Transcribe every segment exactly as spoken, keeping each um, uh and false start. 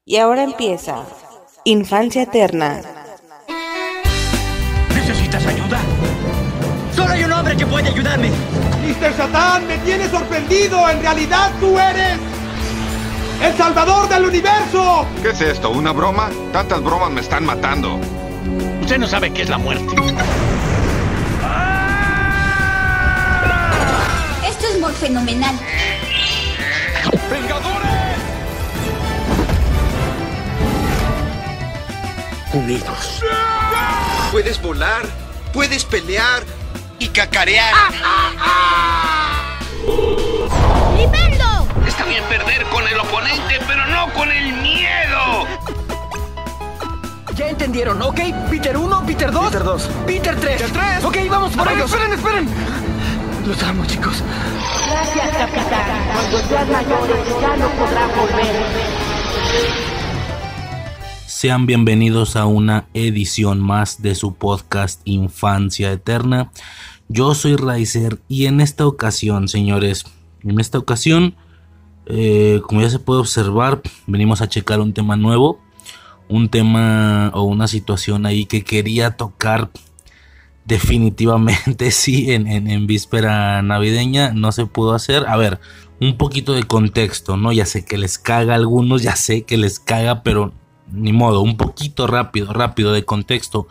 Y ahora empieza Infancia Eterna. ¿Necesitas ayuda? ¡Solo hay un hombre que puede ayudarme! ¡mister Satán, me tienes sorprendido! ¡En realidad tú eres el salvador del universo! ¿Qué es esto? ¿Una broma? Tantas bromas me están matando. Usted no sabe qué es la muerte. Esto es muy fenomenal. ¡Vengadores! Unidos. Puedes volar, puedes pelear y cacarear. ¡Libero! Está bien perder con el oponente, pero no con el miedo. Ya entendieron, ¿ok? Peter uno, Peter dos, Peter dos, Peter tres. Peter tres. Ok, vamos por ellos. Esperen, esperen. Los amo, chicos. Gracias, capitán. Cuando sean mayores ya no podrán volver. Sean bienvenidos a una edición más de su podcast Infancia Eterna. Yo soy Raizer y en esta ocasión, señores, en esta ocasión, eh, como ya se puede observar, venimos a checar un tema nuevo, un tema o una situación ahí que quería tocar definitivamente, sí, en, en, en víspera navideña, no se pudo hacer. A ver, un poquito de contexto, ¿no? Ya sé que les caga a algunos, ya sé que les caga, pero ni modo, un poquito rápido, rápido de contexto.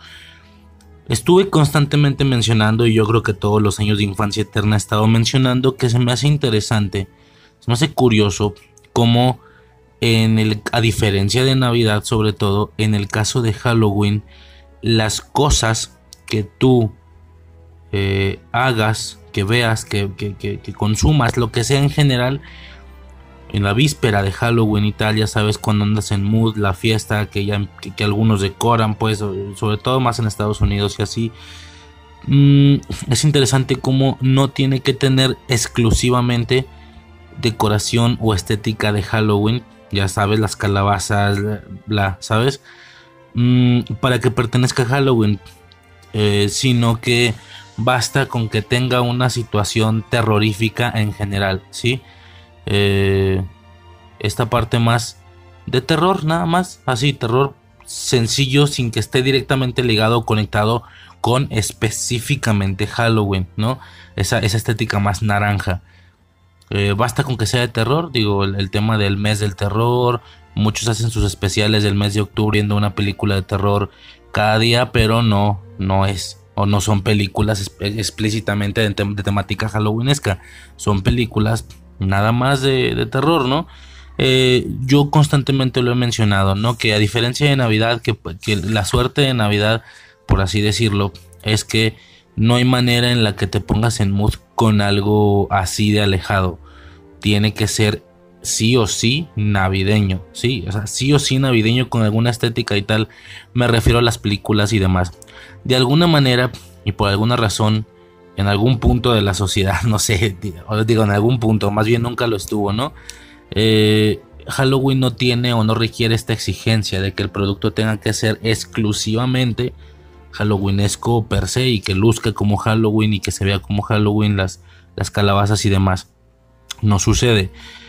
Estuve constantemente mencionando, y yo creo que todos los años de Infancia Eterna he estado mencionando, que se me hace interesante, se me hace curioso cómo en el, a diferencia de Navidad, sobre todo en el caso de Halloween, las cosas que tú eh, hagas, que veas, que, que, que, que consumas, lo que sea en general, en la víspera de Halloween y tal, ya sabes, cuando andas en mood, la fiesta que ya que, que algunos decoran, pues, sobre todo más en Estados Unidos y así. Mm, es interesante cómo no tiene que tener exclusivamente decoración o estética de Halloween, ya sabes, las calabazas, bla, ¿sabes? Mm, para que pertenezca a Halloween, eh, sino que basta con que tenga una situación terrorífica en general, ¿sí? Eh, esta parte más de terror, nada más, así, terror sencillo, sin que esté directamente ligado o conectado con específicamente Halloween, ¿no? Esa, esa estética más naranja. Eh, basta con que sea de terror, digo, el, el tema del mes del terror, muchos hacen sus especiales del mes de octubre viendo una película de terror cada día, pero no, no es, o no son películas explícitamente de, tem- de temática halloweenesca, son películas nada más de, de terror, ¿no? Eh, yo constantemente lo he mencionado, ¿no? Que a diferencia de Navidad, que, que la suerte de Navidad, por así decirlo, es que no hay manera en la que te pongas en mood con algo así de alejado. Tiene que ser sí o sí navideño, sí, o sea, sí o sí navideño con alguna estética y tal. Me refiero a las películas y demás. De alguna manera y por alguna razón, en algún punto de la sociedad, no sé, digo en algún punto, más bien nunca lo estuvo, ¿no? Eh, Halloween no tiene o no requiere esta exigencia de que el producto tenga que ser exclusivamente halloweenesco per se y que luzca como Halloween y que se vea como Halloween las, las calabazas y demás. No sucede.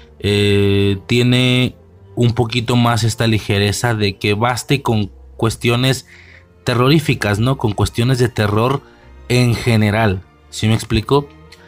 Eh, tiene un poquito más esta ligereza de que baste con cuestiones terroríficas, ¿no? Con cuestiones de terror en general. ¿Sí me explico?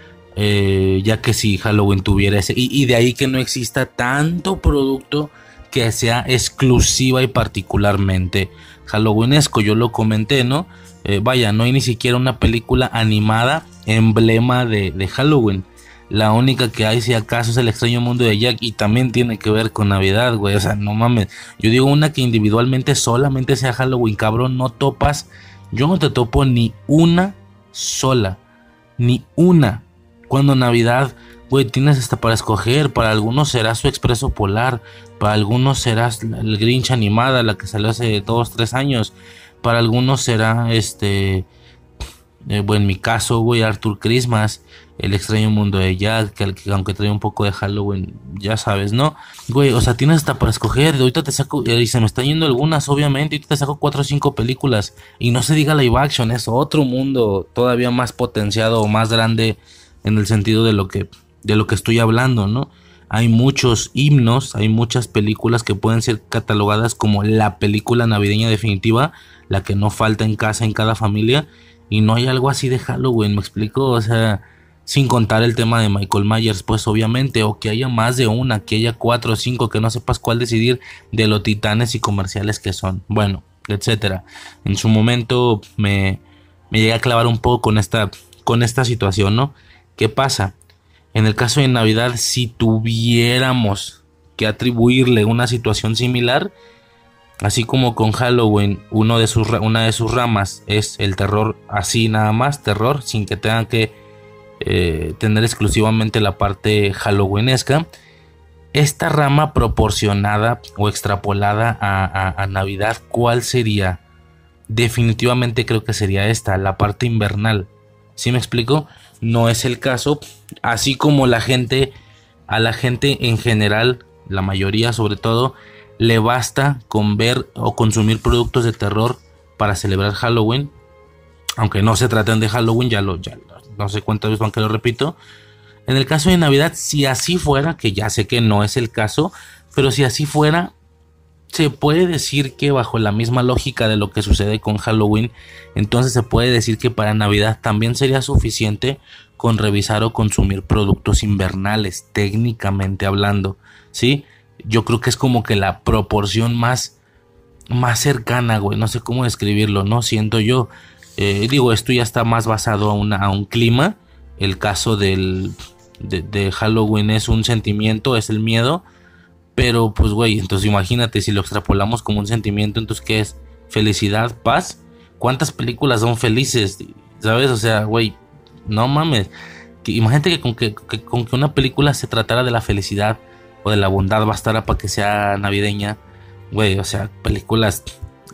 Eh, ya que si Halloween tuviera ese... Y, y de ahí que no exista tanto producto que sea exclusiva y particularmente halloweenesco. Yo lo comenté, ¿no? Eh, vaya, no hay ni siquiera una película animada emblema de, de Halloween. La única que hay, si acaso, es El extraño mundo de Jack. Y también tiene que ver con Navidad, güey. O sea, no mames. Yo digo una que individualmente solamente sea Halloween, cabrón. No topas. Yo no te topo ni una sola. Ni una. Cuando Navidad, güey, tienes hasta para escoger. Para algunos será Su Expreso Polar. Para algunos será el Grinch animada, la que salió hace dos, tres años. Para algunos será este... Eh, bueno, en mi caso, güey, Arthur Christmas, El extraño mundo de Jack, que, que aunque trae un poco de Halloween, ya sabes, ¿no? Güey, o sea, tienes hasta para escoger. Ahorita te saco, y se me están yendo algunas, obviamente. Ahorita te saco cuatro o cinco películas. Y no se diga live action, es otro mundo todavía más potenciado o más grande en el sentido de lo que, de lo que estoy hablando, ¿no? hay muchos himnos, hay muchas películas que pueden ser catalogadas como la película navideña definitiva, la que no falta en casa en cada familia, y no hay algo así de Halloween, ¿me explico? O sea, sin contar el tema de Michael Myers, pues obviamente, o que haya más de una, que haya cuatro o cinco, que no sepas cuál decidir de lo titanes y comerciales que son, bueno, etcétera. En su momento me, me llegué a clavar un poco con esta, con esta situación, ¿no? ¿Qué pasa? En el caso de Navidad, si tuviéramos que atribuirle una situación similar, así como con Halloween, uno de sus, una de sus ramas es el terror, así nada más, terror, sin que tengan que eh, tener exclusivamente la parte halloweenesca, esta rama proporcionada o extrapolada a, a, a Navidad, ¿cuál sería? Definitivamente creo que sería esta, la parte invernal. ¿Sí me explico? No es el caso, así como la gente, a la gente en general, la mayoría sobre todo, le basta con ver o consumir productos de terror para celebrar Halloween, aunque no se traten de Halloween, ya lo, ya no sé cuántas veces van que lo repito. En el caso de Navidad, si así fuera, que ya sé que no es el caso, pero si así fuera, se puede decir que bajo la misma lógica de lo que sucede con Halloween, entonces se puede decir que para Navidad también sería suficiente con revisar o consumir productos invernales, técnicamente hablando, ¿sí? Yo creo que es como que la proporción más, más cercana, güey, no sé cómo describirlo, ¿no? Siento yo, eh, digo, esto ya está más basado a, una, a un clima, el caso del, de, de Halloween es un sentimiento, es el miedo. Pero pues güey, entonces imagínate si lo extrapolamos como un sentimiento, entonces ¿qué es? ¿Felicidad? ¿Paz? ¿Cuántas películas son felices? ¿Sabes? O sea, güey, no mames. Que, imagínate que con que, que con que una película se tratara de la felicidad o de la bondad bastara para que sea navideña. Güey, o sea, películas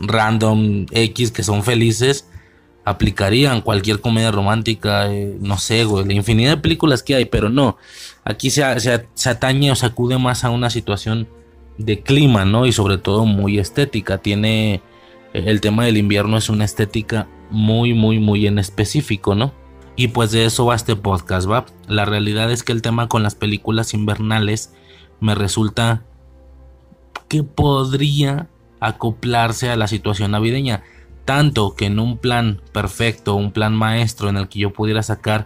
random X que son felices aplicarían cualquier comedia romántica, eh, no sé, güey, la infinidad de películas que hay, pero no, aquí se, se, se atañe o se acude más a una situación de clima, ¿no? Y sobre todo muy estética, tiene, el tema del invierno es una estética muy, muy, muy en específico, ¿no? Y pues de eso va este podcast, ¿va? La realidad es que el tema con las películas invernales me resulta que podría acoplarse a la situación navideña. Tanto que en un plan perfecto, un plan maestro en el que yo pudiera sacar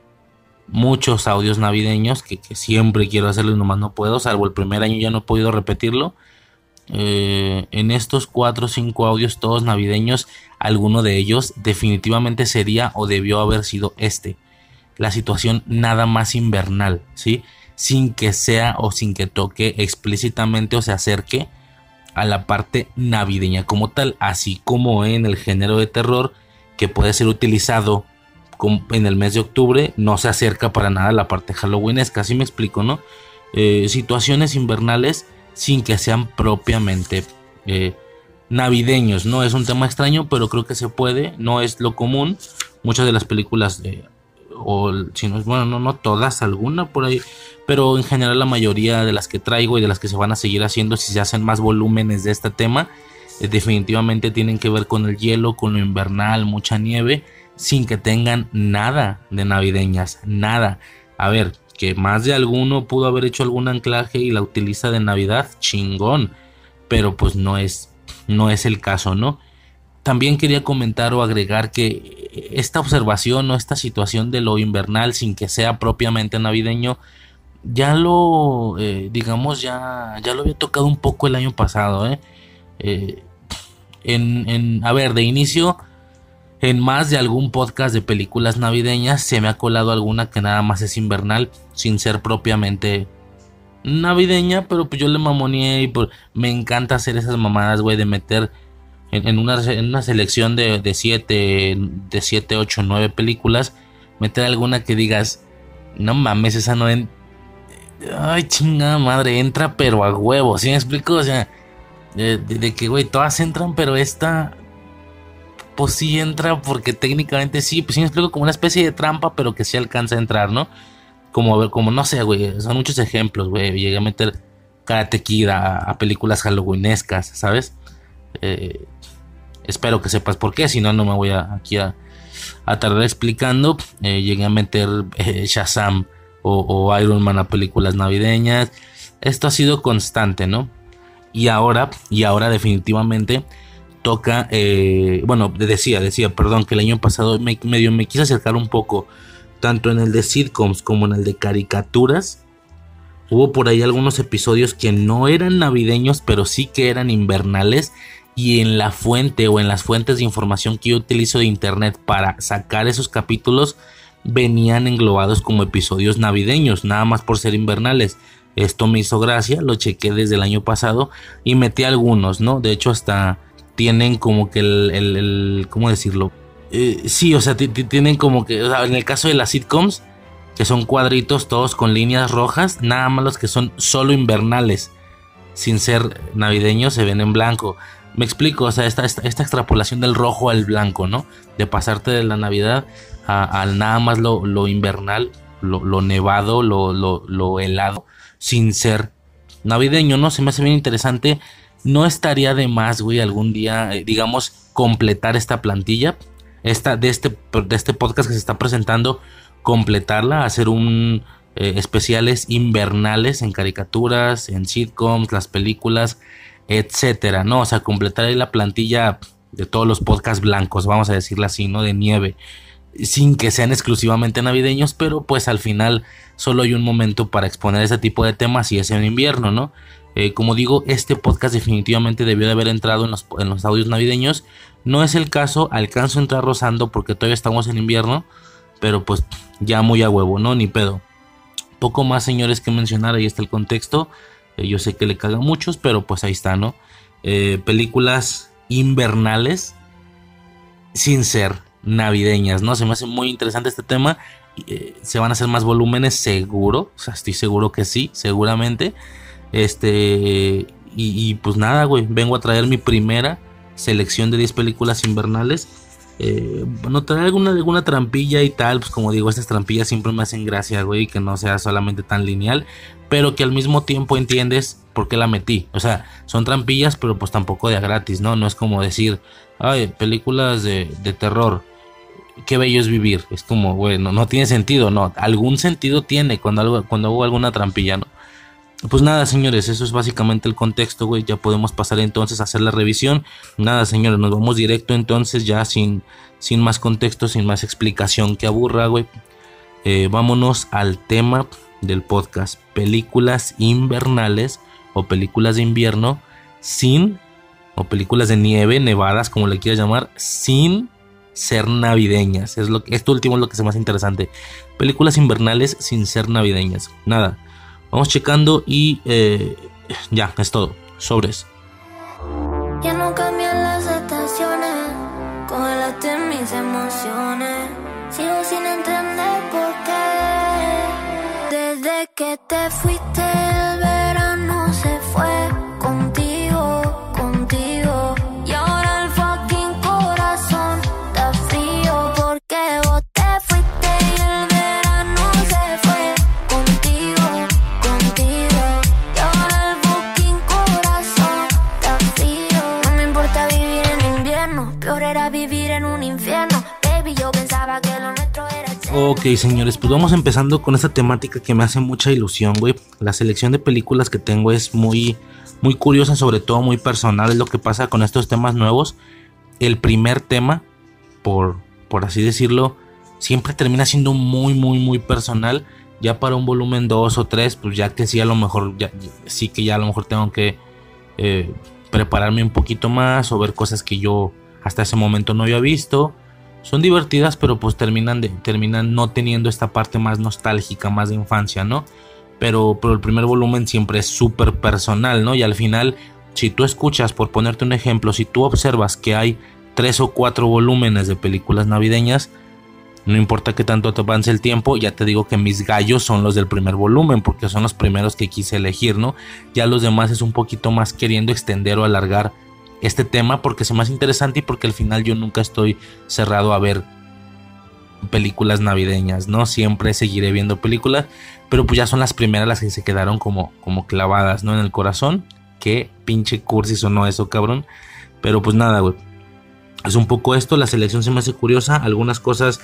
muchos audios navideños, que, que siempre quiero hacerlo y nomás no puedo, salvo el primer año ya no he podido repetirlo. Eh, en estos cuatro o cinco audios todos navideños, alguno de ellos definitivamente sería o debió haber sido este. La situación nada más invernal, ¿sí? Sin que sea o sin que toque explícitamente o se acerque a la parte navideña como tal, así como en el género de terror que puede ser utilizado en el mes de octubre, no se acerca para nada a la parte halloweenesca, así me explico, ¿no? Eh, situaciones invernales sin que sean propiamente eh, navideños, ¿no? Es un tema extraño, pero creo que se puede, no es lo común. Muchas de las películas, eh, o si no es, bueno, no, no todas, alguna por ahí, pero en general la mayoría de las que traigo y de las que se van a seguir haciendo, si se hacen más volúmenes de este tema, eh, definitivamente tienen que ver con el hielo, con lo invernal, mucha nieve, sin que tengan nada de navideñas, nada. A ver, que más de alguno pudo haber hecho algún anclaje y la utiliza de Navidad, chingón, pero pues no es, no es el caso, ¿no? También quería comentar o agregar que esta observación o esta situación de lo invernal sin que sea propiamente navideño, ya lo, eh, digamos, ya, ya lo había tocado un poco el año pasado, ¿eh? Eh, en, en, a ver, de inicio, en más de algún podcast de películas navideñas se me ha colado alguna que nada más es invernal, sin ser propiamente navideña, pero pues yo le mamoneé y pues me encanta hacer esas mamadas, güey, de meter en, en, una, en una selección de, de siete, de siete, ocho, nueve películas, meter alguna que digas, no mames, esa no en... Ay, chingada madre, entra pero a huevo, ¿sí me explico? O sea, de, de, de que, güey, todas entran, pero esta, pues sí entra porque técnicamente sí, pues sí me explico, como una especie de trampa, pero que sí alcanza a entrar, ¿no? Como, a ver, como no sé, güey, son muchos ejemplos, güey, llegué a meter Karate Kid a, a películas halloweenescas, ¿sabes? Eh, espero que sepas por qué, si no, no me voy a, aquí a, a tardar explicando. Eh, llegué a meter eh, Shazam o, o Iron Man a películas navideñas. Esto ha sido constante, ¿no? Y ahora, y ahora definitivamente toca, eh, bueno, decía, decía, perdón, que el año pasado me, medio me quise acercar un poco, tanto en el de sitcoms como en el de caricaturas. Hubo por ahí algunos episodios que no eran navideños, pero sí que eran invernales. Y en la fuente o en las fuentes de información que yo utilizo de internet para sacar esos capítulos, venían englobados como episodios navideños, nada más por ser invernales. Esto me hizo gracia, lo chequé desde el año pasado y metí algunos, ¿no? De hecho hasta tienen como que el, el, el ¿cómo decirlo? Eh, sí, o sea, t- t- tienen como que, o sea, en el caso de las sitcoms, que son cuadritos todos con líneas rojas, nada más los que son solo invernales, sin ser navideños, se ven en blanco. Me explico, o sea, esta, esta, esta extrapolación del rojo al blanco, ¿no? De pasarte de la Navidad a, a nada más lo, lo invernal, lo, lo nevado, lo, lo, lo helado, sin ser navideño, ¿no? Se me hace bien interesante. No estaría de más, güey, algún día, eh, digamos, completar esta plantilla, esta, de, este, de este podcast que se está presentando, completarla, hacer un eh, especiales invernales en caricaturas, en sitcoms, las películas, etcétera, ¿no? O sea, completar ahí la plantilla de todos los podcasts blancos, vamos a decirlo así, ¿no? De nieve, sin que sean exclusivamente navideños, pero pues al final solo hay un momento para exponer ese tipo de temas y es en invierno, ¿no? Eh, como digo, este podcast definitivamente debió de haber entrado en los, en los audios navideños. No es el caso, alcanzo a entrar rozando porque todavía estamos en invierno, pero pues ya muy a huevo, ¿no? Ni pedo. Poco más, señores, que mencionar, ahí está el contexto. Eh, yo sé que le caga a muchos, pero pues ahí está, ¿no? Eh, películas invernales sin ser navideñas, ¿no? Se me hace muy interesante este tema. Eh, se van a hacer más volúmenes, seguro. O sea, estoy seguro que sí, seguramente. Este, y, y pues nada, güey, vengo a traer mi primera selección de diez películas invernales. Eh, bueno, traer alguna, alguna trampilla y tal, pues como digo, estas trampillas siempre me hacen gracia, güey, que no sea solamente tan lineal, pero que al mismo tiempo entiendes por qué la metí. O sea, son trampillas, pero pues tampoco de a gratis, ¿no? No es como decir, ay, películas de, de terror, qué bello es vivir. Es como, güey, no, no tiene sentido, no, algún sentido tiene cuando, algo, cuando hago alguna trampilla, ¿no? Pues nada, señores, eso es básicamente el contexto, güey. Ya podemos pasar entonces a hacer la revisión. Nada, señores, nos vamos directo entonces ya sin, sin más contexto, sin más explicación que aburra, güey. Eh, vámonos al tema del podcast. Películas invernales o películas de invierno sin, o películas de nieve, nevadas, como le quieras llamar, sin ser navideñas. Es lo que, esto último es lo que es más interesante. Películas invernales sin ser navideñas. Nada. Vamos checando y eh, ya, es todo. Sobres. Ya no cambian las estaciones, congelaste mis emociones. Sigo sin entender por qué. Desde que te fuiste el verano se fue contigo, contigo. Y ahora el fucking corazón está frío porque vos te fuiste y el verano se fue contigo. Ok, señores, pues vamos empezando con esta temática que me hace mucha ilusión, güey. La selección de películas que tengo es muy, muy curiosa, sobre todo muy personal. Es lo que pasa con estos temas nuevos. El primer tema, por, por así decirlo, siempre termina siendo muy, muy, muy personal. Ya para un volumen dos o tres, pues ya que sí, a lo mejor, ya, sí que ya a lo mejor tengo que eh, prepararme un poquito más o ver cosas que yo hasta ese momento no había visto. Son divertidas, pero pues terminan, de, terminan no teniendo esta parte más nostálgica, más de infancia, ¿no? Pero, pero el primer volumen siempre es súper personal, ¿no? Y al final, si tú escuchas, por ponerte un ejemplo, si tú observas que hay tres o cuatro volúmenes de películas navideñas, no importa que tanto te avance el tiempo, ya te digo que mis gallos son los del primer volumen, porque son los primeros que quise elegir, ¿no? Ya los demás es un poquito más queriendo extender o alargar este tema porque se me hace interesante y porque al final yo nunca estoy cerrado a ver películas navideñas, ¿no? Siempre seguiré viendo películas, pero pues ya son las primeras las que se quedaron como, como clavadas, ¿no? En el corazón. Qué pinche cursi sonó eso, cabrón. Pero pues nada, güey. Es un poco esto, la selección se me hace curiosa, algunas cosas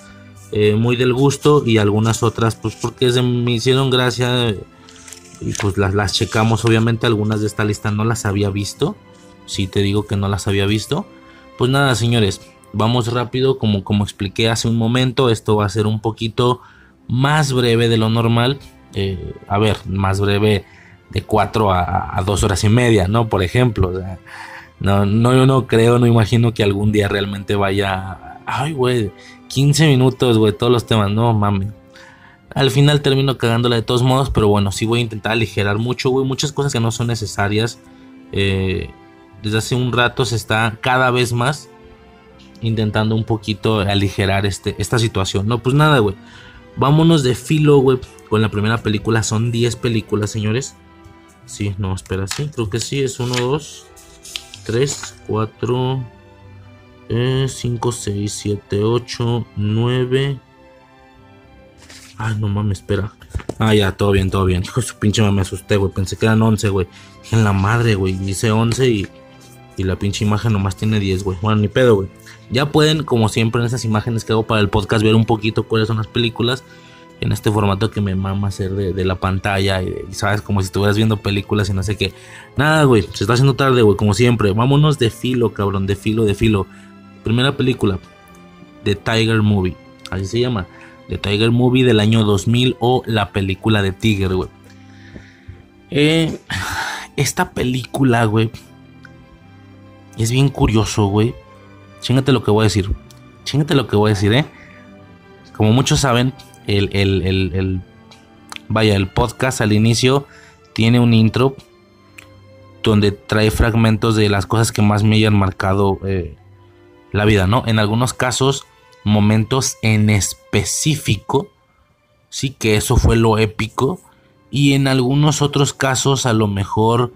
eh, muy del gusto, y algunas otras pues porque se me hicieron gracia y pues las, las checamos. Obviamente algunas de esta lista no las había visto, sí te digo que no las había visto. Pues nada, señores, vamos rápido, como, como expliqué hace un momento, esto va a ser un poquito más breve de lo normal, eh, a ver, más breve de cuatro a, a dos horas y media, ¿no? Por ejemplo, o sea, no, no, yo no creo, no imagino que algún día realmente vaya, ay, güey, quince minutos, güey, todos los temas, no mames. Al final termino cagándola de todos modos, pero bueno, sí voy a intentar aligerar mucho, güey, muchas cosas que no son necesarias. Eh, desde hace un rato se está cada vez más intentando un poquito aligerar este, esta situación. No, pues nada, güey, vámonos de filo, güey, con la primera película. Son diez películas, señores. Sí, no, espera, sí, creo que sí, es uno, dos, tres, cuatro, cinco, seis, siete, ocho, nueve. Ay, no mames, espera. Ah, ya, todo bien, todo bien. Hijo de su pinche, me asusté, güey. Pensé que eran once, güey. En la madre, güey. Hice once y, y la pinche imagen nomás tiene diez, güey. Bueno, ni pedo, güey. Ya pueden, como siempre, en esas imágenes que hago para el podcast, ver un poquito cuáles son las películas. En este formato que me mama hacer de, de la pantalla. Y, y sabes, como si estuvieras viendo películas y no sé qué. Nada, güey. Se está haciendo tarde, güey, como siempre. Vámonos de filo, cabrón. De filo, de filo. Primera película. The Tiger Movie. Así se llama. The Tiger Movie del año dos mil, o la película de Tiger, güey. Eh, esta película, güey, es bien curioso, güey. Chíngate lo que voy a decir. Chíngate lo que voy a decir, eh. Como muchos saben, el, el, el, el vaya, el podcast al inicio tiene un intro donde trae fragmentos de las cosas que más me hayan marcado eh, la vida, ¿no? En algunos casos, momentos en específico, sí, que eso fue lo épico, y en algunos otros casos a lo mejor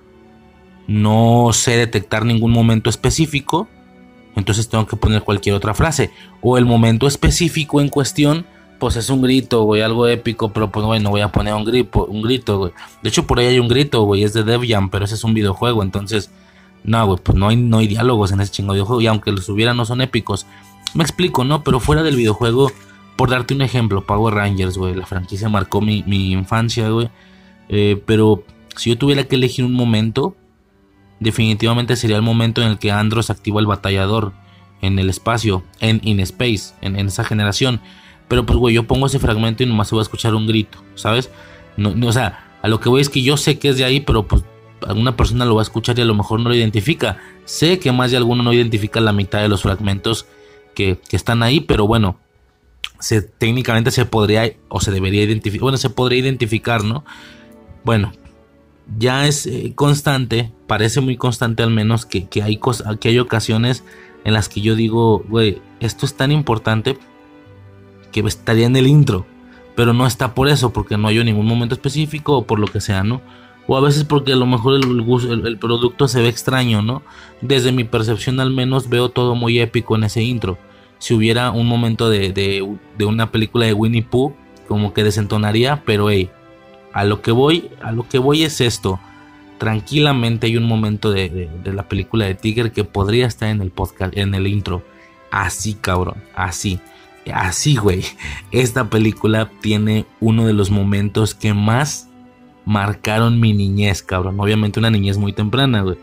no sé detectar ningún momento específico, entonces tengo que poner cualquier otra frase, o el momento específico en cuestión pues es un grito, güey, algo épico, pero pues bueno, voy a poner un grito, un grito, güey. De hecho por ahí hay un grito, güey, es de Def Jam, pero ese es un videojuego, entonces no, güey, pues no hay, no hay diálogos en ese chingo videojuego, y aunque los hubiera no son épicos. Me explico, ¿no? Pero fuera del videojuego, por darte un ejemplo, Power Rangers, güey, la franquicia marcó mi, mi infancia, güey. Eh, pero si yo tuviera que elegir un momento, definitivamente sería el momento en el que Andros activa el batallador en el espacio, en In Space, en, en esa generación. Pero pues, güey, yo pongo ese fragmento y nomás se va a escuchar un grito, ¿sabes? No, no, o sea, a lo que voy es que yo sé que es de ahí, pero pues alguna persona lo va a escuchar y a lo mejor no lo identifica. Sé que más de alguno no identifica la mitad de los fragmentos Que, que están ahí, pero bueno, se, técnicamente se podría o se debería identificar, bueno, se podría identificar, ¿no? Bueno, ya es eh, constante, parece muy constante al menos, que, que, hay cos- que hay ocasiones en las que yo digo, güey, esto es tan importante que estaría en el intro, pero no está por eso, porque no hay ningún momento específico o por lo que sea, ¿no? O a veces porque a lo mejor el, el, el producto se ve extraño, ¿no? Desde mi percepción al menos veo todo muy épico en ese intro. Si hubiera un momento de, de, de una película de Winnie Pooh, como que desentonaría, pero hey, a lo que voy, a lo que voy es esto. Tranquilamente hay un momento de, de, de la película de Tiger que podría estar en el podcast, en el intro. Así, cabrón, así. Así, güey. Esta película tiene uno de los momentos que más marcaron mi niñez, cabrón. Obviamente una niñez muy temprana, güey.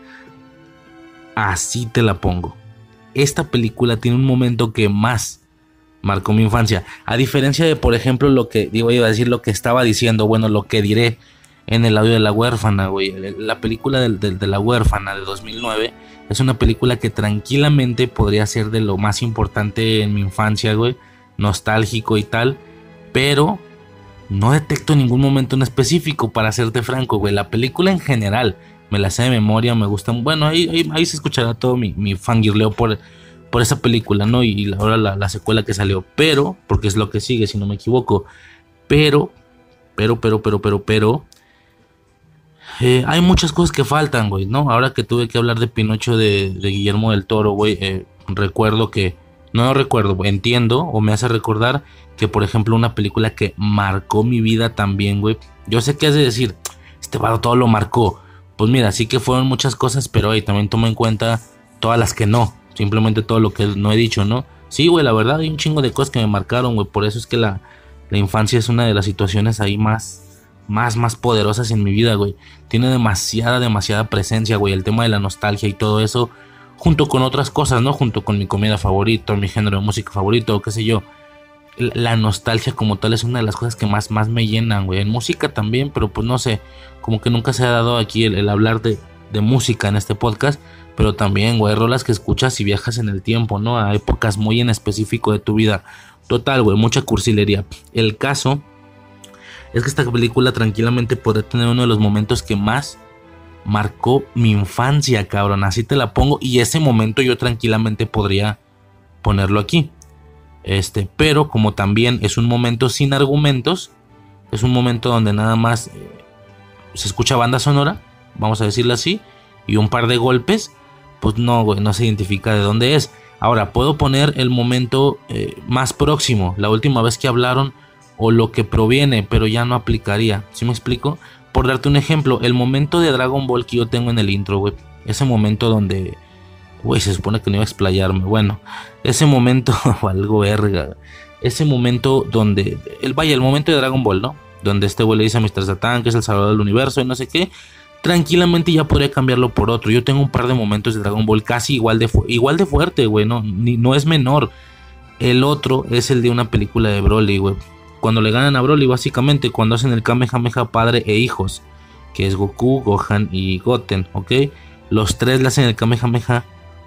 Así te la pongo. Esta película tiene un momento que más marcó mi infancia. A diferencia de, por ejemplo, lo que digo, iba a decir lo que estaba diciendo, bueno, lo que diré en el audio de La Huérfana, güey. La película de, de, de La Huérfana de dos mil nueve es una película que tranquilamente podría ser de lo más importante en mi infancia, güey. Nostálgico y tal, pero no detecto ningún momento en específico, para serte franco, güey. La película en general me la sé de memoria, me gustan. Bueno, ahí, ahí, ahí se escuchará todo mi, mi fangirleo por, por esa película, ¿no? Y ahora la, la secuela que salió, pero, porque es lo que sigue, si no me equivoco. Pero, pero, pero, pero, pero, pero eh, hay muchas cosas que faltan, güey, ¿no? Ahora que tuve que hablar de Pinocho de, de Guillermo del Toro, güey, eh, recuerdo que No lo recuerdo, entiendo o me hace recordar que, por ejemplo, una película que marcó mi vida también, güey. Yo sé que has de decir, este vato todo lo marcó. Pues mira, sí que fueron muchas cosas, pero hey, también tomo en cuenta todas las que no. Simplemente todo lo que no he dicho, ¿no? Sí, güey, la verdad hay un chingo de cosas que me marcaron, güey. Por eso es que la, la infancia es una de las situaciones ahí más, más, más poderosas en mi vida, güey. Tiene demasiada, demasiada presencia, güey. El tema de la nostalgia y todo eso, junto con otras cosas, ¿no? Junto con mi comida favorita, mi género de música favorito, o qué sé yo. La nostalgia como tal es una de las cosas que más, más me llenan, güey. En música también, pero pues no sé, como que nunca se ha dado aquí el, el hablar de, de música en este podcast. Pero también, güey, rolas que escuchas y viajas en el tiempo, ¿no? A épocas muy en específico de tu vida. Total, güey, mucha cursilería. El caso es que esta película tranquilamente podría tener uno de los momentos que más marcó mi infancia, cabrón. Así te la pongo. Y ese momento yo tranquilamente podría ponerlo aquí. Este, pero como también es un momento sin argumentos, es un momento donde nada más eh, se escucha banda sonora, vamos a decirlo así, y un par de golpes, pues no, güey, no se identifica de dónde es. Ahora, puedo poner el momento eh, más próximo, la última vez que hablaron, o lo que proviene, pero ya no aplicaría. ¿Sí me explico? Por darte un ejemplo, el momento de Dragon Ball que yo tengo en el intro, güey, ese momento donde, güey, se supone que no iba a explayarme. Bueno, ese momento, algo verga, ese momento donde, el, vaya, el momento de Dragon Ball, ¿no? Donde este güey le dice a mister Satan que es el salvador del universo y no sé qué. Tranquilamente ya podría cambiarlo por otro. Yo tengo un par de momentos de Dragon Ball casi igual de, fu- igual de fuerte, güey. No, ni, no es menor. El otro es el de una película de Broly, güey. Cuando le ganan a Broly, básicamente, cuando hacen el Kamehameha padre e hijos, que es Goku, Gohan y Goten, ¿ok? Los tres le hacen el Kamehameha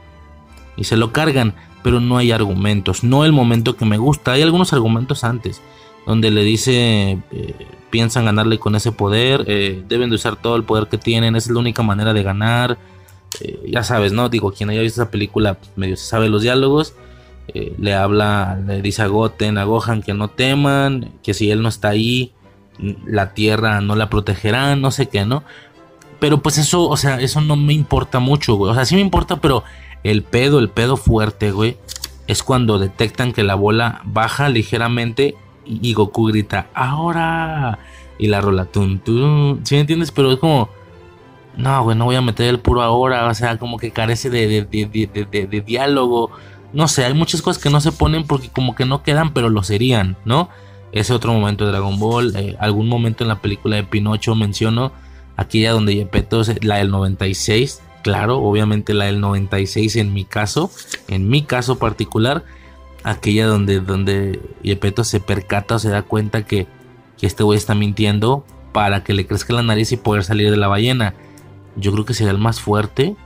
y se lo cargan, pero no hay argumentos. No el momento que me gusta. Hay algunos argumentos antes, donde le dice, eh, piensan ganarle con ese poder, eh, deben de usar todo el poder que tienen, esa es la única manera de ganar. Eh, ya sabes, ¿no? Digo, quien haya visto esa película medio se sabe los diálogos. Eh, le habla, le dice a Goten, a Gohan que no teman, que si él no está ahí, la tierra no la protegerá, no sé qué, ¿no? Pero pues eso, o sea, eso no me importa mucho, güey. O sea, sí me importa, pero el pedo, el pedo fuerte, güey, es cuando detectan que la bola baja ligeramente y Goku grita, ¡ahora! Y la rola, tum, tum. ¿Sí me entiendes? Pero es como, no, güey, no voy a meter el puro ahora. O sea, como que carece de, de, de, de, de, de diálogo. No sé, hay muchas cosas que no se ponen porque como que no quedan, pero lo serían, ¿no? Ese otro momento de Dragon Ball. Eh, algún momento en la película de Pinocho menciono aquella donde Gepetto, la del noventa y seis. Claro, obviamente la del noventa y seis en mi caso. En mi caso particular. Aquella donde, donde Gepetto se percata o se da cuenta que, que este güey está mintiendo para que le crezca la nariz y poder salir de la ballena. Yo creo que sería el más fuerte.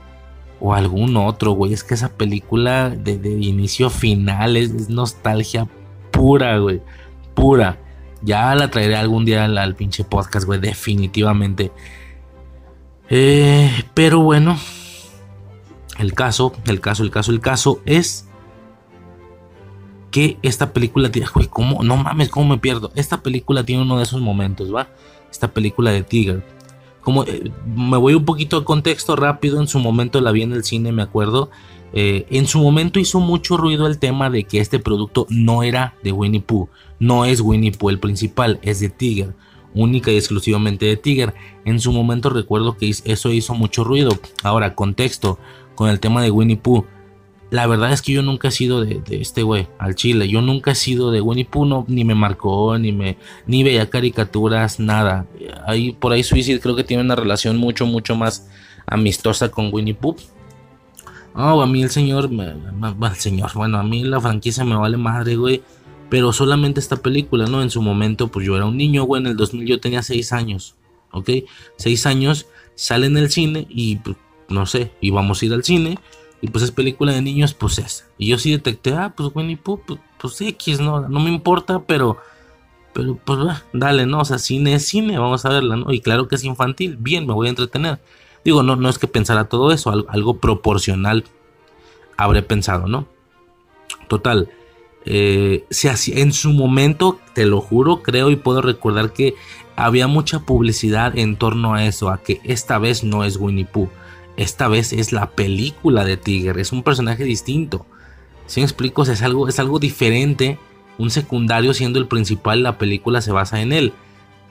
O algún otro, güey. Es que esa película de, de inicio a final es, es nostalgia pura, güey. Pura. Ya la traeré algún día al, al pinche podcast, güey. Definitivamente. Eh, pero bueno. El caso, el caso, el caso, el caso es que esta película tiene, güey, ¿cómo? No mames, ¿cómo me pierdo? Esta película tiene uno de esos momentos, ¿va? Esta película de Tigger. Como, eh, me voy un poquito de contexto rápido. En su momento la vi en el cine, me acuerdo. Eh, en su momento hizo mucho ruido el tema de que este producto no era de Winnie Pooh. No es Winnie Pooh el principal, es de Tigger. Única y exclusivamente de Tigger. En su momento recuerdo que eso hizo mucho ruido. Ahora, contexto con el tema de Winnie Pooh. La verdad es que yo nunca he sido de, de este güey, al chile. Yo nunca he sido de Winnie Pooh, no, ni me marcó, ni me ni veía caricaturas, nada. Ahí, por ahí Suicide creo que tiene una relación mucho, mucho más amistosa con Winnie Pooh. Oh, a mí el señor, el señor, bueno, a mí la franquicia me vale madre, güey. Pero solamente esta película, ¿no? En su momento, pues yo era un niño, güey. En el dos mil yo tenía seis años, ¿ok? seis años, sale en el cine y, pues, no sé, íbamos a ir al cine. Y pues es película de niños, pues esa. Y yo sí detecté, ah, pues Winnie Pooh, pues, pues X, no, no me importa, pero, pero pues dale, ¿no? O sea, cine es cine, vamos a verla, ¿no? Y claro que es infantil, bien, me voy a entretener. Digo, no, no es que pensara todo eso, algo, algo proporcional habré pensado, ¿no? Total, eh, se hacía, en su momento, te lo juro, creo y puedo recordar que había mucha publicidad en torno a eso, a que esta vez no es Winnie Pooh. Esta vez es la película de Tigger, es un personaje distinto. ¿Sí me explico? O sea, es algo, es algo diferente. Un secundario siendo el principal, la película se basa en él.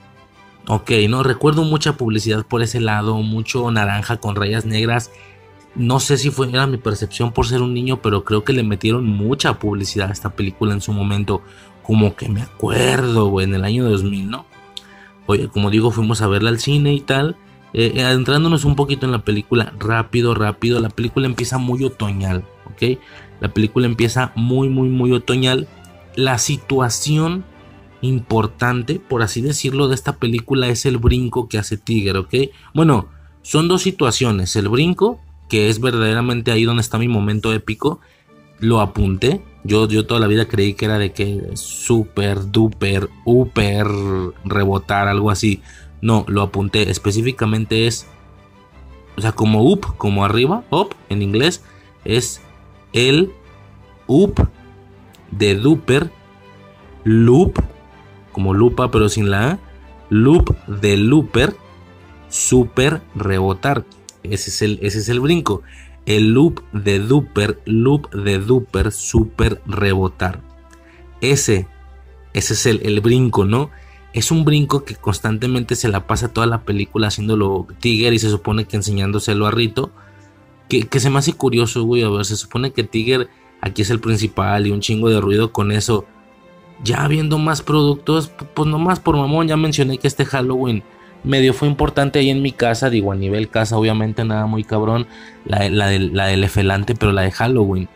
Ok, no recuerdo mucha publicidad por ese lado, mucho naranja con rayas negras. No sé si fue, era mi percepción por ser un niño, pero creo que le metieron mucha publicidad a esta película en su momento. Como que me acuerdo, güey, en el año dos mil, ¿no? Oye, como digo, fuimos a verla al cine y tal. Eh, adentrándonos un poquito en la película, rápido, rápido. La película empieza muy otoñal, ¿ok? La película empieza muy, muy, muy otoñal. La situación importante, por así decirlo, de esta película es el brinco que hace Tiger, ¿ok? Bueno, son dos situaciones. El brinco, que es verdaderamente ahí donde está mi momento épico. Lo apunté. Yo, yo toda la vida creí que era de que super, duper, uper, rebotar, algo así. No, lo apunté. Específicamente es, o sea, como up, como arriba, up en inglés, es el up de duper, loop, como lupa pero sin la A, loop de looper, super, rebotar. Ese es el, ese es el brinco. El loop de duper, loop de duper, super, rebotar. Ese, ese es el, el brinco, ¿no? Es un brinco que constantemente se la pasa toda la película haciéndolo Tiger y se supone que enseñándoselo a Rito. Que, que se me hace curioso, güey. A ver, se supone que Tiger aquí es el principal y un chingo de ruido con eso. Ya viendo más productos, pues nomás por mamón, ya mencioné que este Halloween medio fue importante ahí en mi casa. Digo, a nivel casa, obviamente nada muy cabrón. La, la, del, la del Efelante, pero la de Halloween.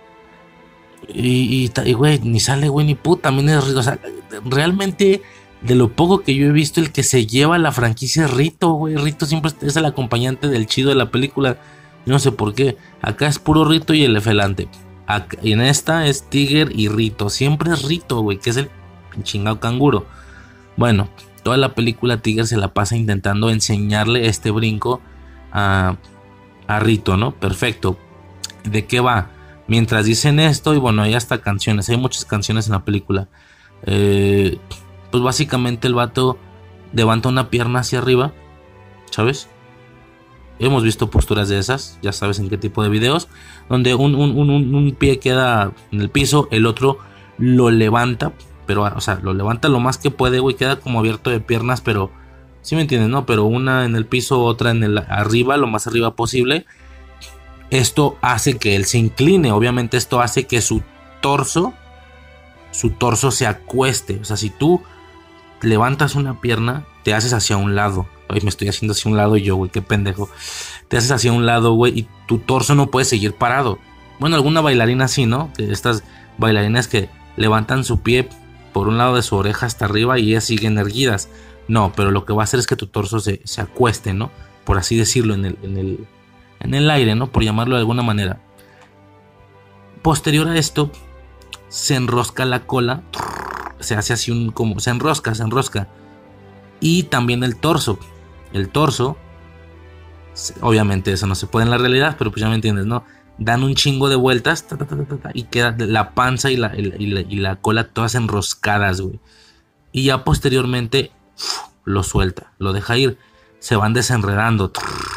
Y, y, güey, ni sale, güey, ni puta. También es Rito. O sea, realmente, de lo poco que yo he visto, el que se lleva la franquicia es Rito, güey. Rito siempre es el acompañante del chido de la película. Yo no sé por qué. Acá es puro Rito y el Efelante. Acá, y en esta es Tiger y Rito. Siempre es Rito, güey, que es el chingado canguro. Bueno, toda la película Tiger se la pasa intentando enseñarle este brinco a, a Rito, ¿no? Perfecto. ¿De qué va? Mientras dicen esto, y bueno, hay hasta canciones. Hay muchas canciones en la película. Eh, pues básicamente el vato levanta una pierna hacia arriba, ¿sabes? Hemos visto posturas de esas, ya sabes en qué tipo de videos, donde un, un, un, un pie queda en el piso, el otro lo levanta, pero, o sea, lo levanta lo más que puede, güey, queda como abierto de piernas, pero, ¿sí me entiendes, no? Pero una en el piso, otra en el arriba, lo más arriba posible. Esto hace que él se incline, obviamente esto hace que su torso, su torso se acueste, o sea, si tú levantas una pierna, te haces hacia un lado. Ay, me estoy haciendo hacia un lado yo, güey, qué pendejo. Te haces hacia un lado, güey, y tu torso no puede seguir parado. Bueno, alguna bailarina sí, ¿no? Estas bailarinas que levantan su pie por un lado de su oreja hasta arriba y ellas siguen erguidas. No, pero lo que va a hacer es que tu torso se, se acueste, ¿no? Por así decirlo, en el, en el, en el aire, ¿no? Por llamarlo de alguna manera. Posterior a esto, se enrosca la cola. Se hace así un... como se enrosca, se enrosca. Y también el torso. El torso, obviamente eso no se puede en la realidad, pero pues ya me entiendes, ¿no? Dan un chingo de vueltas ta, ta, ta, ta, ta, y queda la panza y la, y, la, y, la, y la cola todas enroscadas, güey. Y ya posteriormente uf, lo suelta, lo deja ir. Se van desenredando.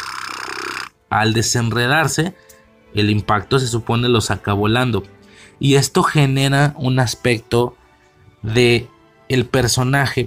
Al desenredarse, el impacto se supone lo saca volando. Y esto genera un aspecto de el personaje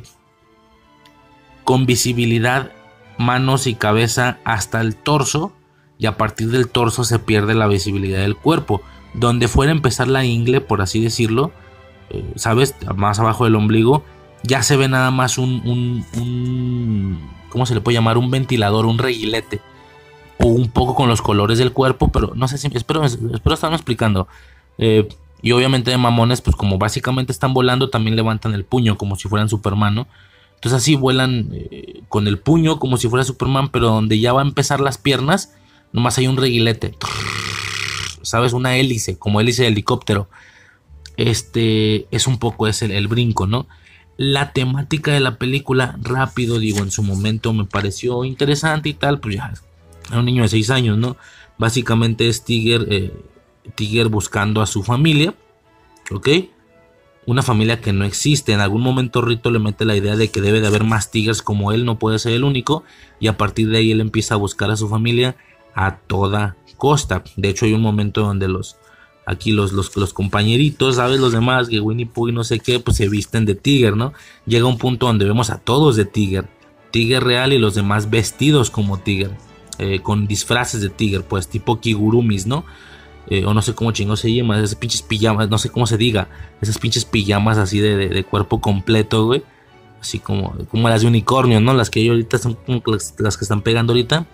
con visibilidad, manos y cabeza hasta el torso, y a partir del torso se pierde la visibilidad del cuerpo. Donde fuera a empezar la ingle, por así decirlo, eh, ¿sabes? Más abajo del ombligo, ya se ve nada más un, un, un... ¿cómo se le puede llamar? Un ventilador, un reguilete. O un poco con los colores del cuerpo, pero no sé si... Espero, espero estarme explicando. Eh, y obviamente de mamones, pues como básicamente están volando, también levantan el puño como si fueran Superman, ¿no? Entonces así vuelan eh, con el puño como si fuera Superman, pero donde ya va a empezar las piernas, nomás hay un reguilete. ¿Sabes? Una hélice, como hélice de helicóptero. Este es un poco ese el, el brinco, ¿no? La temática de la película, rápido, digo, en su momento me pareció interesante y tal, pues ya, era un niño de seis años, ¿no? Básicamente es Tiger, eh, Tiger buscando a su familia, ¿ok? Una familia que no existe. En algún momento Rito le mete la idea de que debe de haber más Tigers como él, no puede ser el único, y a partir de ahí él empieza a buscar a su familia a toda costa. De hecho hay un momento donde los aquí los, los, los compañeritos, ¿sabes? Los demás, que Winnie Pooh y no sé qué, pues se visten de Tiger, ¿no? Llega un punto donde vemos a todos de Tiger, Tiger real y los demás vestidos como Tiger. eh, con disfraces de Tiger, pues tipo kigurumis, ¿no? Eh, o no sé cómo chingo se llama, esas pinches pijamas, no sé cómo se diga, esas pinches pijamas así de, de, de cuerpo completo, güey. Así como, como las de unicornio, ¿no? Las que yo ahorita son las, las que están pegando ahorita.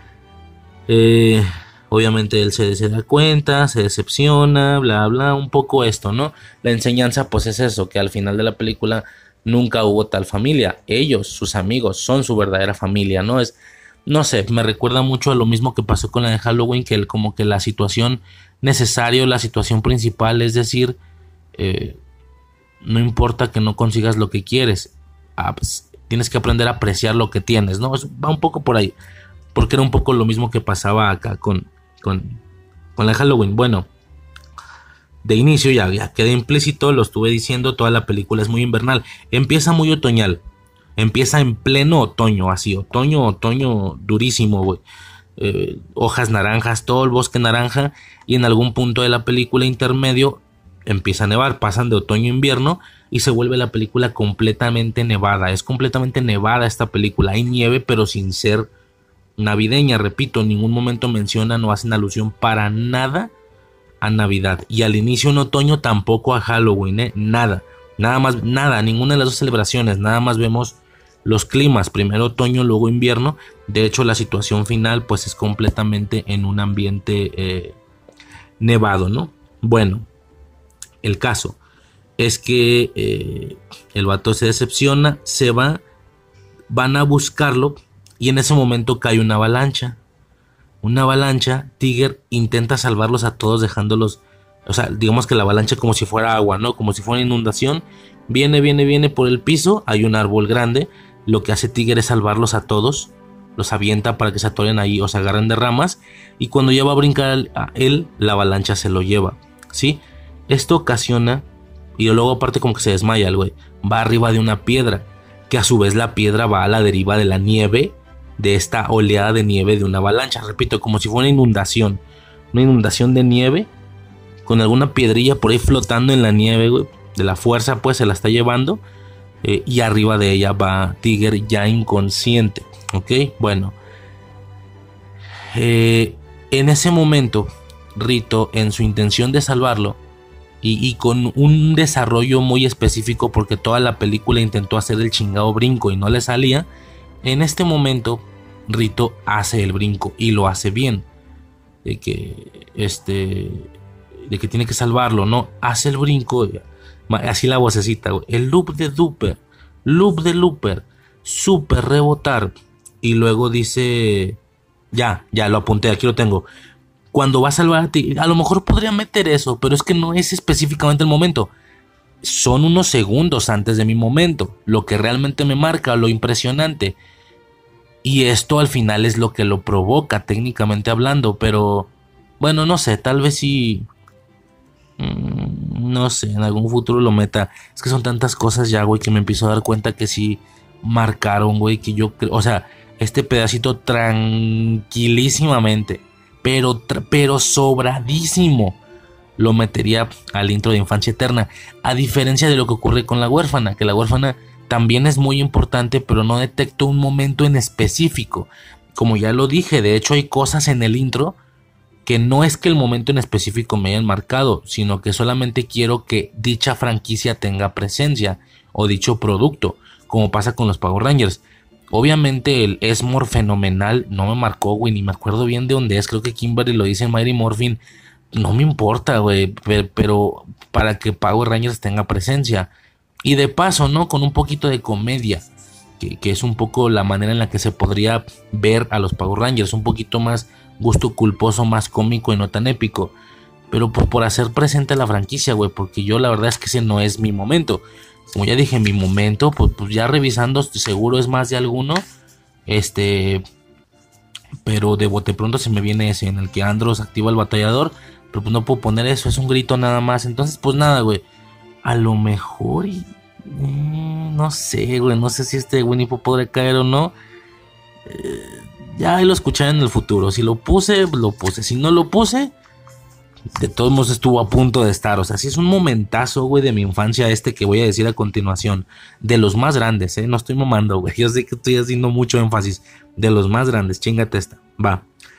Eh, obviamente él se, se da cuenta, se decepciona, bla, bla, un poco esto, ¿no? La enseñanza, pues es eso, que al final de la película nunca hubo tal familia. Ellos, sus amigos, son su verdadera familia, ¿no? Es, no sé, me recuerda mucho a lo mismo que pasó con la de Halloween, que el, como que la situación necesaria, la situación principal, es decir, eh, no importa que no consigas lo que quieres. Ah, pues, tienes que aprender a apreciar lo que tienes, ¿no? Va un poco por ahí, porque era un poco lo mismo que pasaba acá con, con, con la Halloween. Bueno, de inicio ya, ya queda implícito, lo estuve diciendo, toda la película es muy invernal, empieza muy otoñal, empieza en pleno otoño, así, otoño, otoño durísimo, güey. Eh, hojas naranjas, todo el bosque naranja, y en algún punto de la película intermedio empieza a nevar, pasan de otoño a invierno y se vuelve la película completamente nevada. Es completamente nevada esta película, hay nieve pero sin ser navideña, repito, en ningún momento mencionan o hacen alusión para nada a Navidad, y al inicio en otoño tampoco a Halloween, ¿eh? nada, nada más, nada, ninguna de las dos celebraciones, nada más vemos los climas, primero otoño, luego invierno. De hecho la situación final pues es completamente en un ambiente eh, nevado, ¿no? Bueno, el caso es que eh, el vato se decepciona, se va, van a buscarlo y en ese momento cae una avalancha. Una avalancha, Tiger intenta salvarlos a todos dejándolos, o sea, digamos que la avalancha como si fuera agua, ¿no? Como si fuera inundación. Viene, viene, viene por el piso, hay un árbol grande. Lo que hace Tiger es salvarlos a todos, los avienta para que se atoren ahí o se agarren de ramas. Y cuando ya va a brincar a él, la avalancha se lo lleva, ¿sí? Esto ocasiona, y luego aparte como que se desmaya el güey, va arriba de una piedra, que a su vez la piedra va a la deriva de la nieve, de esta oleada de nieve de una avalancha. Repito, como si fuera una inundación, una inundación de nieve, con alguna piedrilla por ahí flotando en la nieve, güey, de la fuerza pues se la está llevando, eh, y arriba de ella va Tiger ya inconsciente, ok, bueno, eh, en ese momento Rito, en su intención de salvarlo, Y, y con un desarrollo muy específico, porque toda la película intentó hacer el chingado brinco y no le salía, en este momento Rito hace el brinco y lo hace bien, de que este de que tiene que salvarlo, no, hace el brinco, así la vocecita, el loop de Duper, loop de Looper, super rebotar, y luego dice, ya, ya lo apunté, aquí lo tengo. Cuando va a salvar a ti, a lo mejor podría meter eso, pero es que no es específicamente el momento. Son unos segundos antes de mi momento, lo que realmente me marca, lo impresionante. Y esto al final es lo que lo provoca, técnicamente hablando, pero bueno, no sé, tal vez sí, mmm, no sé, en algún futuro lo meta. Es que son tantas cosas ya, güey, que me empiezo a dar cuenta que sí marcaron, güey, que yo creo, o sea, este pedacito tranquilísimamente, pero, pero sobradísimo, lo metería al intro de Infancia Eterna, a diferencia de lo que ocurre con La Huérfana, que La Huérfana también es muy importante, pero no detecto un momento en específico. Como ya lo dije, de hecho hay cosas en el intro que no es que el momento en específico me hayan marcado, sino que solamente quiero que dicha franquicia tenga presencia, o dicho producto, como pasa con los Power Rangers. Obviamente el Esmor fenomenal no me marcó, güey, ni me acuerdo bien de dónde es. Creo que Kimberly lo dice en Mighty Morphin. No me importa, güey, pero para que Power Rangers tenga presencia. Y de paso, ¿no? Con un poquito de comedia, que, que es un poco la manera en la que se podría ver a los Power Rangers. Un poquito más gusto culposo, más cómico y no tan épico. Pero por, por hacer presente la franquicia, güey, porque yo la verdad es que ese no es mi momento. Como ya dije, mi momento, pues, pues ya revisando, seguro es más de alguno. Este, pero de bote pronto se me viene ese, en el que Andros activa el batallador. Pero pues no puedo poner eso, es un grito nada más. Entonces, pues nada, güey. A lo mejor, y, eh, no sé, güey, no sé si este Winnie Pooh podrá caer o no. Eh, ya lo escucharé en el futuro. Si lo puse, lo puse. Si no lo puse, de todos modos estuvo a punto de estar. O sea, sí es un momentazo, güey, de mi infancia este que voy a decir a continuación. De los más grandes, eh, no estoy mamando, güey. Yo sé que estoy haciendo mucho énfasis. De los más grandes, chingate esta. Va.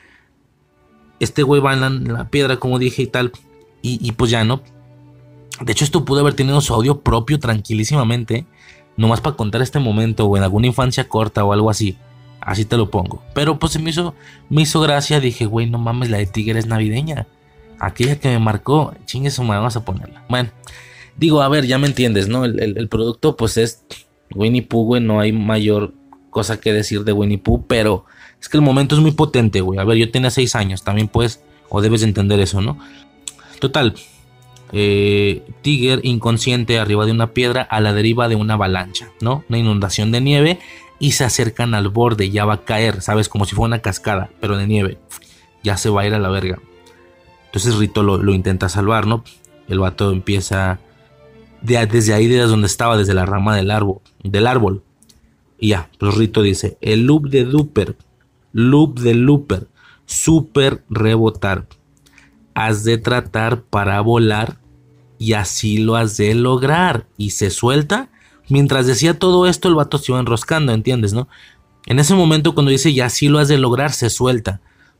Este güey va en la, en la piedra, como dije y tal. Y, y pues ya, ¿no? De hecho, esto pudo haber tenido su audio propio tranquilísimamente. ¿eh? Nomás para contar este momento, güey, en alguna infancia corta o algo así. Así te lo pongo. Pero pues se me hizo, me hizo gracia. Dije, güey, no mames, la de Tiger es navideña. Aquella que me marcó, chingue su madre, vamos a ponerla. Bueno, digo, a ver, ya me entiendes, ¿no? El, el, el producto, pues es Winnie Pooh, güey. No hay mayor cosa que decir de Winnie Pooh. Pero es que el momento es muy potente, güey. A ver, yo tenía seis años. También puedes, o debes entender eso, ¿no? Total. Eh, Tiger inconsciente arriba de una piedra a la deriva de una avalancha, ¿no? Una inundación de nieve. Y se acercan al borde, ya va a caer, ¿sabes? Como si fuera una cascada, pero de nieve. Ya se va a ir a la verga. Entonces Rito lo, lo intenta salvar, ¿no? El vato empieza de, desde ahí, desde donde estaba, desde la rama del árbol. Del árbol. Y ya, pues Rito dice, el loop de Duper, loop de Looper, super rebotar. Has de tratar para volar y así lo has de lograr. Y se suelta. Mientras decía todo esto, el vato se iba enroscando, ¿entiendes, no? En ese momento cuando dice y así lo has de lograr, se suelta.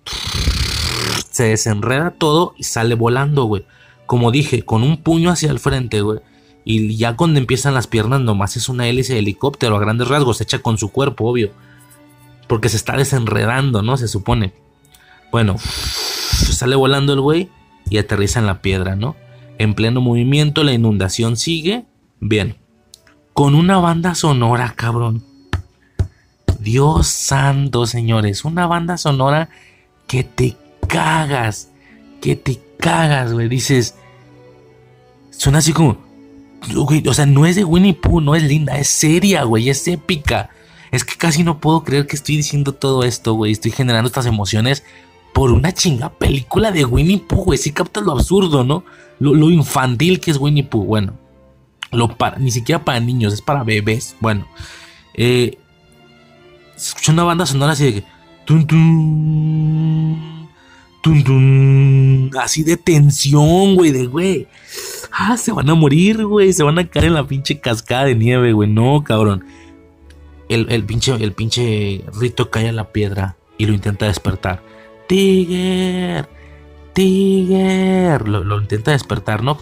Se desenreda todo y sale volando, güey. Como dije, con un puño hacia el frente, güey. Y ya cuando empiezan las piernas, nomás es una hélice de helicóptero a grandes rasgos, hecha con su cuerpo, obvio. Porque se está desenredando, ¿no? Se supone. Bueno, sale volando el güey y aterriza en la piedra, ¿no? En pleno movimiento, la inundación sigue. Bien. Con una banda sonora, cabrón. Dios santo, señores. Una banda sonora que te cagas. Que te cagas, güey. Dices. Suena así como. Güey, o sea, no es de Winnie Pooh, no es linda. Es seria, güey. Es épica. Es que casi no puedo creer que estoy diciendo todo esto, güey. Estoy generando estas emociones por una chinga película de Winnie Pooh, güey. Sí captas lo absurdo, ¿no? Lo, lo infantil que es Winnie Pooh. Bueno. Lo para, ni siquiera para niños, es para bebés. Bueno, eh, se escucha una banda sonora así de que tun, tun, tun, tun, así de tensión, güey, de güey. Ah, se van a morir, güey. Se van a caer en la pinche cascada de nieve, güey. No, cabrón. El, el pinche, el pinche Rito cae a la piedra y lo intenta despertar. Tiger, Tiger. Lo, lo intenta despertar, ¿no?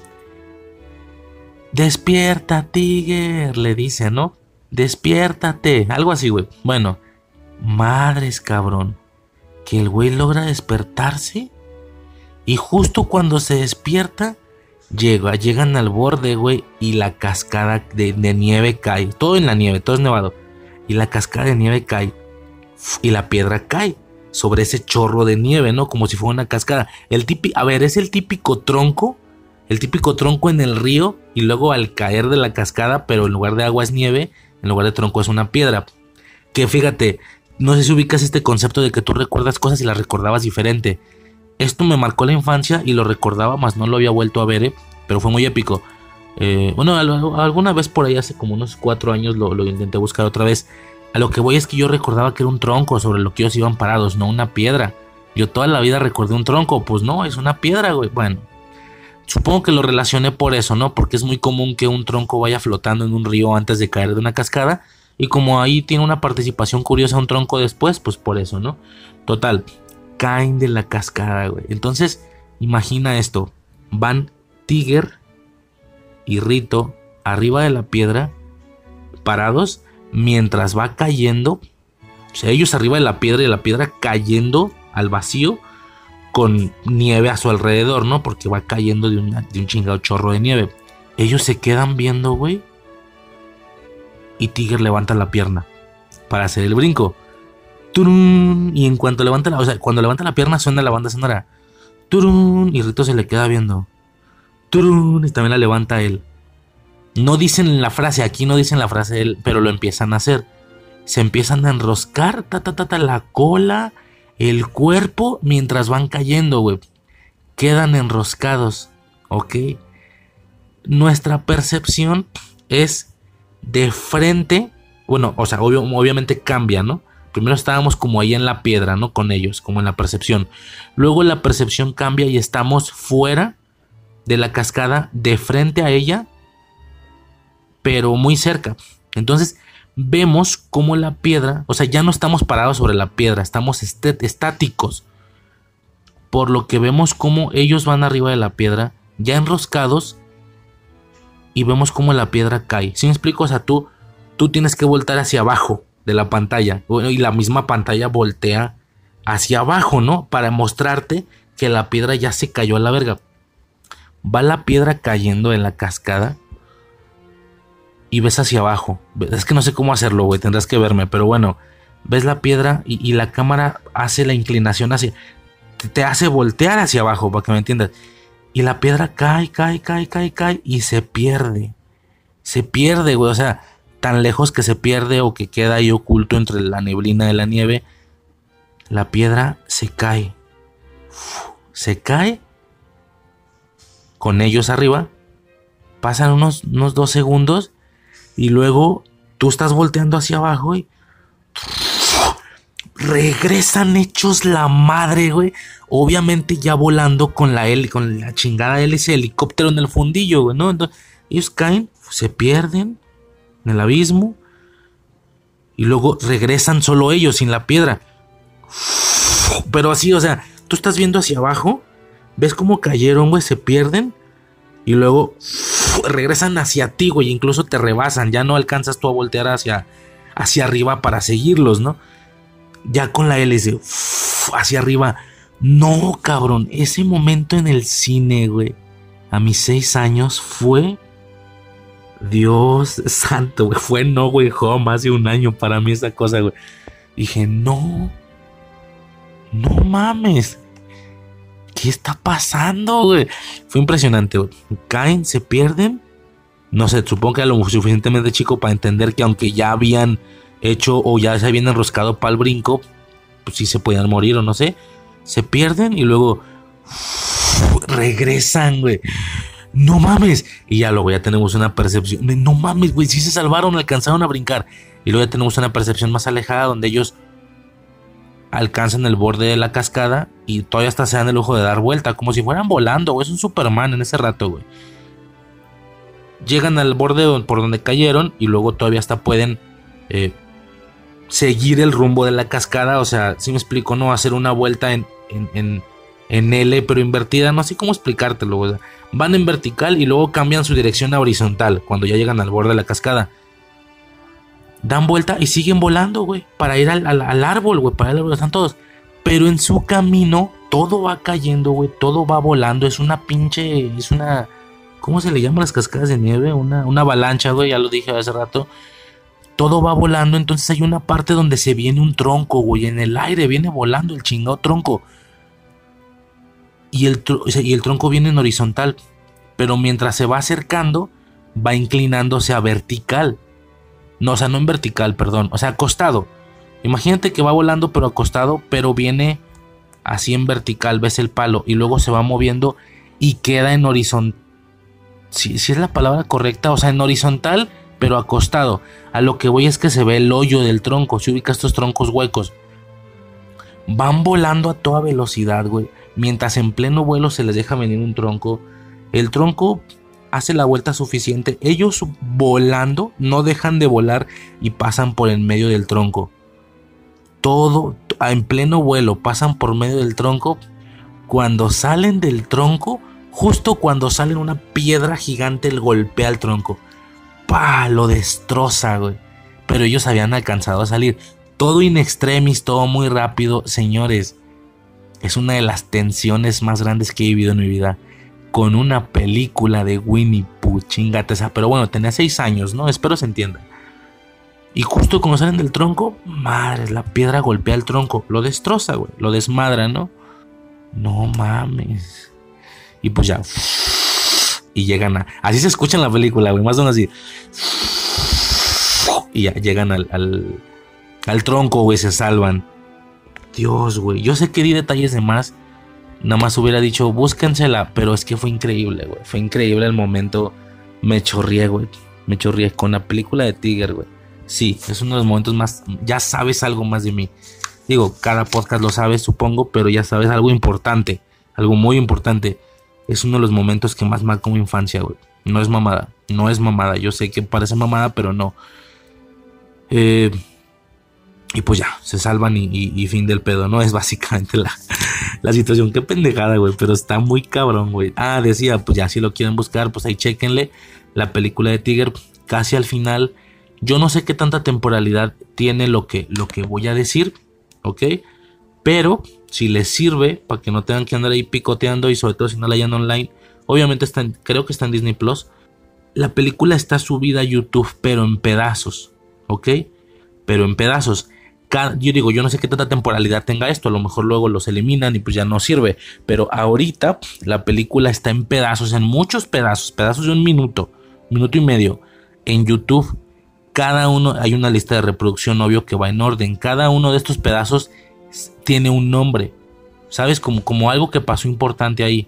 Despierta, Tiger, le dice, ¿no? Despiértate, algo así, güey. Bueno, madres, cabrón. Que el güey logra despertarse. Y justo cuando se despierta, llega, llegan al borde, güey. Y la cascada de, de nieve cae. Todo en la nieve, todo es nevado. Y la cascada de nieve cae. Y la piedra cae sobre ese chorro de nieve, ¿no? Como si fuera una cascada. El típico, a ver, es el típico tronco. El típico tronco en el río y luego al caer de la cascada, pero en lugar de agua es nieve, en lugar de tronco es una piedra. Que fíjate, no sé si ubicas este concepto de que tú recuerdas cosas y las recordabas diferente. Esto me marcó la infancia y lo recordaba, más no lo había vuelto a ver, ¿eh? Pero fue muy épico. Eh, bueno, alguna vez por ahí hace como unos cuatro años lo, lo intenté buscar otra vez. A lo que voy es que yo recordaba que era un tronco sobre lo que ellos iban parados, no una piedra. Yo toda la vida recordé un tronco, pues no, es una piedra, güey. Bueno. Supongo que lo relacioné por eso, ¿no? Porque es muy común que un tronco vaya flotando en un río antes de caer de una cascada. Y como ahí tiene una participación curiosa un tronco después, pues por eso, ¿no? Total, caen de la cascada, güey. Entonces, imagina esto. Van Tiger y Rito arriba de la piedra, parados, mientras va cayendo. O sea, ellos arriba de la piedra y la piedra cayendo al vacío. Con nieve a su alrededor, ¿no? Porque va cayendo de, una, de un chingado chorro de nieve. Ellos se quedan viendo, güey. Y Tiger levanta la pierna para hacer el brinco. ¡Turun! Y en cuanto levanta la... O sea, cuando levanta la pierna suena la banda sonora. ¡Turun! Y Rito se le queda viendo. ¡Turun! Y también la levanta él. No dicen la frase, aquí no dicen la frase él, pero lo empiezan a hacer. Se empiezan a enroscar, ta, ta, ta, ta, la cola... El cuerpo mientras van cayendo, güey. Quedan enroscados, ¿ok? Nuestra percepción es de frente. Bueno, o sea, obvio, obviamente cambia, ¿no? Primero estábamos como ahí en la piedra, ¿no? Con ellos, como en la percepción. Luego la percepción cambia y estamos fuera de la cascada, de frente a ella, pero muy cerca. Entonces vemos como la piedra, o sea, ya no estamos parados sobre la piedra, estamos estáticos. Por lo que vemos como ellos van arriba de la piedra, ya enroscados, y vemos como la piedra cae. ¿Sí me explico? O sea, tú, tú tienes que voltar hacia abajo de la pantalla, y la misma pantalla voltea hacia abajo, ¿no? Para mostrarte que la piedra ya se cayó a la verga. Va la piedra cayendo en la cascada y ves hacia abajo. Es que no sé cómo hacerlo, güey, tendrás que verme, pero bueno, ves la piedra y, y la cámara hace la inclinación hacia... Te, te hace voltear hacia abajo, para que me entiendas. Y la piedra cae, cae, cae, cae, cae y se pierde. Se pierde, güey, o sea, tan lejos que se pierde o que queda ahí oculto entre la neblina de la nieve. La piedra se cae. Uf, se cae. Con ellos arriba. Pasan unos, unos dos segundos. Y luego tú estás volteando hacia abajo y regresan hechos la madre, güey. Obviamente ya volando con la, hel- con la chingada hélice helicóptero en el fundillo, güey, ¿no? Entonces ellos caen, se pierden en el abismo. Y luego regresan solo ellos, sin la piedra. Pero así, o sea, tú estás viendo hacia abajo. Ves cómo cayeron, güey, se pierden. Y luego regresan hacia ti, güey, incluso te rebasan, ya no alcanzas tú a voltear hacia, hacia arriba para seguirlos, ¿no? Ya con la hélice hacia arriba. No, cabrón, ese momento en el cine, güey, a mis seis años fue... Dios santo, güey, fue No Way Home hace un año para mí esa cosa, güey. Dije, no, no mames. ¿Qué está pasando, güey? Fue impresionante, güey. Caen, se pierden. No sé, supongo que era lo suficientemente chico para entender que aunque ya habían hecho o ya se habían enroscado para el brinco, pues sí se podían morir o no sé. Se pierden y luego uf, regresan, güey. No mames. Y ya luego ya tenemos una percepción. No mames, güey. Sí se salvaron, alcanzaron a brincar. Y luego ya tenemos una percepción más alejada donde ellos alcanzan el borde de la cascada y todavía hasta se dan el lujo de dar vuelta, como si fueran volando, güey. Es un Superman en ese rato, güey. Llegan al borde por donde cayeron y luego todavía hasta pueden eh, seguir el rumbo de la cascada. O sea, si me explico, no hacer una vuelta en, en, en, en L, pero invertida. No sé cómo explicártelo, güey. Van en vertical y luego cambian su dirección a horizontal cuando ya llegan al borde de la cascada. Dan vuelta y siguen volando, güey, para ir al, al, al árbol, güey, para ir al árbol, están todos. Pero en su camino todo va cayendo, güey, todo va volando. Es una pinche, es una, ¿cómo se le llama las cascadas de nieve? Una, una avalancha, güey, ya lo dije hace rato. Todo va volando, entonces hay una parte donde se viene un tronco, güey, en el aire viene volando el chingado tronco. Y el, tr- y el tronco viene en horizontal, pero mientras se va acercando, va inclinándose a vertical. No, o sea, no en vertical, perdón. O sea, acostado. Imagínate que va volando pero acostado, pero viene así en vertical, ves el palo y luego se va moviendo y queda en horizontal. Si, si es la palabra correcta, o sea, en horizontal, pero acostado. A lo que voy es que se ve el hoyo del tronco. Si ubicas estos troncos huecos. Van volando a toda velocidad, güey. Mientras en pleno vuelo se les deja venir un tronco. El tronco hace la vuelta suficiente. Ellos volando no dejan de volar y pasan por en medio del tronco. Todo en pleno vuelo pasan por medio del tronco. Cuando salen del tronco, justo cuando salen, una piedra gigante le golpea al tronco. ¡Pah! Lo destroza, güey. Pero ellos habían alcanzado a salir. Todo in extremis, todo muy rápido. Señores, es una de las tensiones más grandes que he vivido en mi vida. Con una película de Winnie Pooh, chingate esa. Pero bueno, tenía seis años, ¿no? Espero se entienda. Y justo cuando salen del tronco, madre, la piedra golpea el tronco. Lo destroza, güey. Lo desmadra, ¿no? No mames. Y pues ya. Y llegan a... Así se escucha en la película, güey. Más o menos así. Y ya llegan al, al, al tronco, güey. Se salvan. Dios, güey. Yo sé que di detalles de más. Nada más hubiera dicho, búsquensela. Pero es que fue increíble, güey. Fue increíble el momento. Me chorrié, güey. Me chorrié con la película de Tiger, güey. Sí, es uno de los momentos más, ya sabes algo más de mí. Digo, cada podcast lo sabes, supongo, pero ya sabes algo importante, algo muy importante. Es uno de los momentos que más marcó mi infancia, güey. No es mamada, no es mamada. Yo sé que parece mamada, pero no. Eh, y pues ya, se salvan y, y, y fin del pedo, ¿no? Es básicamente la, la situación. Qué pendejada, güey, pero está muy cabrón, güey. Ah, decía, pues ya si lo quieren buscar, pues ahí chéquenle la película de Tiger. Casi al final, yo no sé qué tanta temporalidad tiene lo que, lo que voy a decir, ¿ok? Pero si les sirve, para que no tengan que andar ahí picoteando y sobre todo si no la hayan online, obviamente está en, creo que está en Disney Plus. La película está subida a YouTube, pero en pedazos, ¿ok? Pero en pedazos. Cada, yo digo, yo no sé qué tanta temporalidad tenga esto, a lo mejor luego los eliminan y pues ya no sirve. Pero ahorita la película está en pedazos, en muchos pedazos, pedazos de un minuto, minuto y medio. En YouTube, cada uno, hay una lista de reproducción, obvio, que va en orden. Cada uno de estos pedazos tiene un nombre, ¿sabes? Como, como algo que pasó importante ahí.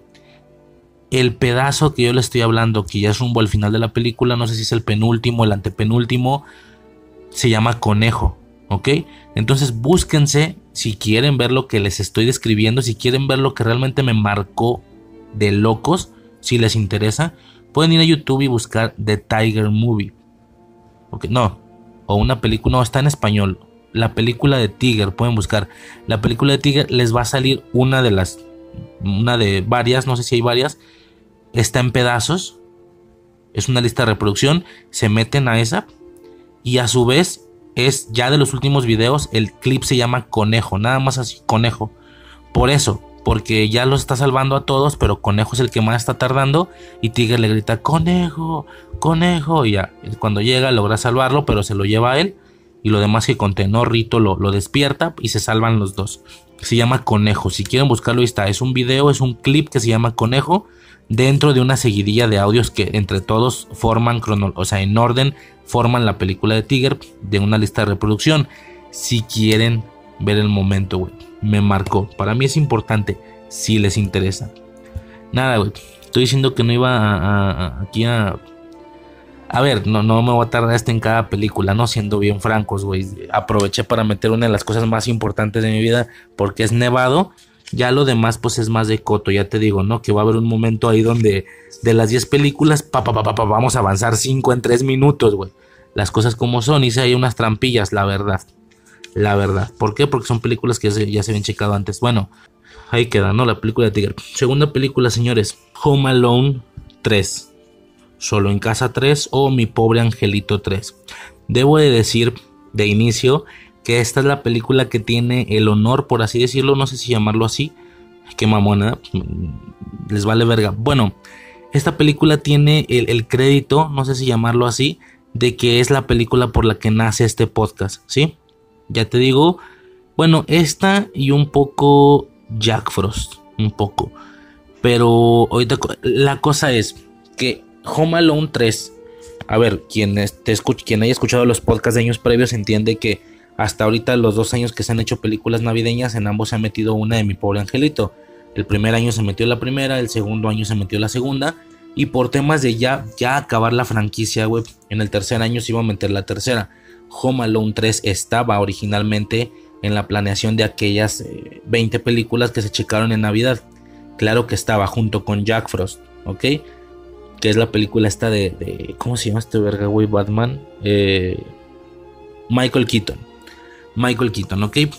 El pedazo que yo le estoy hablando, que ya es rumbo al final de la película, no sé si es el penúltimo, el antepenúltimo, se llama Conejo, ¿ok? Entonces búsquense, si quieren ver lo que les estoy describiendo, si quieren ver lo que realmente me marcó de locos, si les interesa, pueden ir a YouTube y buscar The Tiger Movie, ¿ok? No, o una película, no, está en español, la película de Tiger, pueden buscar la película de Tiger, les va a salir una de las, una de varias, no sé si hay varias, está en pedazos, es una lista de reproducción, se meten a esa y a su vez es ya de los últimos videos, el clip se llama Conejo, nada más así, Conejo, por eso, porque ya los está salvando a todos, pero Conejo es el que más está tardando y Tiger le grita Conejo, Conejo, y ya, cuando llega logra salvarlo, pero se lo lleva a él y lo demás que conté, ¿no? Rito lo, lo despierta y se salvan los dos. Se llama Conejo, si quieren buscarlo ahí está, es un video, es un clip que se llama Conejo, dentro de una seguidilla de audios que entre todos forman, crono, o sea, en orden, forman la película de Tiger, de una lista de reproducción. Si quieren ver el momento, güey, me marcó, para mí es importante, si les interesa. Nada, güey, estoy diciendo que no iba a, a, a, aquí a... A ver, no, no me voy a tardar hasta en cada película, no, siendo bien francos, güey. Aproveché para meter una de las cosas más importantes de mi vida, porque es nevado. Ya lo demás, pues es más de coto, ya te digo, ¿no? Que va a haber un momento ahí donde de las diez películas, pa, pa, pa, pa, pa, vamos a avanzar cinco en tres minutos, güey. Las cosas como son, hice ahí unas trampillas, la verdad. La verdad. ¿Por qué? Porque son películas que ya se, ya se habían checado antes. Bueno, ahí queda, ¿no? La película de Tiger. Segunda película, señores, Home Alone tres. Solo en Casa tres o Mi Pobre Angelito tres. Debo de decir de inicio que esta es la película que tiene el honor, por así decirlo, no sé si llamarlo así, qué mamona, les vale verga. Bueno, esta película tiene el, el crédito, no sé si llamarlo así, de que es la película por la que nace este podcast, ¿sí? Ya te digo, bueno, esta y un poco Jack Frost, un poco. Pero ahorita la cosa es que Home Alone tres, a ver, quien, te escuch- quien haya escuchado los podcasts de años previos entiende que hasta ahorita los dos años que se han hecho películas navideñas, en ambos se ha metido una de Mi Pobre Angelito. El primer año se metió la primera, el segundo año se metió la segunda, y por temas de ya, ya acabar la franquicia, güey, en el tercer año se iba a meter la tercera. Home Alone tres estaba originalmente en la planeación de aquellas eh, veinte películas que se checaron en Navidad. Claro que estaba junto con Jack Frost, ¿ok? Que es la película esta de, de ¿cómo se llama este verga, güey? Batman. Eh, Michael Keaton. Michael Keaton, ¿ok? Que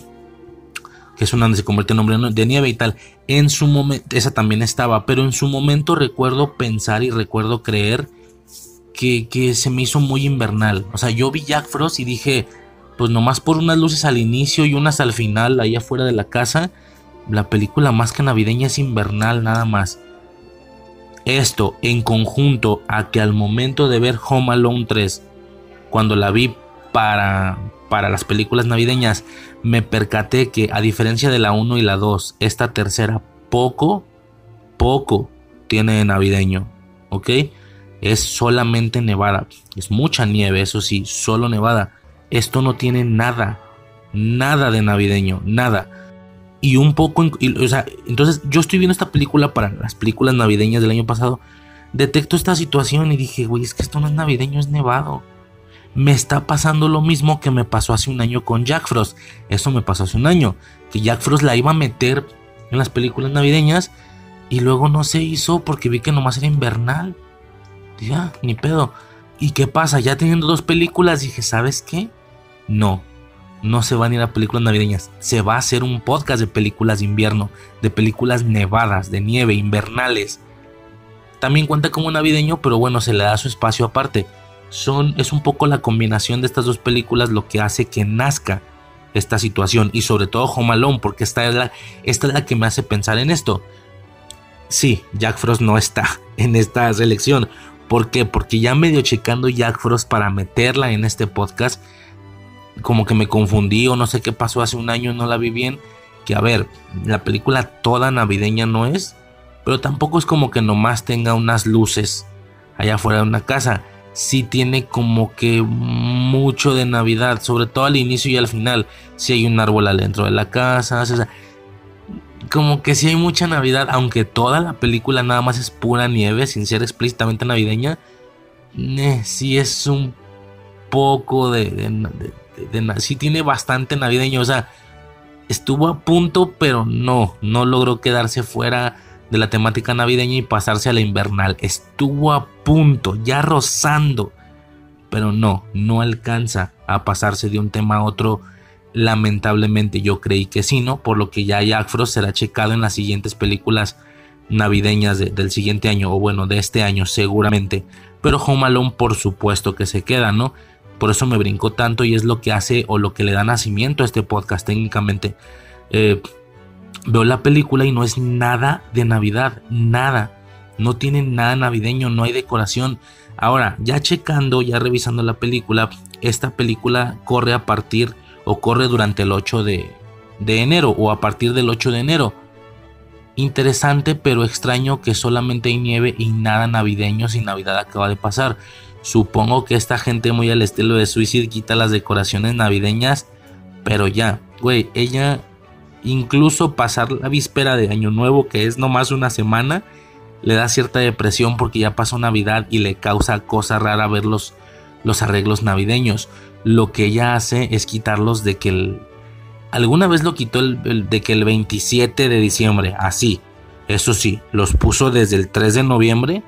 es una donde se convierte en hombre de nieve y tal. En su momento, esa también estaba, pero en su momento recuerdo pensar y recuerdo creer que, que se me hizo muy invernal. O sea, yo vi Jack Frost y dije, pues nomás por unas luces al inicio y unas al final, ahí afuera de la casa, la película más que navideña es invernal, nada más. Esto en conjunto a que al momento de ver Home Alone tres, cuando la vi para, para las películas navideñas, me percaté que a diferencia de la uno y la dos, esta tercera poco, poco tiene de navideño, ¿ok? Es solamente nevada, es mucha nieve, eso sí, solo nevada. Esto no tiene nada, nada de navideño, nada. Y un poco, y, o sea, entonces yo estoy viendo esta película para las películas navideñas del año pasado. Detecto esta situación y dije, güey, es que esto no es navideño, es nevado. Me está pasando lo mismo que me pasó hace un año con Jack Frost. Eso me pasó hace un año, que Jack Frost la iba a meter en las películas navideñas y luego no se hizo porque vi que nomás era invernal. Ya, ni pedo. ¿Y qué pasa? Ya teniendo dos películas dije, ¿sabes qué? No, no se van a ir a películas navideñas. Se va a hacer un podcast de películas de invierno, de películas nevadas, de nieve, invernales. También cuenta como navideño, pero bueno, se le da su espacio aparte. Son, es un poco la combinación de estas dos películas lo que hace que nazca esta situación. Y sobre todo Home Alone, porque esta es la, esta es la que me hace pensar en esto. Sí, Jack Frost no está en esta selección. ¿Por qué? Porque ya medio checando Jack Frost para meterla en este podcast, como que me confundí o no sé qué pasó hace un año, no la vi bien. Que a ver, la película toda navideña no es, pero tampoco es como que nomás tenga unas luces allá afuera de una casa. Sí tiene como que mucho de Navidad, sobre todo al inicio y al final. Sí hay un árbol adentro de la casa, o sea, como que sí hay mucha Navidad, aunque toda la película nada más es pura nieve, sin ser explícitamente navideña. Eh, sí es un poco de, de, de, de, de... Sí tiene bastante navideño, o sea, estuvo a punto, pero no, no logró quedarse fuera de la temática navideña y pasarse a la invernal. Estuvo a punto, ya rozando, pero no, no alcanza a pasarse de un tema a otro. Lamentablemente yo creí que sí, ¿no? Por lo que ya Jack Frost será checado en las siguientes películas navideñas de, del siguiente año, o bueno, de este año seguramente. Pero Home Alone por supuesto que se queda, ¿no? Por eso me brincó tanto y es lo que hace o lo que le da nacimiento a este podcast técnicamente. Eh, veo la película y no es nada de Navidad, nada. No tiene nada navideño, no hay decoración. Ahora, ya checando, ya revisando la película, esta película corre a partir o corre durante el ocho de enero o a partir del ocho de enero. Interesante pero extraño que solamente hay nieve y nada navideño si Navidad acaba de pasar. Supongo que esta gente muy al estilo de Suicide quita las decoraciones navideñas, pero ya, güey, ella incluso pasar la víspera de Año Nuevo, que es nomás una semana, le da cierta depresión porque ya pasó Navidad y le causa cosa rara ver los, los arreglos navideños. Lo que ella hace es quitarlos de que el... Alguna vez lo quitó el, el, de que el veintisiete de diciembre, así. Eso sí, los puso desde el tres de noviembre.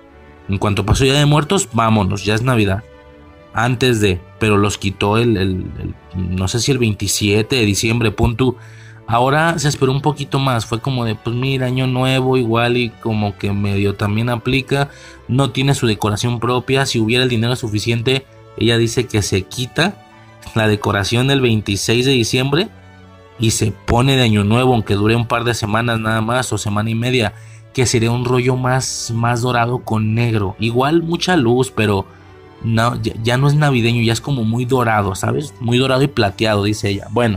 En cuanto pasó Día de Muertos, vámonos, ya es Navidad. Antes de, pero los quitó el, el, el no sé si el veintisiete de diciembre, punto. Ahora se esperó un poquito más, fue como de, pues mira, Año Nuevo igual y como que medio también aplica. No tiene su decoración propia, si hubiera el dinero suficiente, ella dice que se quita la decoración del veintiséis de diciembre y se pone de Año Nuevo, aunque dure un par de semanas nada más o semana y media, que sería un rollo más, más dorado con negro. Igual mucha luz, pero no, ya, ya no es navideño, ya es como muy dorado, ¿sabes? Muy dorado y plateado, dice ella. Bueno,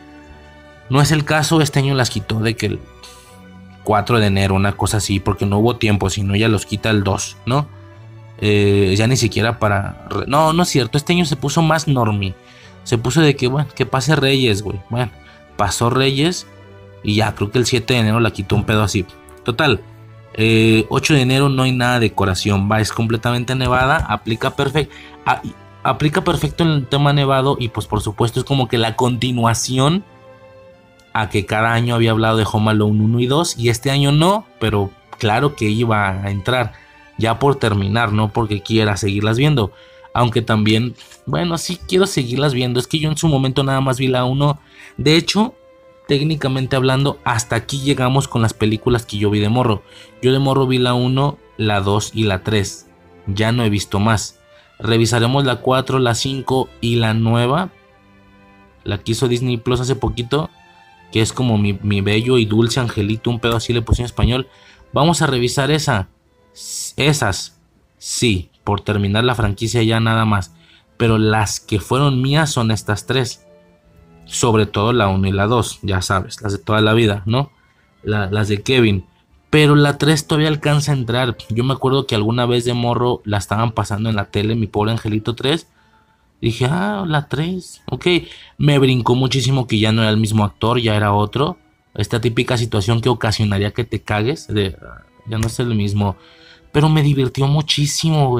no es el caso, este año las quitó de que el cuatro de enero, una cosa así, porque no hubo tiempo, sino ella los quita el dos, ¿no? Eh, ya ni siquiera para... No, no es cierto, este año se puso más normie. Se puso de que, bueno, que pase Reyes, güey. Bueno, pasó Reyes y ya, creo que el siete de enero la quitó un pedo así. Total, eh, ocho de enero no hay nada de decoración, va, es completamente nevada, aplica perfecto, a, aplica perfecto en el tema nevado y pues por supuesto es como que la continuación a que cada año había hablado de Home Alone uno y dos y este año no, pero claro que iba a entrar ya por terminar, no porque quiera seguirlas viendo, aunque también, bueno, sí quiero seguirlas viendo, es que yo en su momento nada más vi la uno, de hecho... Técnicamente hablando, hasta aquí llegamos con las películas que yo vi de morro. Yo de morro vi la uno, la dos y la tres. Ya no he visto más. Revisaremos la cuatro, la cinco y la nueva. La que hizo Disney Plus hace poquito. Que es como mi, mi bello y dulce angelito. Un pedo así le puse en español. Vamos a revisar esa. Esas. Sí, por terminar la franquicia ya nada más. Pero las que fueron mías son estas tres. Sobre todo la uno y la dos, ya sabes, las de toda la vida, ¿no? La, las de Kevin. Pero la tres todavía alcanza a entrar. Yo me acuerdo que alguna vez de morro la estaban pasando en la tele, mi pobre angelito tres. Dije, ah, la tres, ok. Me brincó muchísimo que ya no era el mismo actor, ya era otro. Esta típica situación que ocasionaría que te cagues, de, ya no es el mismo. Pero me divirtió muchísimo, güey.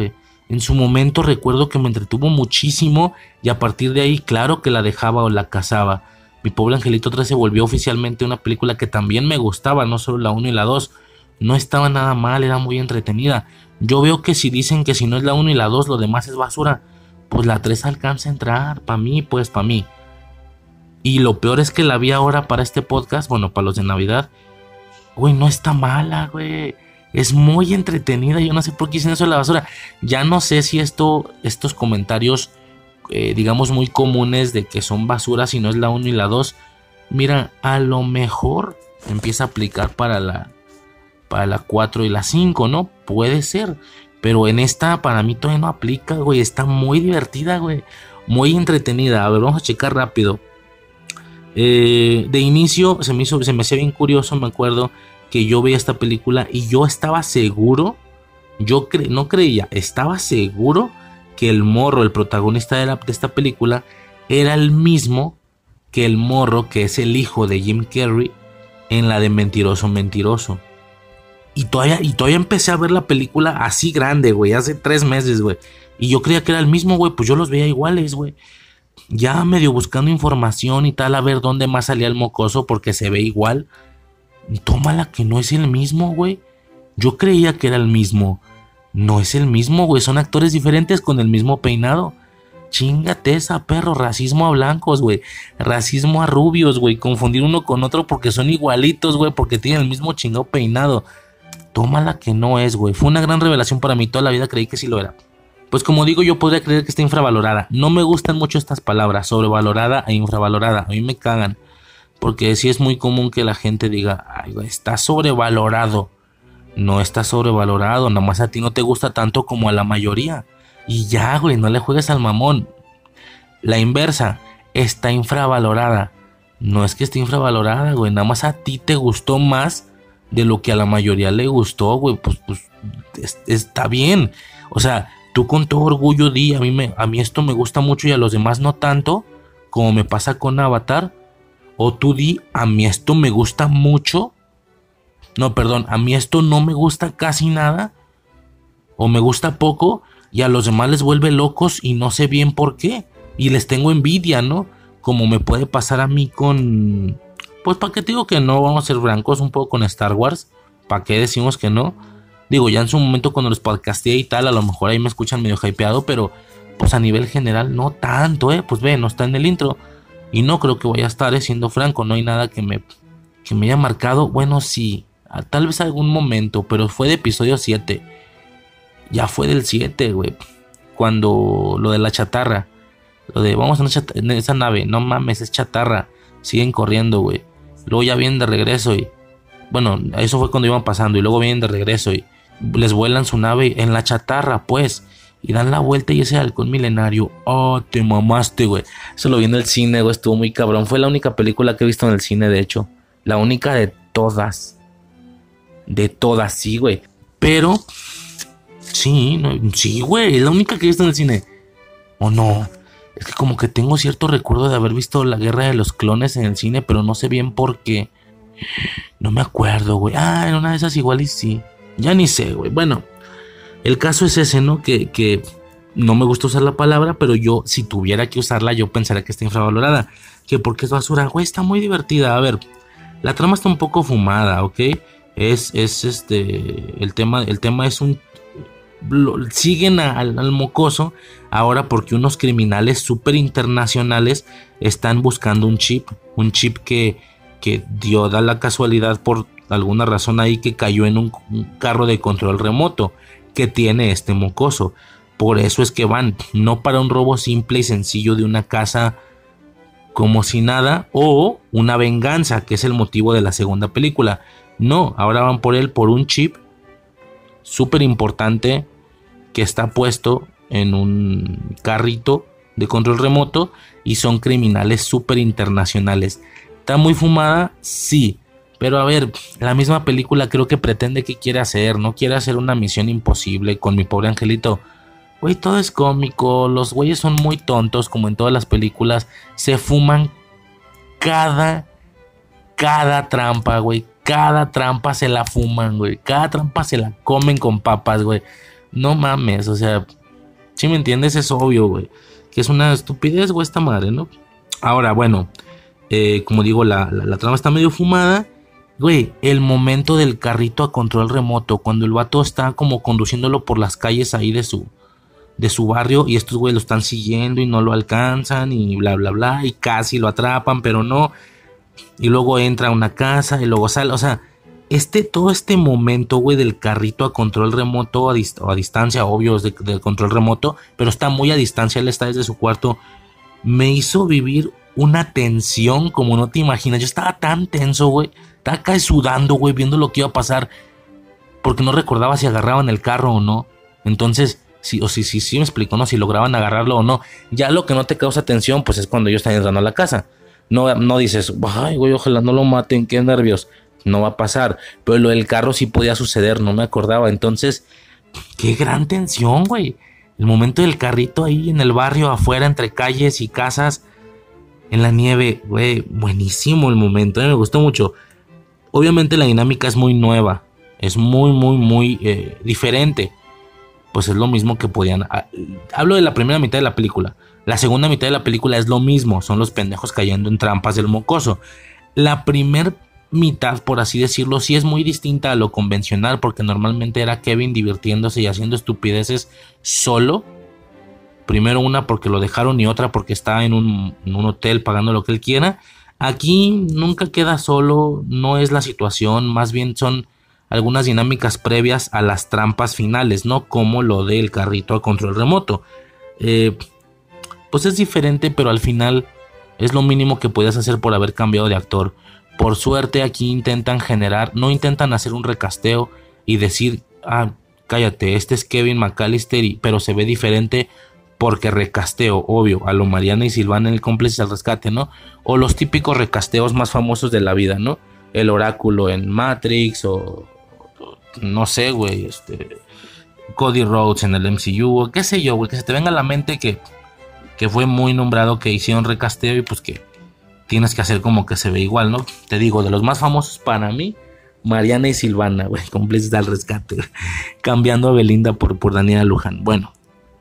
En su momento recuerdo que me entretuvo muchísimo y a partir de ahí claro que la dejaba o la cazaba. Mi pobre Angelito tres se volvió oficialmente una película que también me gustaba, no solo la uno y la dos. No estaba nada mal, era muy entretenida. Yo veo que si dicen que si no es la uno y la dos, lo demás es basura, pues la tres alcanza a entrar, para mí, pues para mí. Y lo peor es que la vi ahora para este podcast, bueno, para los de Navidad. Güey, no está mala, güey. Es muy entretenida, yo no sé por qué dicen eso de la basura. Ya no sé si esto, estos comentarios, eh, digamos muy comunes de que son basura si no es la uno y la dos. Mira, a lo mejor empieza a aplicar para la... para la cuatro y la cinco, ¿no? Puede ser. Pero en esta para mí todavía no aplica, güey. Está muy divertida, güey. Muy entretenida. A ver, vamos a checar rápido. Eh, de inicio se me hizo, se me hacía bien curioso, me acuerdo que yo veía esta película y yo estaba seguro, yo cre no creía, estaba seguro que el morro, el protagonista de, la, de esta película, era el mismo que el morro que es el hijo de Jim Carrey en la de Mentiroso, Mentiroso. Y todavía, y todavía empecé a ver la película así grande, güey, hace tres meses, güey. Y yo creía que era el mismo, güey, pues yo los veía iguales, güey. Ya medio buscando información y tal, a ver dónde más salía el mocoso, porque se ve igual. Tómala que no es el mismo, güey. Yo creía que era el mismo. No es el mismo, güey, son actores diferentes con el mismo peinado. Chíngate esa, perro, racismo a blancos, güey. Racismo a rubios, güey. Confundir uno con otro porque son igualitos, güey, porque tienen el mismo chingado peinado. Tómala que no es, güey. Fue una gran revelación para mí. Toda la vida creí que sí lo era. Pues como digo, yo podría creer que está infravalorada. No me gustan mucho estas palabras, sobrevalorada e infravalorada. A mí me cagan. Porque sí es muy común que la gente diga, ay, güey, está sobrevalorado. No está sobrevalorado. Nada más a ti no te gusta tanto como a la mayoría. Y ya, güey, no le juegues al mamón. La inversa, está infravalorada. No es que esté infravalorada, güey. Nada más a ti te gustó más de lo que a la mayoría le gustó, güey. Pues, pues, es, está bien. O sea, tú con todo orgullo di, a mí, me, a mí esto me gusta mucho y a los demás no tanto, como me pasa con Avatar. O tú di, a mí esto me gusta mucho. No, perdón, a mí esto no me gusta casi nada. O me gusta poco. Y a los demás les vuelve locos y no sé bien por qué. Y les tengo envidia, ¿no? Como me puede pasar a mí con... Pues para qué te digo que no, vamos a ser francos un poco con Star Wars. ¿Para qué decimos que no? Digo, ya en su momento cuando los podcasteé y tal, a lo mejor ahí me escuchan medio hypeado, pero pues a nivel general no tanto, ¿eh? Pues ve, no está en el intro. Y no creo que vaya a estar, ¿eh? Siendo franco, no hay nada que me, que me haya marcado. Bueno, sí, tal vez algún momento, pero fue de episodio siete. Ya fue del siete, güey. Cuando lo de la chatarra. Lo de vamos en esa, en esa nave. No mames, es chatarra. Siguen corriendo, güey. Luego ya vienen de regreso y... Bueno, eso fue cuando iban pasando. Y luego vienen de regreso y les vuelan su nave en la chatarra, pues. Y dan la vuelta y ese halcón milenario. Oh, te mamaste, güey. Eso lo vi en el cine, güey. Estuvo muy cabrón. Fue la única película que he visto en el cine, de hecho. La única de todas. De todas, sí, güey. Pero... Sí, no, sí, güey, es la única que he visto en el cine. ¿O no? Es que como que tengo cierto recuerdo de haber visto La Guerra de los Clones en el cine, pero no sé bien por qué. No me acuerdo, güey. Ah, en una de esas igual y sí. Ya ni sé, güey. Bueno, el caso es ese, ¿no? Que, que no me gusta usar la palabra, pero yo, si tuviera que usarla, yo pensaría que está infravalorada. Que porque es basura, güey, está muy divertida. A ver, la trama está un poco fumada, ¿ok? Es, es este, el tema, el tema es un... Lo, siguen a, al, al mocoso ahora porque unos criminales súper internacionales están buscando un chip, un chip que, que dio, da la casualidad por alguna razón ahí que cayó en un, un carro de control remoto que tiene este mocoso. Por eso es que van, no para un robo simple y sencillo de una casa como si nada o una venganza, que es el motivo de la segunda película. No, ahora van por él por un chip súper importante que está puesto en un carrito de control remoto y son criminales súper internacionales. ¿Está muy fumada? Sí. Pero a ver, la misma película creo que pretende que quiere hacer. No quiere hacer una misión imposible con Mi Pobre Angelito. Güey, todo es cómico. Los güeyes son muy tontos como en todas las películas. Se fuman cada, cada trampa, güey. Cada trampa se la fuman, güey. Cada trampa se la comen con papas, güey. No mames, o sea, ¿Sí me entiendes? Es obvio, güey, que es una estupidez, güey, esta madre, ¿no? Ahora, bueno, eh, como digo, la, la, la trama está medio fumada. Güey, el momento del carrito a control remoto, cuando el vato está como conduciéndolo por las calles ahí de su, de su barrio, y estos güey lo están siguiendo y no lo alcanzan y bla bla bla, y casi lo atrapan, pero no, y luego entra a una casa y luego sale, o sea, este, todo este momento, güey, del carrito a control remoto, a, dist- a distancia, obvio, es de, de control remoto, pero está muy a distancia, él está desde su cuarto, me hizo vivir una tensión como no te imaginas. Yo estaba tan tenso, güey, estaba acá sudando, güey, viendo lo que iba a pasar, porque no recordaba si agarraban el carro o no. Entonces, sí, o sí, sí, sí me explicó, ¿no? Si lograban agarrarlo o no. Ya lo que no te causa tensión, pues es cuando ellos están entrando a la casa. No, no dices, ay, güey, ojalá no lo maten, qué nervios. No va a pasar. Pero lo del carro sí podía suceder, no me acordaba. Entonces, qué gran tensión, güey. El momento del carrito ahí en el barrio, afuera, entre calles y casas, en la nieve, güey, buenísimo el momento, ¿eh? Me gustó mucho. Obviamente la dinámica es muy nueva, es muy, muy, muy eh, diferente. Pues es lo mismo que podían... Hablo de la primera mitad de la película. La segunda mitad de la película es lo mismo, son los pendejos cayendo en trampas del mocoso. La primera mitad, por así decirlo, sí es muy distinta a lo convencional, porque normalmente era Kevin divirtiéndose y haciendo estupideces solo. Primero una porque lo dejaron y otra porque está en un, en un hotel pagando lo que él quiera. Aquí nunca queda solo, no es la situación, más bien son algunas dinámicas previas a las trampas finales, no como lo del carrito a control remoto. Eh, pues es diferente, pero al final es lo mínimo que podías hacer por haber cambiado de actor. Por suerte aquí intentan generar, no intentan hacer un recasteo y decir, ah, cállate, este es Kevin McAllister, y, pero se ve diferente porque recasteo, obvio, a lo Mariana y Silvana en el Cómplices al Rescate, ¿no? O los típicos recasteos más famosos de la vida, ¿no? El Oráculo en Matrix, o no sé, güey, este, Cody Rhodes en el M C U, o qué sé yo, güey, que se te venga a la mente que, que fue muy nombrado, que hicieron recasteo y pues que tienes que hacer como que se ve igual, ¿no? Te digo, de los más famosos para mí, Mariana y Silvana, güey, Cómplices al Rescate, cambiando a Belinda por, por Daniela Luján. Bueno,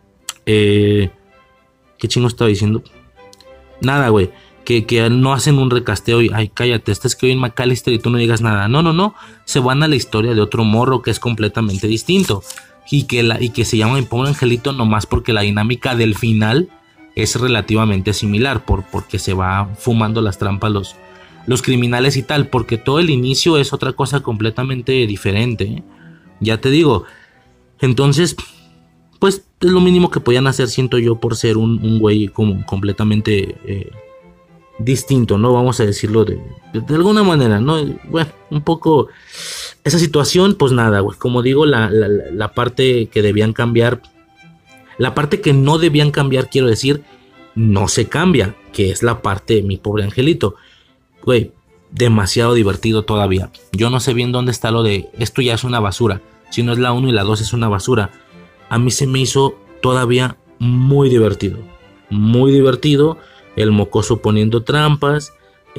eh, ¿qué chingo estaba diciendo? Nada, güey, que, que no hacen un recasteo y, ay, cállate, este es Kevin McAllister y tú no digas nada. No, no, no, se van a la historia de otro morro que es completamente distinto y que, la, y que se llama Mi Pobre Angelito nomás porque la dinámica del final es relativamente similar, por, porque se va fumando las trampas los, los criminales y tal, porque todo el inicio es otra cosa completamente diferente, ¿eh? Ya te digo. Entonces, pues es lo mínimo que podían hacer, siento yo, por ser un, un güey como completamente eh, distinto, ¿no? Vamos a decirlo de, de, de alguna manera, ¿no? Bueno, un poco esa situación, pues nada, güey. Como digo, la, la, la parte que debían cambiar, la parte que no debían cambiar, quiero decir, no se cambia, que es la parte de Mi Pobre Angelito. Güey, demasiado divertido todavía. Yo no sé bien dónde está lo de esto ya es una basura. Si no es la uno y la dos es una basura. A mí se me hizo todavía muy divertido. Muy divertido. El mocoso poniendo trampas.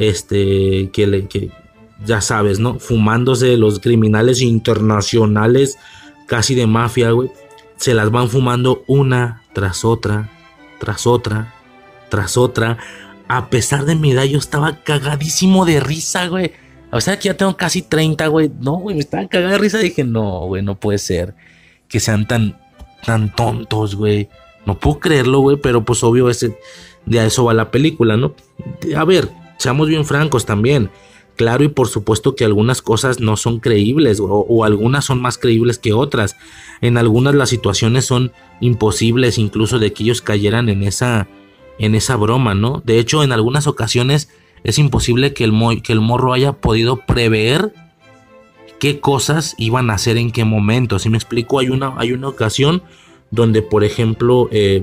Este, que, le, que ya sabes, ¿no? Fumándose los criminales internacionales, casi de mafia, güey. Se las van fumando una tras otra, tras otra, tras otra. A pesar de mi edad, yo estaba cagadísimo de risa, güey. O sea, que ya tengo casi treinta, güey. No, güey, me estaba cagado de risa. Dije, no, güey, no puede ser que sean tan, tan tontos, güey. No puedo creerlo, güey, pero pues obvio, ese, de a eso va la película, ¿no? A ver, seamos bien francos también. Claro, y por supuesto que algunas cosas no son creíbles, o, o algunas son más creíbles que otras. En algunas las situaciones son imposibles, incluso de que ellos cayeran en esa, en esa broma, ¿no? De hecho, en algunas ocasiones es imposible que el, mo- que el morro haya podido prever qué cosas iban a hacer en qué momento. Si me explico, hay una, hay una ocasión donde, por ejemplo, eh,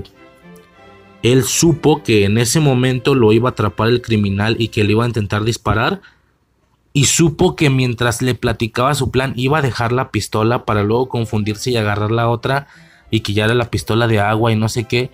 él supo que en ese momento lo iba a atrapar el criminal y que le iba a intentar disparar. Y supo que mientras le platicaba su plan iba a dejar la pistola para luego confundirse y agarrar la otra. Y que ya era la pistola de agua y no sé qué.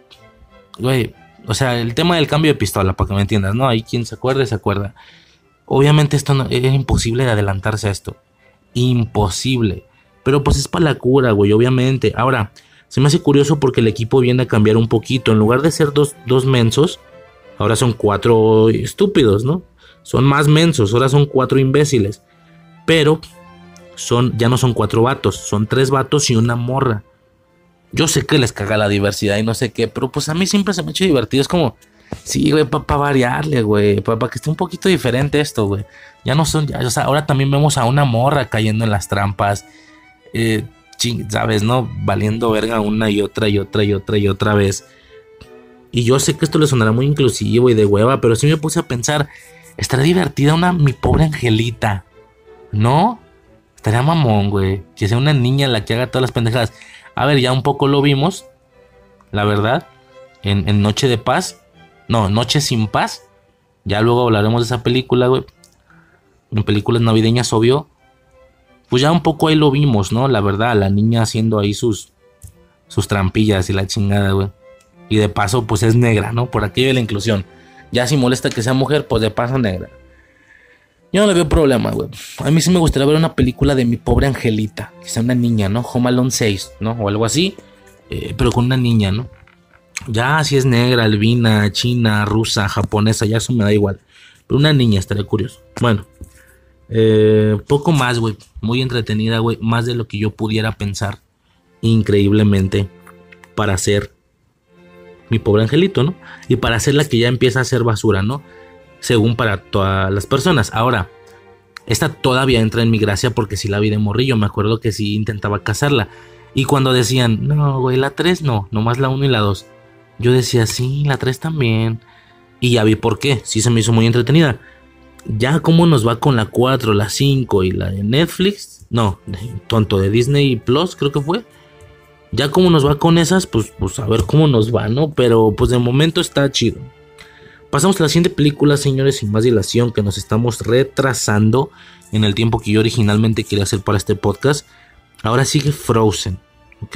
Güey, o sea, el tema del cambio de pistola, para que me entiendas, ¿no? Hay quien se acuerde, se acuerda. Obviamente esto no, es imposible de adelantarse a esto. Imposible. Pero pues es para la cura, güey, obviamente. Ahora, Se me hace curioso porque el equipo viene a cambiar un poquito. En lugar de ser dos, dos mensos, ahora son cuatro estúpidos, ¿no? Son más mensos, ahora son cuatro imbéciles. Pero son, ya no son cuatro vatos, son tres vatos y una morra. Yo sé que les caga la diversidad y no sé qué, pero pues a mí siempre se me ha hecho divertido. Es como, sí, güey, para pa variarle, güey, para pa que esté un poquito diferente esto, güey. Ya no son, ya, o sea, ahora también vemos a una morra cayendo en las trampas. Eh, ching, ¿sabes, no? Valiendo verga una y otra y otra y otra y otra vez. Y yo sé que esto le sonará muy inclusivo y de hueva, pero sí me puse a pensar, estaría divertida una Mi Pobre Angelita, ¿no? Estaría mamón, güey, que sea una niña la que haga todas las pendejadas. A ver, ya un poco lo vimos, la verdad, en, en Noche de Paz. No, Noche sin Paz. Ya luego hablaremos de esa película, güey. En películas navideñas, obvio. Pues ya un poco ahí lo vimos, ¿no? La verdad, la niña haciendo ahí sus, sus trampillas y la chingada, güey. Y de paso, pues es negra, ¿no? Por aquello de la inclusión. Ya si molesta que sea mujer, pues de paso negra. Yo no le veo problema, güey. A mí sí me gustaría ver una película de Mi Pobre Angelita. Que sea una niña, ¿no? Home Alone seis, ¿no? O algo así. Eh, pero con una niña, ¿no? Ya si es negra, albina, china, rusa, japonesa, ya eso me da igual. Pero una niña estaría curioso. Bueno. Eh, poco más, güey. Muy entretenida, güey. Más de lo que yo pudiera pensar. Increíblemente. Para hacer Mi Pobre Angelito, ¿no? Y para hacer la que ya empieza a ser basura, ¿no? Según para todas las personas. Ahora, esta todavía entra en mi gracia porque sí la vi de morrillo. Me acuerdo que sí intentaba cazarla. Y cuando decían, no, güey, la tres no, nomás la uno y la dos. Yo decía, sí, la tres también. Y ya vi por qué. Sí se me hizo muy entretenida. Ya cómo nos va con la cuatro, la cinco y la de Netflix. No, tonto, de Disney Plus creo que fue. Ya cómo nos va con esas, pues, pues a ver cómo nos va, ¿no? Pero pues de momento está chido. Pasamos a la siguiente película, señores, sin más dilación, que nos estamos retrasando en el tiempo que yo originalmente quería hacer para este podcast. Ahora sigue Frozen, ¿ok?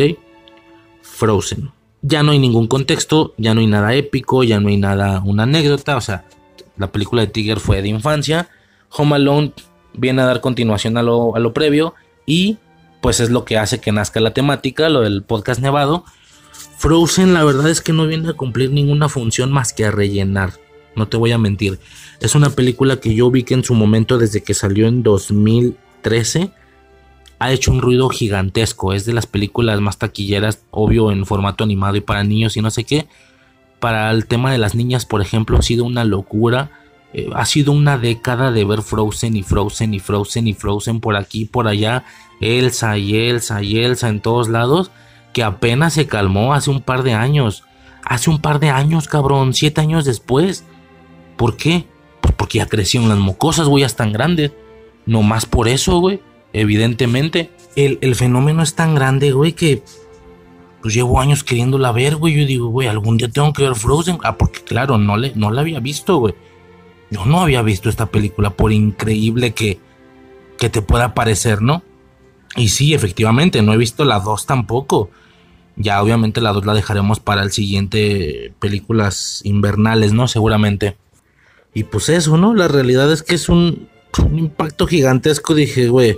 Frozen. Ya no hay ningún contexto, ya no hay nada épico, ya no hay nada, una anécdota. O sea, la película de Tiger fue de infancia. Home Alone viene a dar continuación a lo, a lo previo. Y pues es lo que hace que nazca la temática, lo del podcast nevado. Frozen, la verdad es que no viene a cumplir ninguna función más que a rellenar. No te voy a mentir. Es una película que yo vi que en su momento, desde que salió en dos mil trece, ha hecho un ruido gigantesco. Es de las películas más taquilleras, obvio en formato animado y para niños y no sé qué. Para el tema de las niñas, por ejemplo, ha sido una locura. Eh, ha sido una década de ver Frozen y Frozen y Frozen y Frozen por aquí y por allá. Elsa y Elsa y Elsa en todos lados. Que apenas se calmó hace un par de años. Hace un par de años, cabrón. Siete años después. ¿Por qué? Pues porque ya crecieron las mocosas, güey, ya están grandes. No más por eso, güey. Evidentemente. El, el fenómeno es tan grande, güey, que pues llevo años queriéndola ver, güey. Yo digo, güey, algún día tengo que ver Frozen. Ah, porque claro, no, le, no la había visto, güey. Yo no había visto esta película, por increíble que, que te pueda parecer, ¿no? Y sí, efectivamente, no he visto la dos tampoco. Ya obviamente la dos la dejaremos para el siguiente películas invernales, ¿no? Seguramente. Y pues eso, ¿no? La realidad es que es un, un impacto gigantesco. Dije, güey,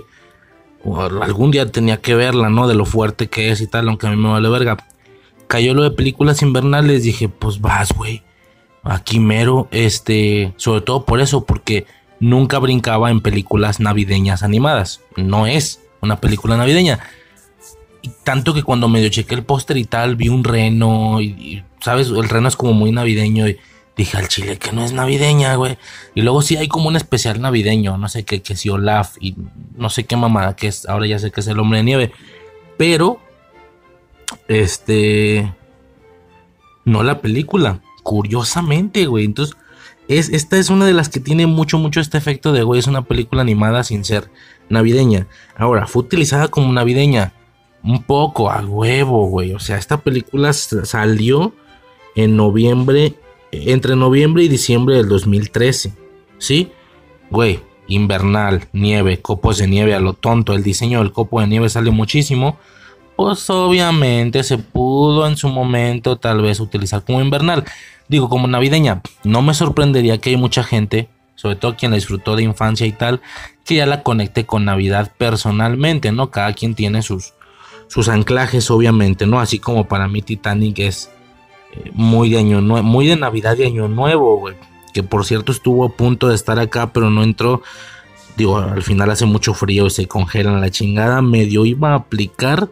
algún día tenía que verla, ¿no? De lo fuerte que es y tal, aunque a mí me vale verga. Cayó lo de películas invernales, dije, pues vas, güey. Aquí mero, este, sobre todo por eso, porque nunca brincaba en películas navideñas animadas. No es una película navideña. Y tanto que cuando medio chequé el póster y tal, vi un reno y, y, ¿sabes? El reno es como muy navideño y dije al chile que no es navideña, güey. Y luego sí hay como un especial navideño, no sé qué, que si Olaf y no sé qué mamada que es. Ahora ya sé que es el Hombre de Nieve. Pero, este, no la película, curiosamente, güey. Entonces, es, esta es una de las que tiene mucho, mucho este efecto de, güey, es una película animada sin ser navideña. Ahora, fue utilizada como navideña. Un poco, a huevo, güey. O sea, esta película salió en noviembre, entre noviembre y diciembre del dos mil trece. ¿Sí? Güey, invernal, nieve, copos de nieve a lo tonto. El diseño del copo de nieve sale muchísimo. Pues obviamente se pudo en su momento tal vez utilizar como invernal. Digo, como navideña. No me sorprendería que hay mucha gente, sobre todo quien la disfrutó de infancia y tal, que ya la conecte con Navidad personalmente, ¿no? Cada quien tiene sus... sus anclajes, obviamente, ¿no? Así como para mí Titanic es eh, muy de año nuevo, muy de Navidad y Año Nuevo, güey. Que por cierto estuvo a punto de estar acá, pero no entró. Digo, al final hace mucho frío y se congelan la chingada. Medio iba a aplicar,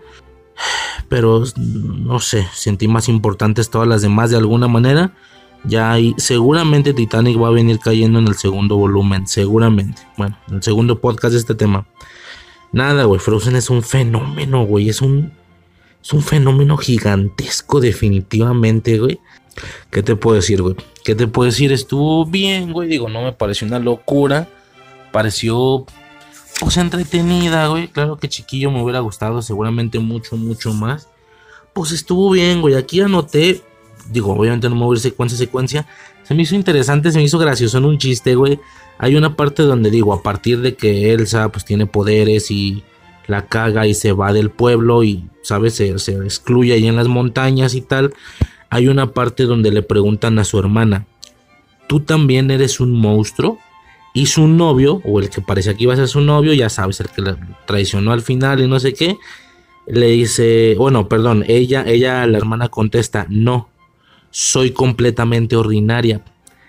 pero no sé, sentí más importantes todas las demás de alguna manera. Ya hay, seguramente Titanic va a venir cayendo en el segundo volumen, seguramente. Bueno, en el segundo podcast de este tema. Nada, güey, Frozen es un fenómeno, güey, es un, es un fenómeno gigantesco definitivamente, güey. ¿Qué te puedo decir, güey? ¿Qué te puedo decir? Estuvo bien, güey, digo, no me pareció una locura. Pareció, pues, entretenida, güey. Claro que chiquillo me hubiera gustado seguramente mucho, mucho más. Pues estuvo bien, güey, aquí anoté... Digo, obviamente no me voy a ir secuencia a secuencia. Se me hizo interesante, se me hizo gracioso en un chiste, güey. Hay una parte donde digo, a partir de que Elsa pues tiene poderes y la caga y se va del pueblo y, ¿sabes? Se, se excluye ahí en las montañas y tal. Hay una parte donde le preguntan a su hermana, ¿tú también eres un monstruo? Y su novio, o el que parecía que iba a ser su novio, ya sabes, el que la traicionó al final y no sé qué, le dice, bueno, perdón, ella, ella, la hermana contesta, no. Soy completamente ordinaria.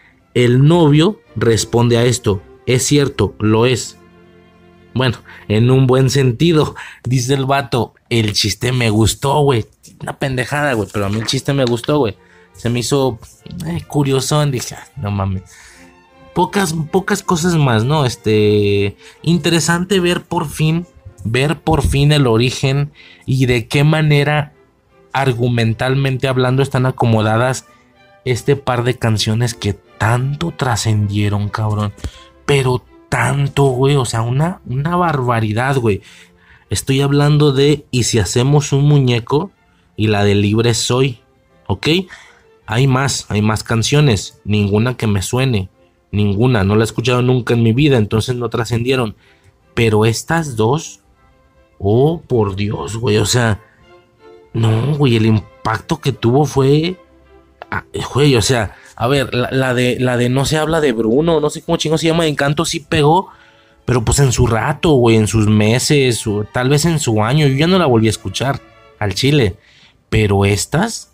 El novio responde a esto. Es cierto, lo es. Bueno, en un buen sentido, dice el vato. El chiste me gustó, güey. Una pendejada, güey, pero a mí el chiste me gustó, güey. Se me hizo eh, curioso. Dije, ah, no mames. Pocas, pocas cosas más, ¿no? Este, interesante ver por fin, ver por fin el origen y de qué manera, argumentalmente hablando, están acomodadas este par de canciones que tanto trascendieron, cabrón. Pero tanto, güey, o sea, una, una barbaridad, güey. Estoy hablando de Y si hacemos un muñeco y la de Libre Soy, ¿ok? Hay más, hay más canciones, ninguna que me suene, ninguna, no la he escuchado nunca en mi vida, entonces no trascendieron. Pero estas dos, oh, por Dios, güey, o sea... No, güey, el impacto que tuvo fue... Ah, güey, o sea, a ver, la, la, de, la de No se habla de Bruno, no sé cómo chingo se llama, Encanto, sí pegó, pero pues en su rato, güey, en sus meses, o tal vez en su año, yo ya no la volví a escuchar al chile. Pero estas,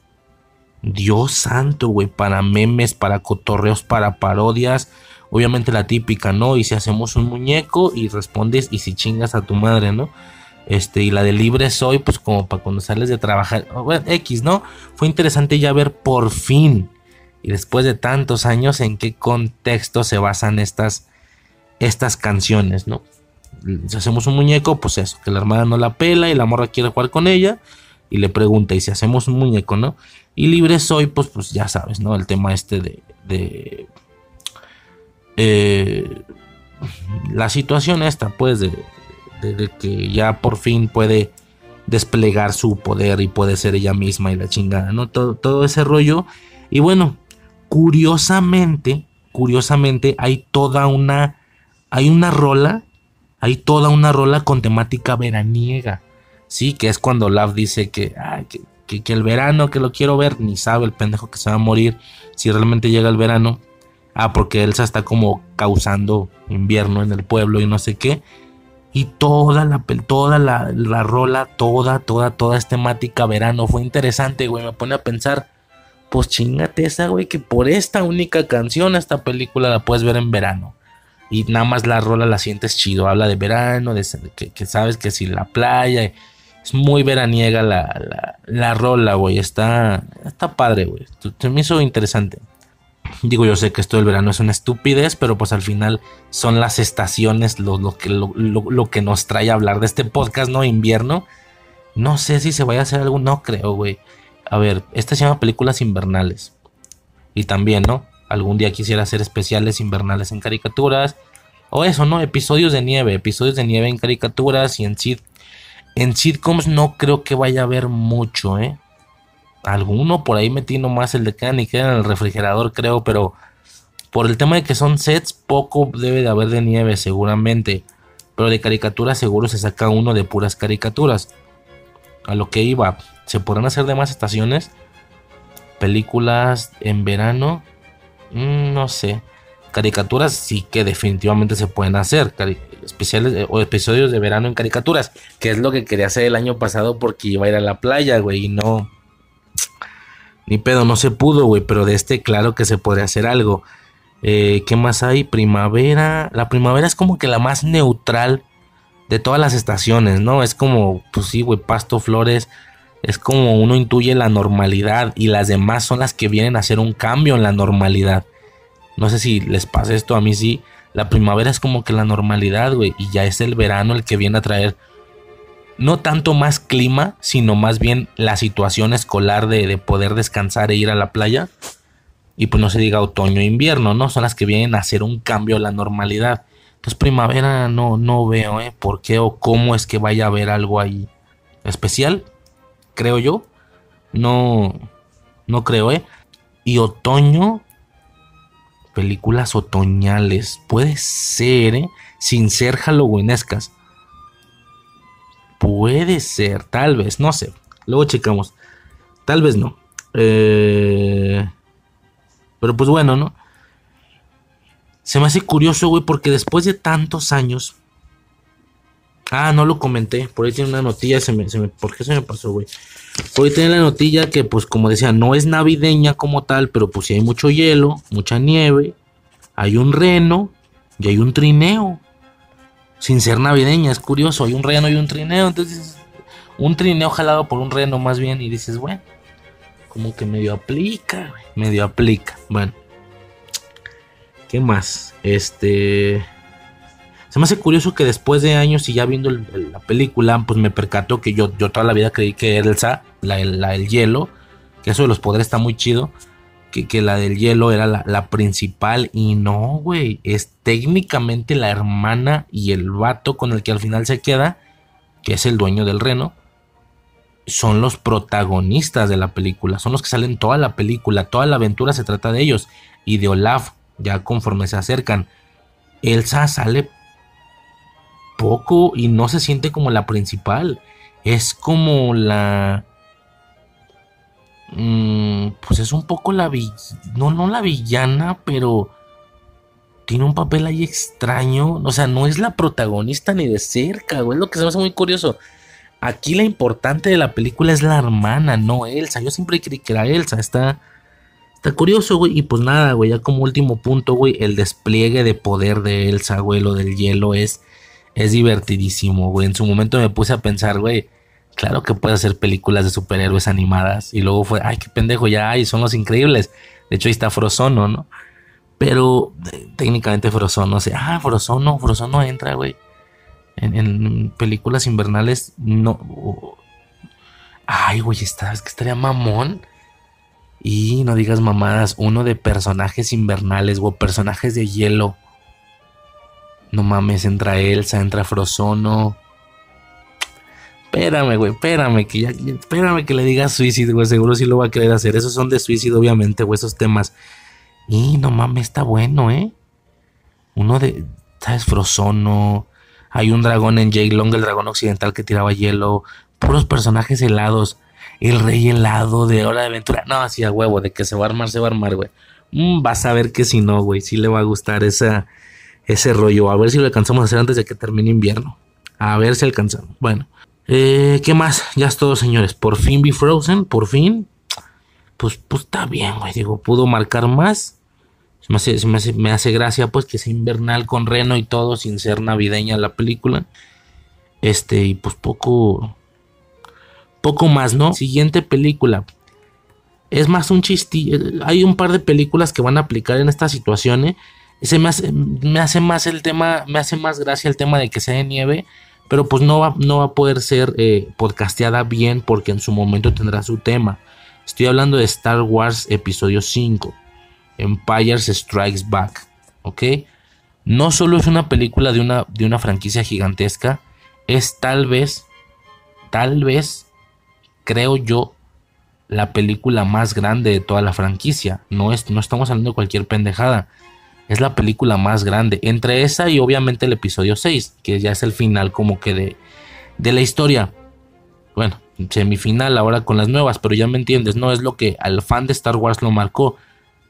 Dios santo, güey, para memes, para cotorreos, para parodias, obviamente la típica, ¿no? Y si hacemos un muñeco y respondes, y si chingas a tu madre, ¿no? Este, y la de Libre Soy, pues como para cuando sales de trabajar, bueno, X, ¿no? Fue interesante ya ver por fin, y después de tantos años, en qué contexto se basan estas, estas canciones, ¿no? Si hacemos un muñeco, pues eso, que la hermana no la pela y la morra quiere jugar con ella, y le pregunta, ¿y si hacemos un muñeco, no? Y Libre Soy, pues, pues ya sabes, ¿no? El tema este de... de eh, la situación esta, pues, de... De, de que ya por fin puede desplegar su poder y puede ser ella misma y la chingada, ¿no? Todo, todo ese rollo. Y bueno, curiosamente, curiosamente hay toda una, hay una rola, hay toda una rola con temática veraniega, sí, que es cuando Lav dice que, ay, que, que, que el verano, que lo quiero ver, ni sabe el pendejo que se va a morir si realmente llega el verano. Ah, porque Elsa está como causando invierno en el pueblo y no sé qué. Y toda la, toda la, la rola, toda, toda, toda es temática verano. Fue interesante, güey. Me pone a pensar, pues chingate esa, güey, que por esta única canción, esta película la puedes ver en verano. Y nada más la rola la sientes chido. Habla de verano, de que, que sabes que si la playa. Es muy veraniega la, la, la rola, güey. Está, está padre, güey. Se me hizo interesante. Digo, yo sé que esto del verano es una estupidez, pero pues al final son las estaciones lo, lo, que, lo, lo, lo que nos trae a hablar de este podcast, ¿no? Invierno. No sé si se vaya a hacer algo, no creo, güey. A ver, esta se llama Películas Invernales. Y también, ¿no? Algún día quisiera hacer especiales invernales en caricaturas. O eso, ¿no? Episodios de nieve, episodios de nieve en caricaturas y en sit en sitcoms no creo que vaya a haber mucho, ¿eh? Alguno por ahí metí nomás el de quedan y quedan en el refrigerador, creo, pero por el tema de que son sets, poco debe de haber de nieve seguramente, pero de caricaturas seguro se saca uno de puras caricaturas. A lo que iba, ¿se podrán hacer de más estaciones? Películas en verano, mm, no sé. caricaturas sí que definitivamente se pueden hacer, cari- especiales eh, o episodios de verano en caricaturas, que es lo que quería hacer el año pasado porque iba a ir a la playa, güey, y no, ni pedo, no se pudo, güey, pero de este claro que se podría hacer algo. Eh, ¿qué más hay? Primavera, la primavera es como que la más neutral de todas las estaciones, ¿no? Es como, pues sí, güey, pasto, flores, es como uno intuye la normalidad y las demás son las que vienen a hacer un cambio en la normalidad. No sé si les pasa esto, a mí sí. La primavera es como que la normalidad, güey, y ya es el verano el que viene a traer no tanto más clima, sino más bien la situación escolar de, de poder descansar e ir a la playa. Y pues no se diga otoño e invierno, ¿no? Son las que vienen a hacer un cambio a la normalidad. Entonces primavera no, no veo, ¿eh? ¿Por qué o cómo es que vaya a haber algo ahí especial? Creo yo. No, no creo, ¿eh? Y otoño, películas otoñales. Puede ser, ¿eh? Sin ser halloweenescas. Puede ser, tal vez, no sé. Luego checamos. Tal vez no. Eh... Pero pues bueno, ¿no? Se me hace curioso, güey, porque después de tantos años... Ah, no lo comenté. Por ahí tiene una notilla. Se me, se me, ¿Por qué se me pasó, güey? Por ahí tiene la notilla que, pues, como decía, no es navideña como tal, pero pues sí hay mucho hielo, mucha nieve, hay un reno y hay un trineo. Sin ser navideña, es curioso. Hay un reno y un trineo. Entonces, un trineo jalado por un reno más bien. Y dices, bueno, como que medio aplica, güey. Medio aplica. Bueno. ¿Qué más? Este... Se me hace curioso que después de años y ya viendo el, el, la película, pues me percato que yo, yo toda la vida creí que Elsa, la, la del hielo, que eso de los poderes está muy chido, que, que la del hielo era la, la principal. Y no, güey, es técnicamente la hermana y el vato con el que al final se queda, que es el dueño del reno, son los protagonistas de la película, son los que salen toda la película, toda la aventura se trata de ellos. Y de Olaf, ya conforme se acercan, Elsa sale poco y no se siente como la principal, es como la... Mmm, pues es un poco la villana, no, no la villana, pero tiene un papel ahí extraño, o sea, no es la protagonista ni de cerca, güey, es lo que se me hace muy curioso. Aquí la importante de la película es la hermana, no Elsa. Yo siempre creí que era Elsa, está... Está curioso, güey. Y pues nada, güey, ya como último punto, güey, el despliegue de poder de Elsa, güey, lo del hielo es, es divertidísimo, güey. En su momento me puse a pensar, güey, claro que puede hacer películas de superhéroes animadas. Y luego fue, ay, qué pendejo, ya hay, son los increíbles. De hecho, ahí está Frozono, ¿no? Pero eh, técnicamente Frozono, o sea, ah, Frozono, Frozono entra, güey. En, en películas invernales, no. Oh. Ay, güey, está, es que estaría mamón. Y no digas mamadas, uno de personajes invernales o personajes de hielo. No mames, entra Elsa, entra Frozono. Espérame, güey, espérame que ya, espérame que le digas Suicide, güey, seguro sí lo va a querer hacer. Esos son de Suicide, obviamente, güey, esos temas. Y no mames, está bueno, ¿eh? Uno de, ¿sabes? Frozono. Hay un dragón en Jake Long, el dragón occidental que tiraba hielo. Puros personajes helados. El rey helado de Hora de Aventura. No, así a huevo, de que se va a armar, se va a armar, güey. Mm, vas a ver que si no, güey, sí le va a gustar esa, ese rollo. A ver si lo alcanzamos a hacer antes de que termine invierno. A ver si alcanzamos. Bueno, eh, ¿qué más? Ya es todo, señores. Por fin vi Frozen, por fin. Pues, pues está bien, güey. Digo, pudo marcar más. Se me hace, se me hace, me hace gracia, pues, que sea invernal con reno y todo, sin ser navideña la película. Este, y pues poco... Poco más, ¿no? Siguiente película. Es más un chiste. Hay un par de películas que van a aplicar en esta situación, ¿eh? Se me hace, me hace más el tema, me hace más gracia el tema de que sea de nieve, pero pues no va, no va a poder ser eh, podcasteada bien porque en su momento tendrá su tema. Estoy hablando de Star Wars Episodio cinco, Empire Strikes Back, ¿ok? No solo es una película de una, de una franquicia gigantesca, es tal vez, tal vez, creo yo, la película más grande de toda la franquicia. No, es, no estamos hablando de cualquier pendejada. Es la película más grande. Entre esa y obviamente el episodio seis, que ya es el final como que de, de la historia. Bueno, semifinal ahora con las nuevas, pero ya me entiendes, ¿no? Es lo que al fan de Star Wars lo marcó.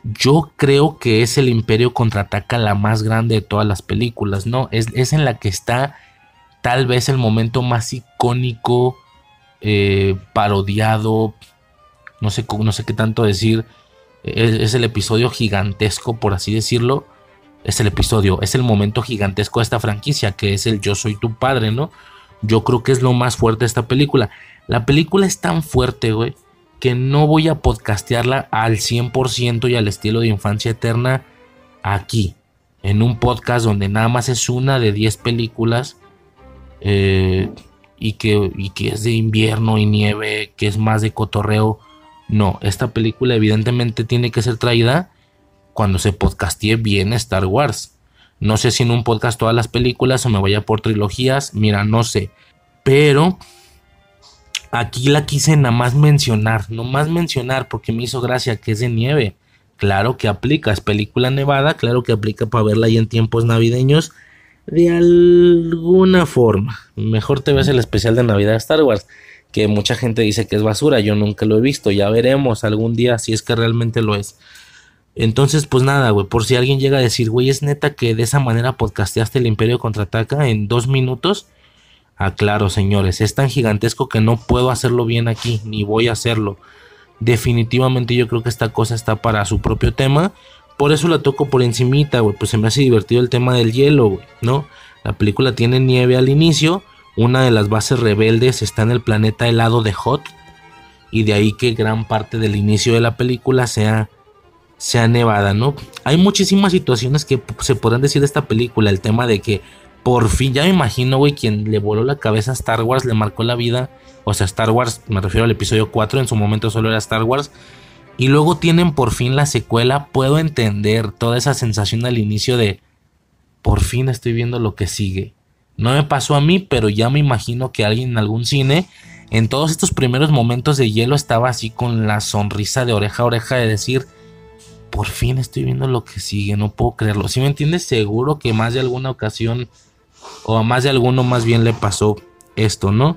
yo creo que es el Imperio Contraataca la más grande de todas las películas, ¿no? Es, es en la que está tal vez el momento más icónico, eh, parodiado, no sé, no sé qué tanto decir. Es, es el episodio gigantesco, por así decirlo. Es el episodio, es el momento gigantesco de esta franquicia, que es el Yo soy tu padre, ¿no? Yo creo que es lo más fuerte de esta película. La película es tan fuerte, güey, que no voy a podcastearla al cien por ciento y al estilo de Infancia Eterna aquí, en un podcast donde nada más es una de diez películas, eh, y, que, y que es de invierno y nieve, que es más de cotorreo. No, esta película evidentemente tiene que ser traída cuando se podcastee bien Star Wars. No sé si en un podcast todas las películas o me vaya por trilogías, mira, no sé. Pero aquí la quise nada más mencionar, no más mencionar porque me hizo gracia que es de nieve. Claro que aplica, es película nevada, claro que aplica para verla ahí en tiempos navideños. De alguna forma, mejor te ves el especial de Navidad de Star Wars, que mucha gente dice que es basura, yo nunca lo he visto, ya veremos algún día si es que realmente lo es. Entonces, pues nada, güey, por si alguien llega a decir, güey, es neta que de esa manera podcasteaste el Imperio Contraataca en dos minutos. Aclaro, señores, es tan gigantesco que no puedo hacerlo bien aquí, ni voy a hacerlo. Definitivamente yo creo que esta cosa está para su propio tema, por eso la toco por encimita, güey, pues se me hace divertido el tema del hielo, güey, ¿no? La película tiene nieve al inicio, una de las bases rebeldes está en el planeta helado de Hoth, y de ahí que gran parte del inicio de la película sea... sea nevada, ¿no? Hay muchísimas situaciones que se podrán decir de esta película. El tema de que por fin, ya me imagino, güey, quien le voló la cabeza a Star Wars, le marcó la vida. O sea, Star Wars, me refiero al episodio cuatro, en su momento solo era Star Wars. Y luego tienen por fin la secuela. Puedo entender toda esa sensación al inicio de por fin estoy viendo lo que sigue. No me pasó a mí, pero ya me imagino que alguien en algún cine, en todos estos primeros momentos de hielo, estaba así con la sonrisa de oreja a oreja de decir... por fin estoy viendo lo que sigue, no puedo creerlo. ¿Sí me entiendes? Seguro que más de alguna ocasión, o a más de alguno más bien le pasó esto, ¿no?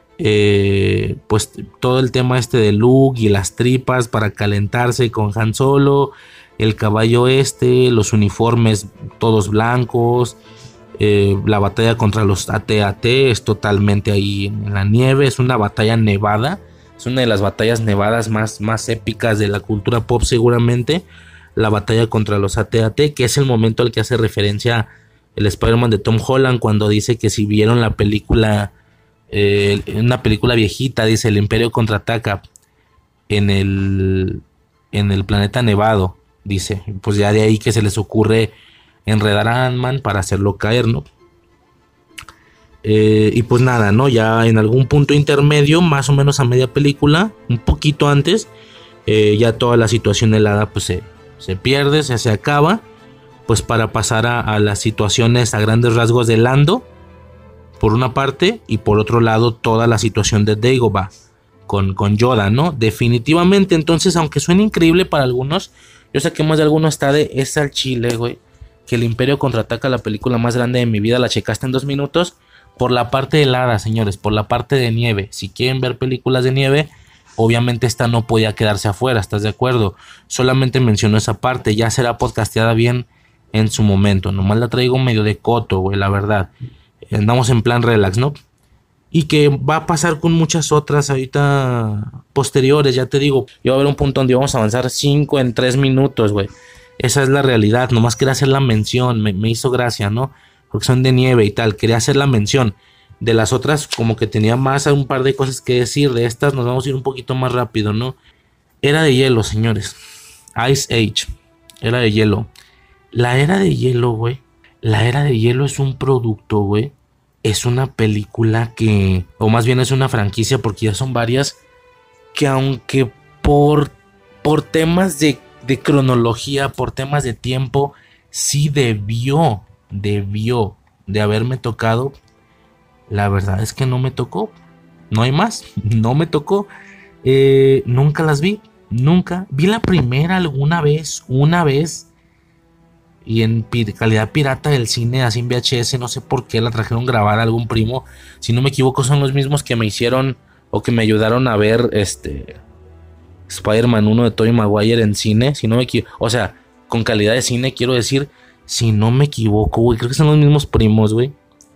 Eh, pues todo el tema este de Luke y las tripas para calentarse con Han Solo, el caballo este, los uniformes todos blancos, eh, la batalla contra los A T A T es totalmente ahí en la nieve, es una batalla nevada. Es una de las batallas nevadas más, más épicas de la cultura pop seguramente. La batalla contra los A T A T, que es el momento al que hace referencia el Spider-Man de Tom Holland cuando dice que si vieron la película, eh, una película viejita, dice el Imperio Contraataca en el, en el planeta nevado, dice. Pues ya de ahí que se les ocurre enredar a Ant-Man para hacerlo caer, ¿no? Eh, y pues nada, ¿no? Ya en algún punto intermedio, más o menos a media película, un poquito antes, eh, ya toda la situación helada pues se, se pierde, se, se acaba, pues para pasar a, a las situaciones a grandes rasgos de Lando, por una parte, y por otro lado toda la situación de Dagobah con, con Yoda, ¿no? Definitivamente, entonces, aunque suene increíble para algunos, yo sé que más de alguno está de es al chile, güey, que el Imperio Contraataca, la película más grande de mi vida, la checaste en dos minutos. Por la parte helada, señores, por la parte de nieve. Si quieren ver películas de nieve, obviamente esta no podía quedarse afuera, ¿estás de acuerdo? Solamente menciono esa parte, ya será podcasteada bien en su momento. Nomás la traigo medio de coto, güey, la verdad. Andamos en plan relax, ¿no? Y que va a pasar con muchas otras ahorita posteriores, ya te digo. Yo va a haber un punto donde vamos a avanzar cinco en tres minutos, güey. Esa es la realidad, nomás quería hacer la mención, me, me hizo gracia, ¿no? Porque son de nieve y tal, quería hacer la mención. De las otras como que tenía más, un par de cosas que decir. De estas nos vamos a ir un poquito más rápido, ¿no? Era de hielo, señores. Ice Age, era de hielo. La era de hielo, güey. La era de hielo es un producto, güey. Es una película que, o más bien es una franquicia, porque ya son varias, que aunque por, por temas de, de cronología, por temas de tiempo, sí debió... debió de haberme tocado. La verdad es que no me tocó. No hay más. No me tocó. Eh, nunca las vi. Nunca. Vi la primera alguna vez. Una vez. Y en pi- calidad pirata del cine. Así en V H S. No sé por qué la trajeron grabada algún primo. Si no me equivoco son los mismos que me hicieron. O que me ayudaron a ver este Spider-Man uno de Tobey Maguire en cine, si no me equivoco, o sea, con calidad de cine, quiero decir, si no me equivoco, güey, creo que son los mismos primos, güey.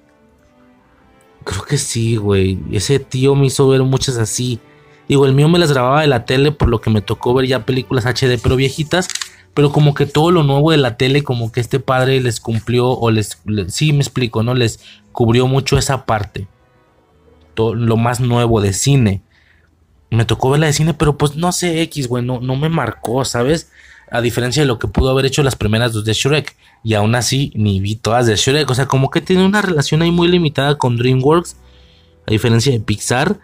Creo que sí, güey, ese tío me hizo ver muchas así. Digo, el mío me las grababa de la tele, por lo que me tocó ver ya películas H D, pero viejitas. Pero como que todo lo nuevo de la tele, como que este padre les cumplió, o les, les sí me explico, ¿no? Les cubrió mucho esa parte. Todo lo más nuevo de cine. Me tocó ver la de cine, pero pues no sé, X, güey, no, no me marcó, ¿sabes? A diferencia de lo que pudo haber hecho las primeras dos de Shrek. Y aún así, ni vi todas de Shrek. O sea, como que tiene una relación ahí muy limitada con DreamWorks. A diferencia de Pixar.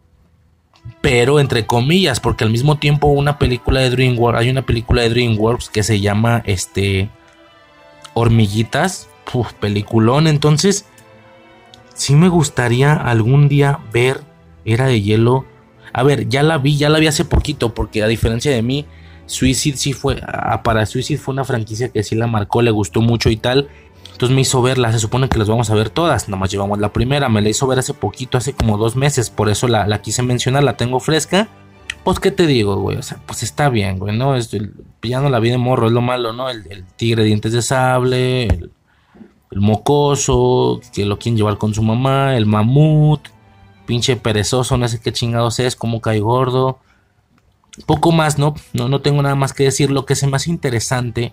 Pero entre comillas, porque al mismo tiempo una película de DreamWorks, hay una película de DreamWorks que se llama este Hormiguitas, uf, peliculón. Entonces sí me gustaría algún día ver Era de Hielo. A ver, ya la vi, ya la vi hace poquito, porque a diferencia de mí, Suicide sí fue, a, para Suicide fue una franquicia que sí la marcó, le gustó mucho y tal. Entonces me hizo verla, se supone que las vamos a ver todas, nada más llevamos la primera, me la hizo ver hace poquito, hace como dos meses, por eso la, la quise mencionar, la tengo fresca. Pues qué te digo, güey, o sea, pues está bien, güey, ¿no? Es el, ya no la vi de morro, es lo malo, ¿no? El, el tigre de dientes de sable, el, el mocoso, que lo quieren llevar con su mamá, el mamut, pinche perezoso, no sé qué chingados es, cómo cae gordo. Poco más, ¿no? No, no tengo nada más que decir, lo que se me hace interesante.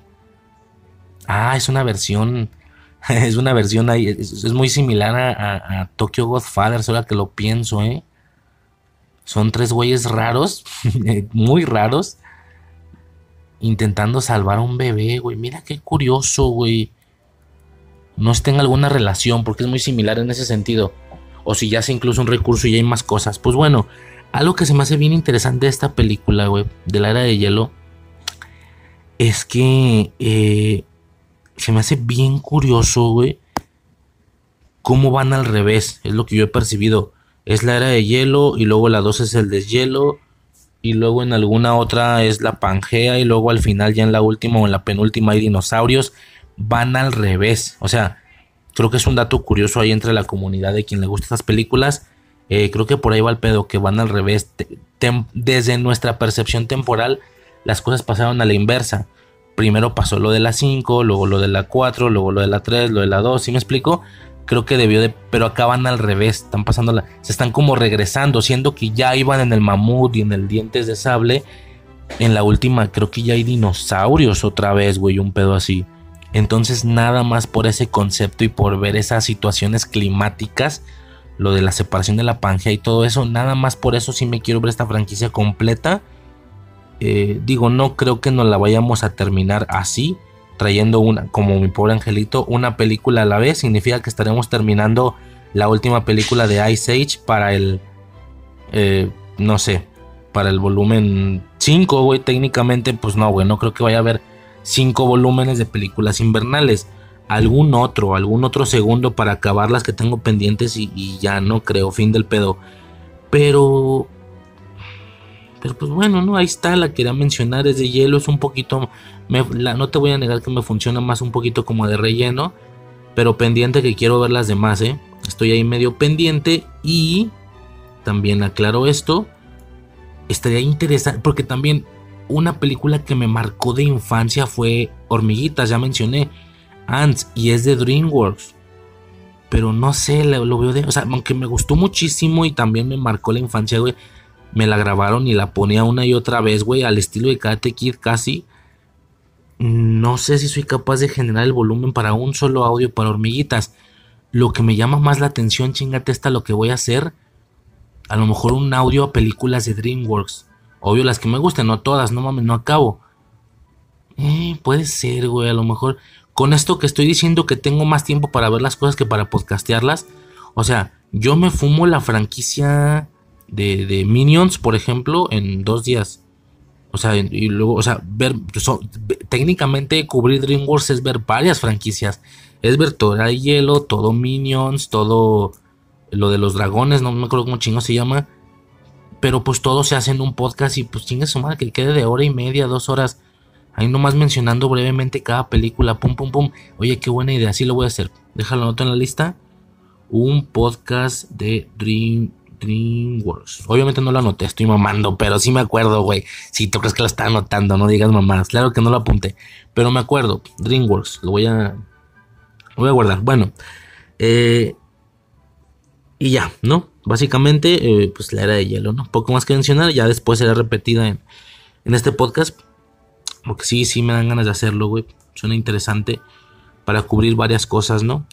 Ah, es una versión... Es una versión ahí, es, es muy similar a, a, a Tokyo Godfathers, ahora que lo pienso, ¿eh? Son tres güeyes raros, muy raros, intentando salvar a un bebé, güey. Mira qué curioso, güey. No es tenga alguna relación, porque es muy similar en ese sentido. O si ya hace incluso un recurso y hay más cosas. Pues bueno, algo que se me hace bien interesante de esta película, güey, de la Era de Hielo, es que... Eh, se me hace bien curioso, güey, cómo van al revés. Es lo que yo he percibido. Es la Era de Hielo y luego la dos es el deshielo y luego en alguna otra es la Pangea y luego al final ya en la última o en la penúltima hay dinosaurios. Van al revés. O sea, creo que es un dato curioso ahí entre la comunidad de quien le gusta estas películas. Eh, creo que por ahí va el pedo, que van al revés. Tem- desde nuestra percepción temporal, las cosas pasaron a la inversa. Primero pasó lo de la cinco, luego lo de la cuatro, luego lo de la tres, lo de la dos, ¿sí me explico? Creo que debió de... Pero acaban al revés, están pasando la... Se están como regresando, siendo que ya iban en el mamut y en el dientes de sable. En la última creo que ya hay dinosaurios otra vez, güey, un pedo así. Entonces nada más por ese concepto y por ver esas situaciones climáticas, lo de la separación de la Pangea y todo eso, nada más por eso sí me quiero ver esta franquicia completa. Eh, digo, no creo que nos la vayamos a terminar así, trayendo una, como Mi Pobre Angelito, una película a la vez. Significa que estaremos terminando la última película de Ice Age para el, eh, no sé, para el volumen cinco, güey. Técnicamente, pues no, güey, no creo que vaya a haber cinco volúmenes de películas invernales. Algún otro, algún otro segundo para acabar las que tengo pendientes y, y ya no creo, fin del pedo. Pero... Pero pues bueno, no, ahí está, la quería mencionar, es de hielo, es un poquito, me, la, no te voy a negar que me funciona más un poquito como de relleno, pero pendiente que quiero ver las demás, eh, estoy ahí medio pendiente. Y también aclaro esto, estaría interesante, porque también una película que me marcó de infancia fue Hormiguitas, ya mencioné, Ants, y es de DreamWorks, pero no sé, lo, lo veo de, o sea, aunque me gustó muchísimo y también me marcó la infancia, güey. Me la grabaron y la ponía una y otra vez, güey, al estilo de Karate Kid casi. No sé si soy capaz de generar el volumen para un solo audio para Hormiguitas. Lo que me llama más la atención, chingate esta, lo que voy a hacer. A lo mejor un audio a películas de DreamWorks. Obvio las que me gustan, no todas, no mames, no acabo. Eh, puede ser, güey, a lo mejor. Con esto que estoy diciendo que tengo más tiempo para ver las cosas que para podcastearlas. O sea, yo me fumo la franquicia... De, de Minions, por ejemplo, en dos días. O sea, y luego, o sea, ver, so, técnicamente cubrir DreamWorks es ver varias franquicias. Es ver todo el hielo, todo Minions, todo lo de los dragones, no me acuerdo cómo chingo se llama. Pero pues todo se hace en un podcast y pues chingue su madre que quede de hora y media, dos horas. Ahí nomás mencionando brevemente cada película, pum, pum, pum. Oye, qué buena idea, así lo voy a hacer. Déjalo anoto en la lista. Un podcast de Dream... DreamWorks. Obviamente no lo anoté, estoy mamando, pero sí me acuerdo, güey. Si tú crees que lo estaba anotando, no digas mamadas. Claro que no lo apunté, pero me acuerdo. DreamWorks, lo voy a, lo voy a guardar. Bueno, eh, y ya, ¿no? Básicamente, eh, pues la Era de Hielo, ¿no? Poco más que mencionar, ya después será repetida en, en este podcast. Porque sí, sí me dan ganas de hacerlo, güey. Suena interesante para cubrir varias cosas, ¿no?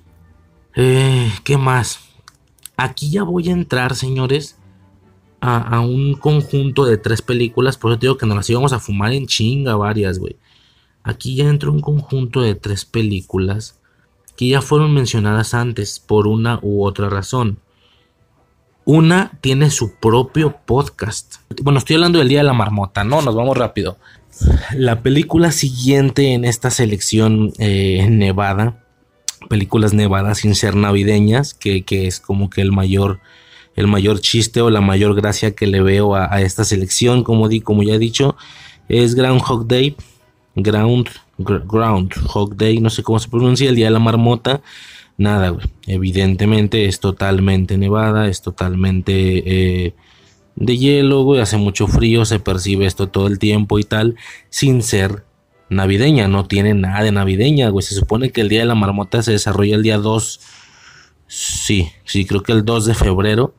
Eh, ¿Qué más? Aquí ya voy a entrar, señores, a, a un conjunto de tres películas. Por eso te digo que nos las íbamos a fumar en chinga varias, güey. Aquí ya entró un conjunto de tres películas que ya fueron mencionadas antes por una u otra razón. Una tiene su propio podcast. Bueno, estoy hablando del Día de la Marmota, ¿no? Nos vamos rápido. La película siguiente en esta selección eh, nevada, películas nevadas sin ser navideñas, que, que es como que el mayor, el mayor chiste o la mayor gracia que le veo a, a esta selección, como, di, como ya he dicho, es Groundhog Day, Ground, Groundhog Day, no sé cómo se pronuncia, el Día de la Marmota. Nada, güey, evidentemente es totalmente nevada, es totalmente... Eh, de hielo, güey, hace mucho frío, se percibe esto todo el tiempo y tal, sin ser navideña, no tiene nada de navideña, güey. Se supone que el Día de la Marmota se desarrolla el día dos, sí, sí, creo que el dos de febrero.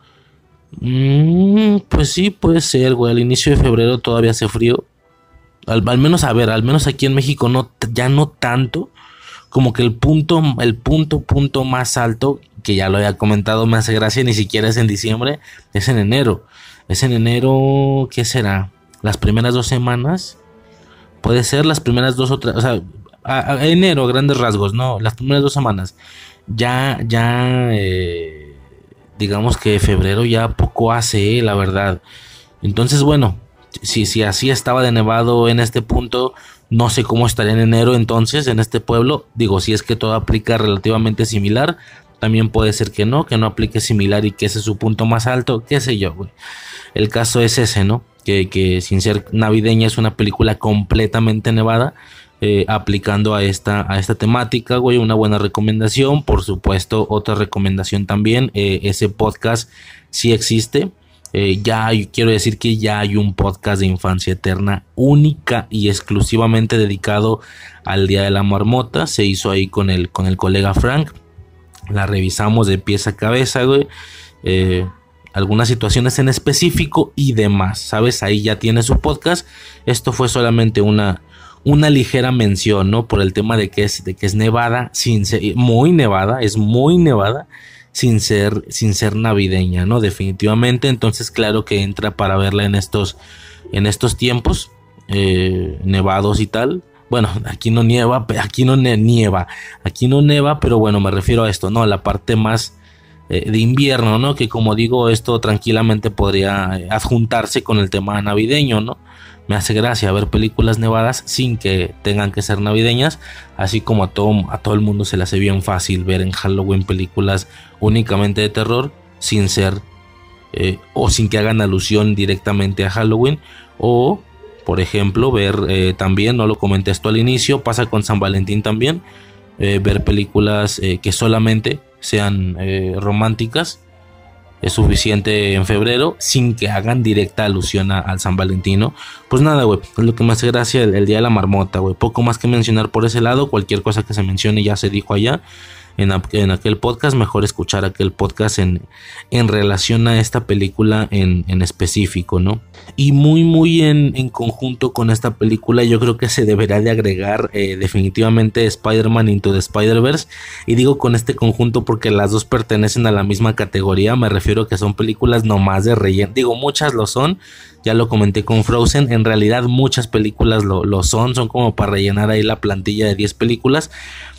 Mm, pues sí, puede ser, güey, al inicio de febrero todavía hace frío, al, al menos, a ver, al menos aquí en México no, ya no tanto, como que el punto, el punto, punto más alto, que ya lo había comentado, me hace gracia, ni siquiera es en diciembre, es en enero. Es en enero, ¿qué será? Las primeras dos semanas. Puede ser las primeras dos o tres. O sea, a, a enero, grandes rasgos, no. Las primeras dos semanas. Ya, ya, eh, digamos que febrero ya poco hace, eh, la verdad. Entonces, bueno, si, si así estaba de nevado en este punto, no sé cómo estaría en enero entonces en este pueblo. Digo, si es que todo aplica relativamente similar. También puede ser que no, que no aplique similar y que ese es su punto más alto, qué sé yo, güey. El caso es ese, ¿no? Que, que sin ser navideña es una película completamente nevada, eh, aplicando a esta, a esta temática, güey. Una buena recomendación, por supuesto, otra recomendación también, eh, ese podcast sí existe. Eh, ya hay, quiero decir que ya hay un podcast de Infancia Eterna única y exclusivamente dedicado al Día de la Marmota. Se hizo ahí con el, con el colega Frank. La revisamos de pies a cabeza, güey. Eh, algunas situaciones en específico y demás, ¿sabes? Ahí ya tiene su podcast. Esto fue solamente una, una ligera mención, ¿no? Por el tema de que es, de que es nevada, sin ser, muy nevada, es muy nevada, sin ser, sin ser navideña, ¿no? Definitivamente. Entonces, claro que entra para verla en estos, en estos tiempos eh, nevados y tal. Bueno, aquí no nieva, aquí no nieva, aquí no neva, pero bueno, me refiero a esto, ¿no? La parte más eh, de invierno, ¿no? Que como digo, esto tranquilamente podría adjuntarse con el tema navideño, ¿no? Me hace gracia ver películas nevadas sin que tengan que ser navideñas, así como a todo, a todo el mundo se le hace bien fácil ver en Halloween películas únicamente de terror, sin ser, eh, o sin que hagan alusión directamente a Halloween, o... Por ejemplo, ver eh, también, no lo comenté esto al inicio, pasa con San Valentín también, eh, ver películas eh, que solamente sean eh, románticas, es suficiente en febrero, sin que hagan directa alusión a, al San Valentino. Pues nada, güey, es lo que me hace gracia el, el Día de la Marmota, güey, poco más que mencionar por ese lado, cualquier cosa que se mencione ya se dijo allá. En, en aquel podcast, mejor escuchar aquel podcast en, en relación a esta película en, en específico, ¿no? Y muy muy en, en conjunto con esta película yo creo que se deberá de agregar eh, definitivamente Spider-Man Into the Spider-Verse, y digo con este conjunto porque las dos pertenecen a la misma categoría, me refiero a que son películas nomás de relleno, digo muchas lo son, ya lo comenté con Frozen, en realidad muchas películas lo, lo son, son como para rellenar ahí la plantilla de diez películas.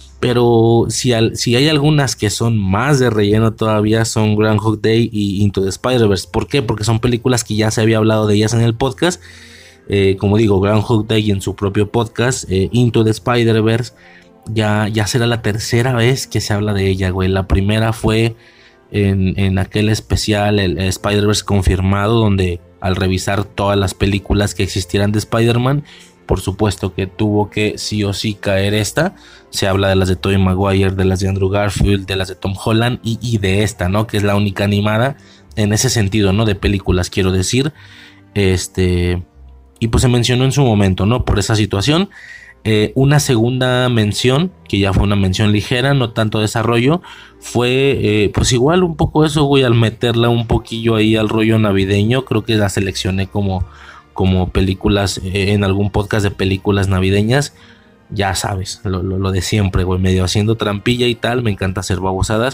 Pero si, al, si hay algunas que son más de relleno todavía, son Groundhog Day y Into the Spider-Verse. ¿Por qué? Porque son películas que ya se había hablado de ellas en el podcast. Eh, como digo, Groundhog Day en su propio podcast, eh, Into the Spider-Verse, ya, ya será la tercera vez que se habla de ella, güey. La primera fue en, en aquel especial, el, el Spider-Verse confirmado, donde al revisar todas las películas que existieran de Spider-Man, por supuesto que tuvo que sí o sí caer esta. Se habla de las de Tobey Maguire, de las de Andrew Garfield, de las de Tom Holland y, y de esta, ¿no? Que es la única animada en ese sentido, ¿no? De películas, quiero decir. Este, y pues se mencionó en su momento, ¿no? Por esa situación. Eh, una segunda mención, que ya fue una mención ligera, no tanto desarrollo, fue eh, pues igual un poco eso, güey, al meterla un poquillo ahí al rollo navideño. Creo que la seleccioné como, como películas, eh, en algún podcast de películas navideñas. Ya sabes, lo, lo, lo de siempre, güey, medio haciendo trampilla y tal. Me encanta hacer babosadas.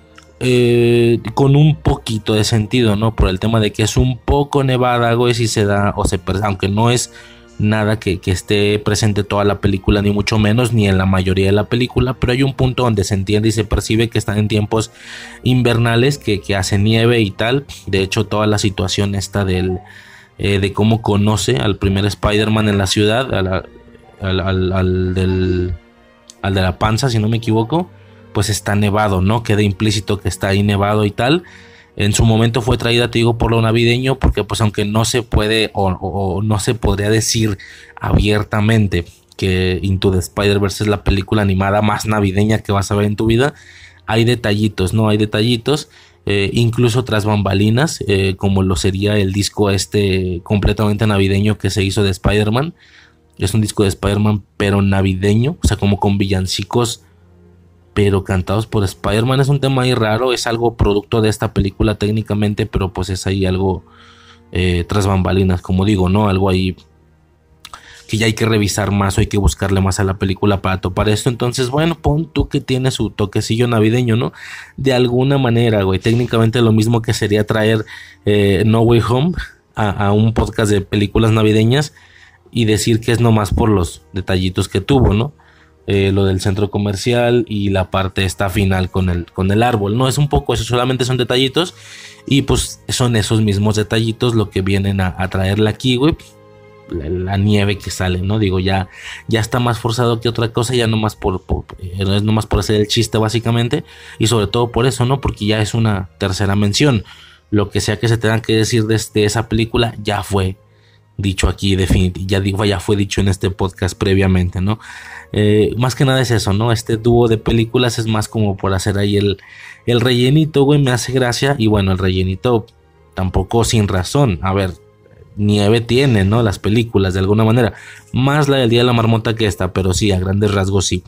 Eh, con un poquito de sentido, ¿no? Por el tema de que es un poco nevada, güey, si se da, o se, aunque no es nada que, que esté presente toda la película, ni mucho menos, ni en la mayoría de la película, pero hay un punto donde se entiende y se percibe que están en tiempos invernales, que, que hace nieve y tal. De hecho, toda la situación esta del, eh, de cómo conoce al primer Spider-Man en la ciudad, a la, al, al, al, del, al de la panza, si no me equivoco, pues está nevado, ¿no? Queda implícito que está ahí nevado y tal. En su momento fue traída, te digo, por lo navideño, porque pues aunque no se puede o, o, o no se podría decir abiertamente que Into the Spider-Verse es la película animada más navideña que vas a ver en tu vida, hay detallitos, ¿no? Hay detallitos, eh, incluso tras bambalinas, eh, como lo sería el disco este completamente navideño que se hizo de Spider-Man. Es un disco de Spider-Man pero navideño, o sea, como con villancicos pero cantados por Spider-Man. Es un tema ahí raro, es algo producto de esta película técnicamente, pero pues es ahí algo eh, tras bambalinas, como digo, ¿no? Algo ahí que ya hay que revisar más o hay que buscarle más a la película para topar esto. Entonces, bueno, pon tú que tiene su toquecillo navideño, ¿no? De alguna manera, güey, técnicamente lo mismo que sería traer eh, No Way Home a, a un podcast de películas navideñas y decir que es nomás por los detallitos que tuvo, ¿no? Eh, lo del centro comercial y la parte esta final con el, con el árbol, no es un poco eso, solamente son detallitos y pues son esos mismos detallitos lo que vienen a, a traerla aquí, güey, la, la nieve que sale, no digo, ya, ya está más forzado que otra cosa, ya nomás por, por es nomás por hacer el chiste básicamente, y sobre todo por eso, no, porque ya es una tercera mención, lo que sea que se tenga que decir de, de esa película ya fue dicho aquí, definitivamente, ya digo, ya fue dicho en este podcast previamente, ¿no? Eh, más que nada es eso, ¿no? Este dúo de películas es más como por hacer ahí el, el rellenito, güey, me hace gracia. Y bueno, el rellenito tampoco sin razón. A ver, nieve tiene, ¿no? Las películas de alguna manera. Más la del Día de la Marmota que esta, pero sí, a grandes rasgos sí.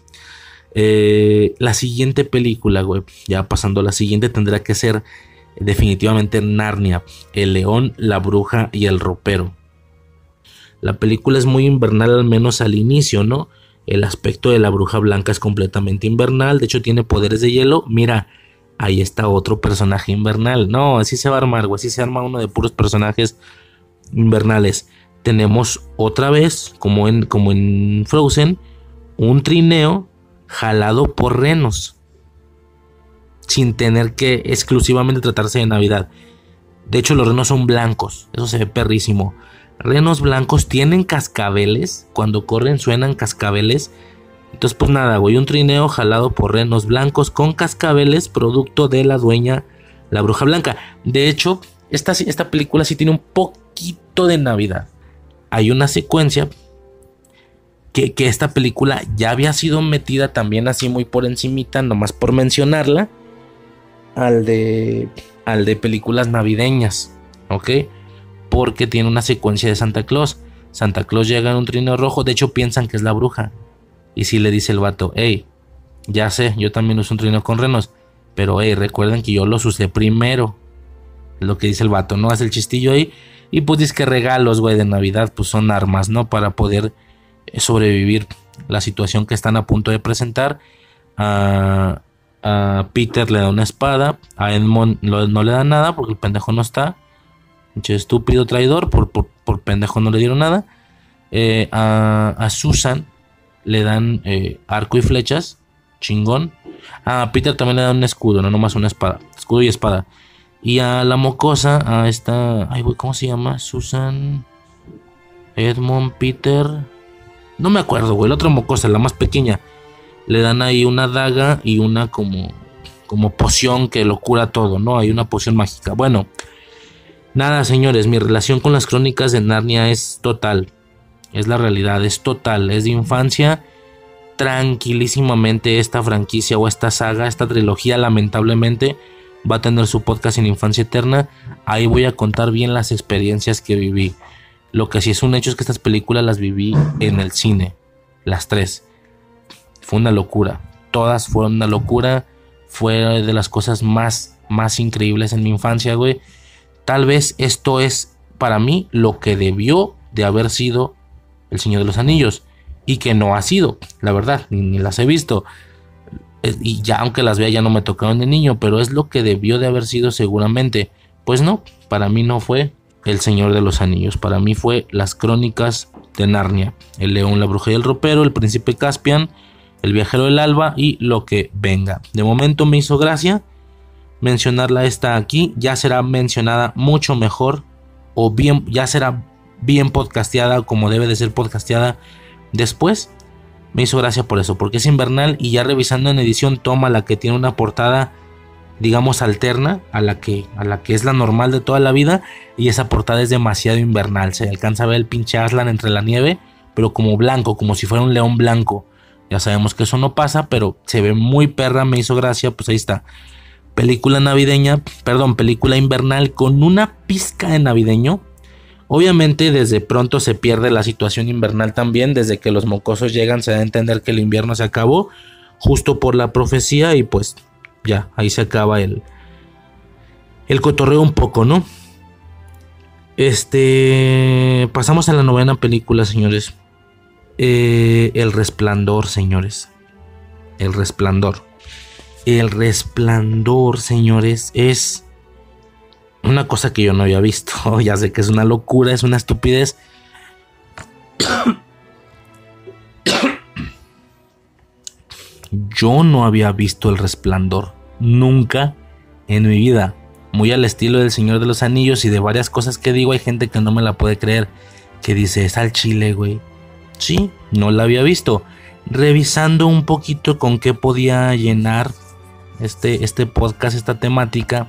Eh, la siguiente película, güey, ya pasando a la siguiente, tendrá que ser definitivamente Narnia, el león, la bruja y el ropero. La película es muy invernal, al menos al inicio, ¿no? El aspecto de la bruja blanca es completamente invernal. De hecho, tiene poderes de hielo. Mira, ahí está otro personaje invernal. No, así se va a armar, güey. Así se arma uno de puros personajes invernales. Tenemos otra vez, como en, como en Frozen, un trineo jalado por renos, sin tener que exclusivamente tratarse de Navidad. De hecho, los renos son blancos. Eso se ve perrísimo. Renos blancos, tienen cascabeles. Cuando corren suenan cascabeles. Entonces pues nada, güey, un trineo jalado por renos blancos con cascabeles, producto de la dueña, la bruja blanca. De hecho, esta, esta película sí tiene un poquito de Navidad. Hay una secuencia que, que esta película ya había sido metida también así muy por encimita, nomás por mencionarla, al de, al de películas navideñas, ¿ok? Porque tiene una secuencia de Santa Claus. Santa Claus llega en un trineo rojo. De hecho piensan que es la bruja. Y si le dice el vato, hey, ya sé, yo también uso un trineo con renos, pero hey, recuerden que yo los usé primero. Es lo que dice el vato, ¿no? Hace el chistillo ahí. Y pues dice que regalos, güey, de Navidad, pues son armas, ¿no? Para poder sobrevivir la situación que están a punto de presentar. A, a Peter le da una espada. A Edmond no, no le da nada porque el pendejo no está. Pinche estúpido traidor, por, por, por pendejo no le dieron nada. Eh, a, a Susan le dan eh, arco y flechas, chingón. A Peter también le dan un escudo, no nomás una espada, escudo y espada. Y a la mocosa, a esta, ay güey, ¿cómo se llama? Susan, Edmond, Peter, no me acuerdo, güey, la otra mocosa, la más pequeña, le dan ahí una daga y una como, como poción que lo cura todo, ¿no? Hay una poción mágica. Bueno, nada, señores, mi relación con las crónicas de Narnia es total. Es la realidad, es total, es de infancia. Tranquilísimamente esta franquicia o esta saga, esta trilogía, lamentablemente, va a tener su podcast en Infancia Eterna. Ahí voy a contar bien las experiencias que viví. Lo que sí es un hecho es que estas películas las viví en el cine, las tres. Fue una locura, todas fueron una locura. Fue de las cosas más, más increíbles en mi infancia, güey. Tal vez esto es para mí lo que debió de haber sido El Señor de los Anillos, y que no ha sido, la verdad, ni, ni las he visto. Y ya aunque las vea ya no me tocaron de niño, pero es lo que debió de haber sido seguramente. Pues no, para mí no fue El Señor de los Anillos, para mí fue Las Crónicas de Narnia, El León, la Bruja y el Ropero, El Príncipe Caspian, El Viajero del Alba y Lo que venga. De momento me hizo gracia mencionarla esta aquí. Ya será mencionada mucho mejor, o bien, ya será bien podcasteada como debe de ser podcasteada después. Me hizo gracia por eso, porque es invernal, y ya revisando en edición toma la que tiene una portada, digamos, alterna a la que, a la que es la normal de toda la vida, y esa portada es demasiado invernal. Se alcanza a ver el pinche Aslan entre la nieve, pero como blanco, como si fuera un león blanco. Ya sabemos que eso no pasa, pero se ve muy perra, me hizo gracia. Pues ahí está, película navideña, perdón, película invernal con una pizca de navideño. Obviamente desde pronto se pierde la situación invernal también. Desde que los mocosos llegan se da a entender que el invierno se acabó, justo por la profecía, y pues ya, ahí se acaba el, el cotorreo un poco, ¿no? Este, pasamos a la novena película, señores. Eh, El Resplandor, señores. El Resplandor. El Resplandor, señores, es una cosa que yo no había visto. Ya sé que es una locura, es una estupidez. Yo no había visto El Resplandor nunca en mi vida. Muy al estilo del Señor de los Anillos y de varias cosas que digo, hay gente que no me la puede creer, que dice, es al chile, güey. Sí, no la había visto. Revisando un poquito con qué podía llenar este, este podcast, esta temática,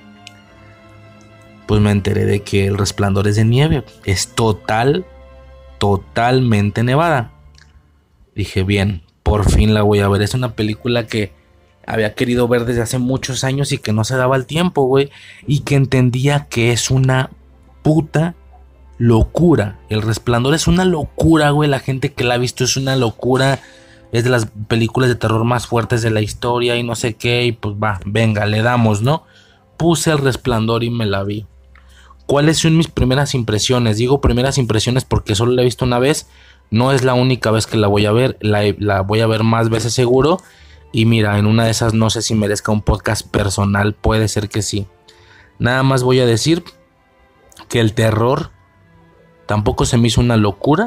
pues me enteré de que El Resplandor es de nieve. Es total, totalmente nevada. Dije, bien, por fin la voy a ver. Es una película que había querido ver desde hace muchos años y que no se daba el tiempo, güey. Y que entendía que es una puta locura. El Resplandor es una locura, güey. La gente que la ha visto es una locura. Es de las películas de terror más fuertes de la historia y no sé qué. Y pues va, venga, le damos, ¿no? Puse El Resplandor y me la vi. ¿Cuáles son mis primeras impresiones? Digo primeras impresiones porque solo la he visto una vez. No es la única vez que la voy a ver. La, la voy a ver más veces seguro. Y mira, en una de esas no sé si merezca un podcast personal. Puede ser que sí. Nada más voy a decir que el terror tampoco se me hizo una locura.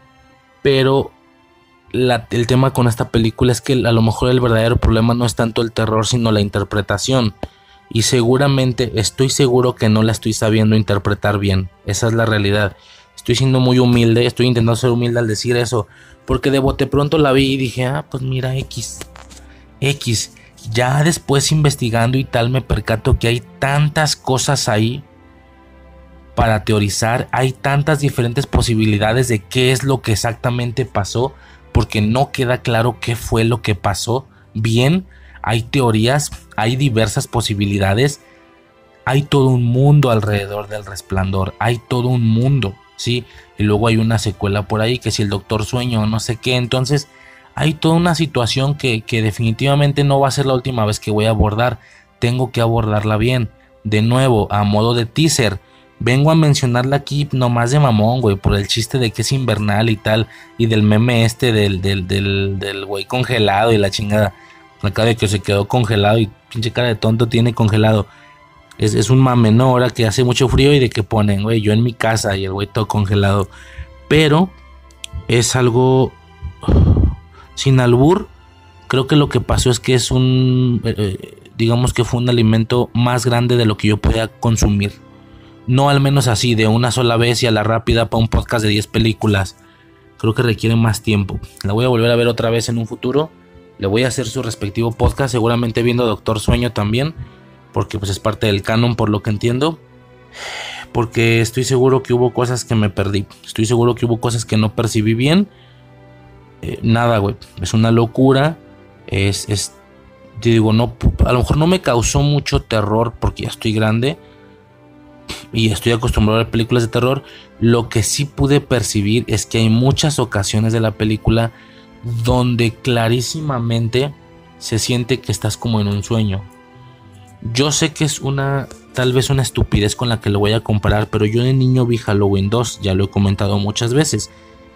Pero la, el tema con esta película es que a lo mejor el verdadero problema no es tanto el terror, sino la interpretación. Y seguramente, estoy seguro que no la estoy sabiendo interpretar bien. Esa es la realidad. Estoy siendo muy humilde, estoy intentando ser humilde al decir eso. Porque de bote pronto la vi y dije, ah, pues mira, X. X. Ya después investigando y tal me percato que hay tantas cosas ahí para teorizar. Hay tantas diferentes posibilidades de qué es lo que exactamente pasó. Porque no queda claro qué fue lo que pasó. Bien, hay teorías, hay diversas posibilidades. Hay todo un mundo alrededor del Resplandor. Hay todo un mundo, ¿sí? Y luego hay una secuela por ahí, que si el Doctor Sueño o no sé qué. Entonces hay toda una situación que, que definitivamente no va a ser la última vez que voy a abordar. Tengo que abordarla bien. De nuevo, a modo de teaser, vengo a mencionarla aquí nomás de mamón, güey, por el chiste de que es invernal y tal. Y del meme este del del del del güey congelado y la chingada. Acá de que se quedó congelado y pinche cara de tonto tiene congelado. Es, es un mame, ¿no? Ahora que hace mucho frío y de que ponen, güey, yo en mi casa y el güey todo congelado. Pero es algo sin albur. Creo que lo que pasó es que es un, eh, digamos que fue un alimento más grande de lo que yo podía consumir. No al menos así, de una sola vez y a la rápida para un podcast de diez películas. Creo que requiere más tiempo. La voy a volver a ver otra vez en un futuro. Le voy a hacer su respectivo podcast, seguramente viendo Doctor Sueño también, porque pues es parte del canon por lo que entiendo. Porque estoy seguro que hubo cosas que me perdí. Estoy seguro que hubo cosas que no percibí bien. Eh, nada, güey. Es una locura. Es, es te digo, no, a lo mejor no me causó mucho terror porque ya estoy grande y estoy acostumbrado a ver películas de terror. Lo que sí pude percibir es que hay muchas ocasiones de la película donde clarísimamente se siente que estás como en un sueño. Yo sé que es una, tal vez una estupidez con la que lo voy a comparar, pero yo de niño vi Halloween dos, ya lo he comentado muchas veces.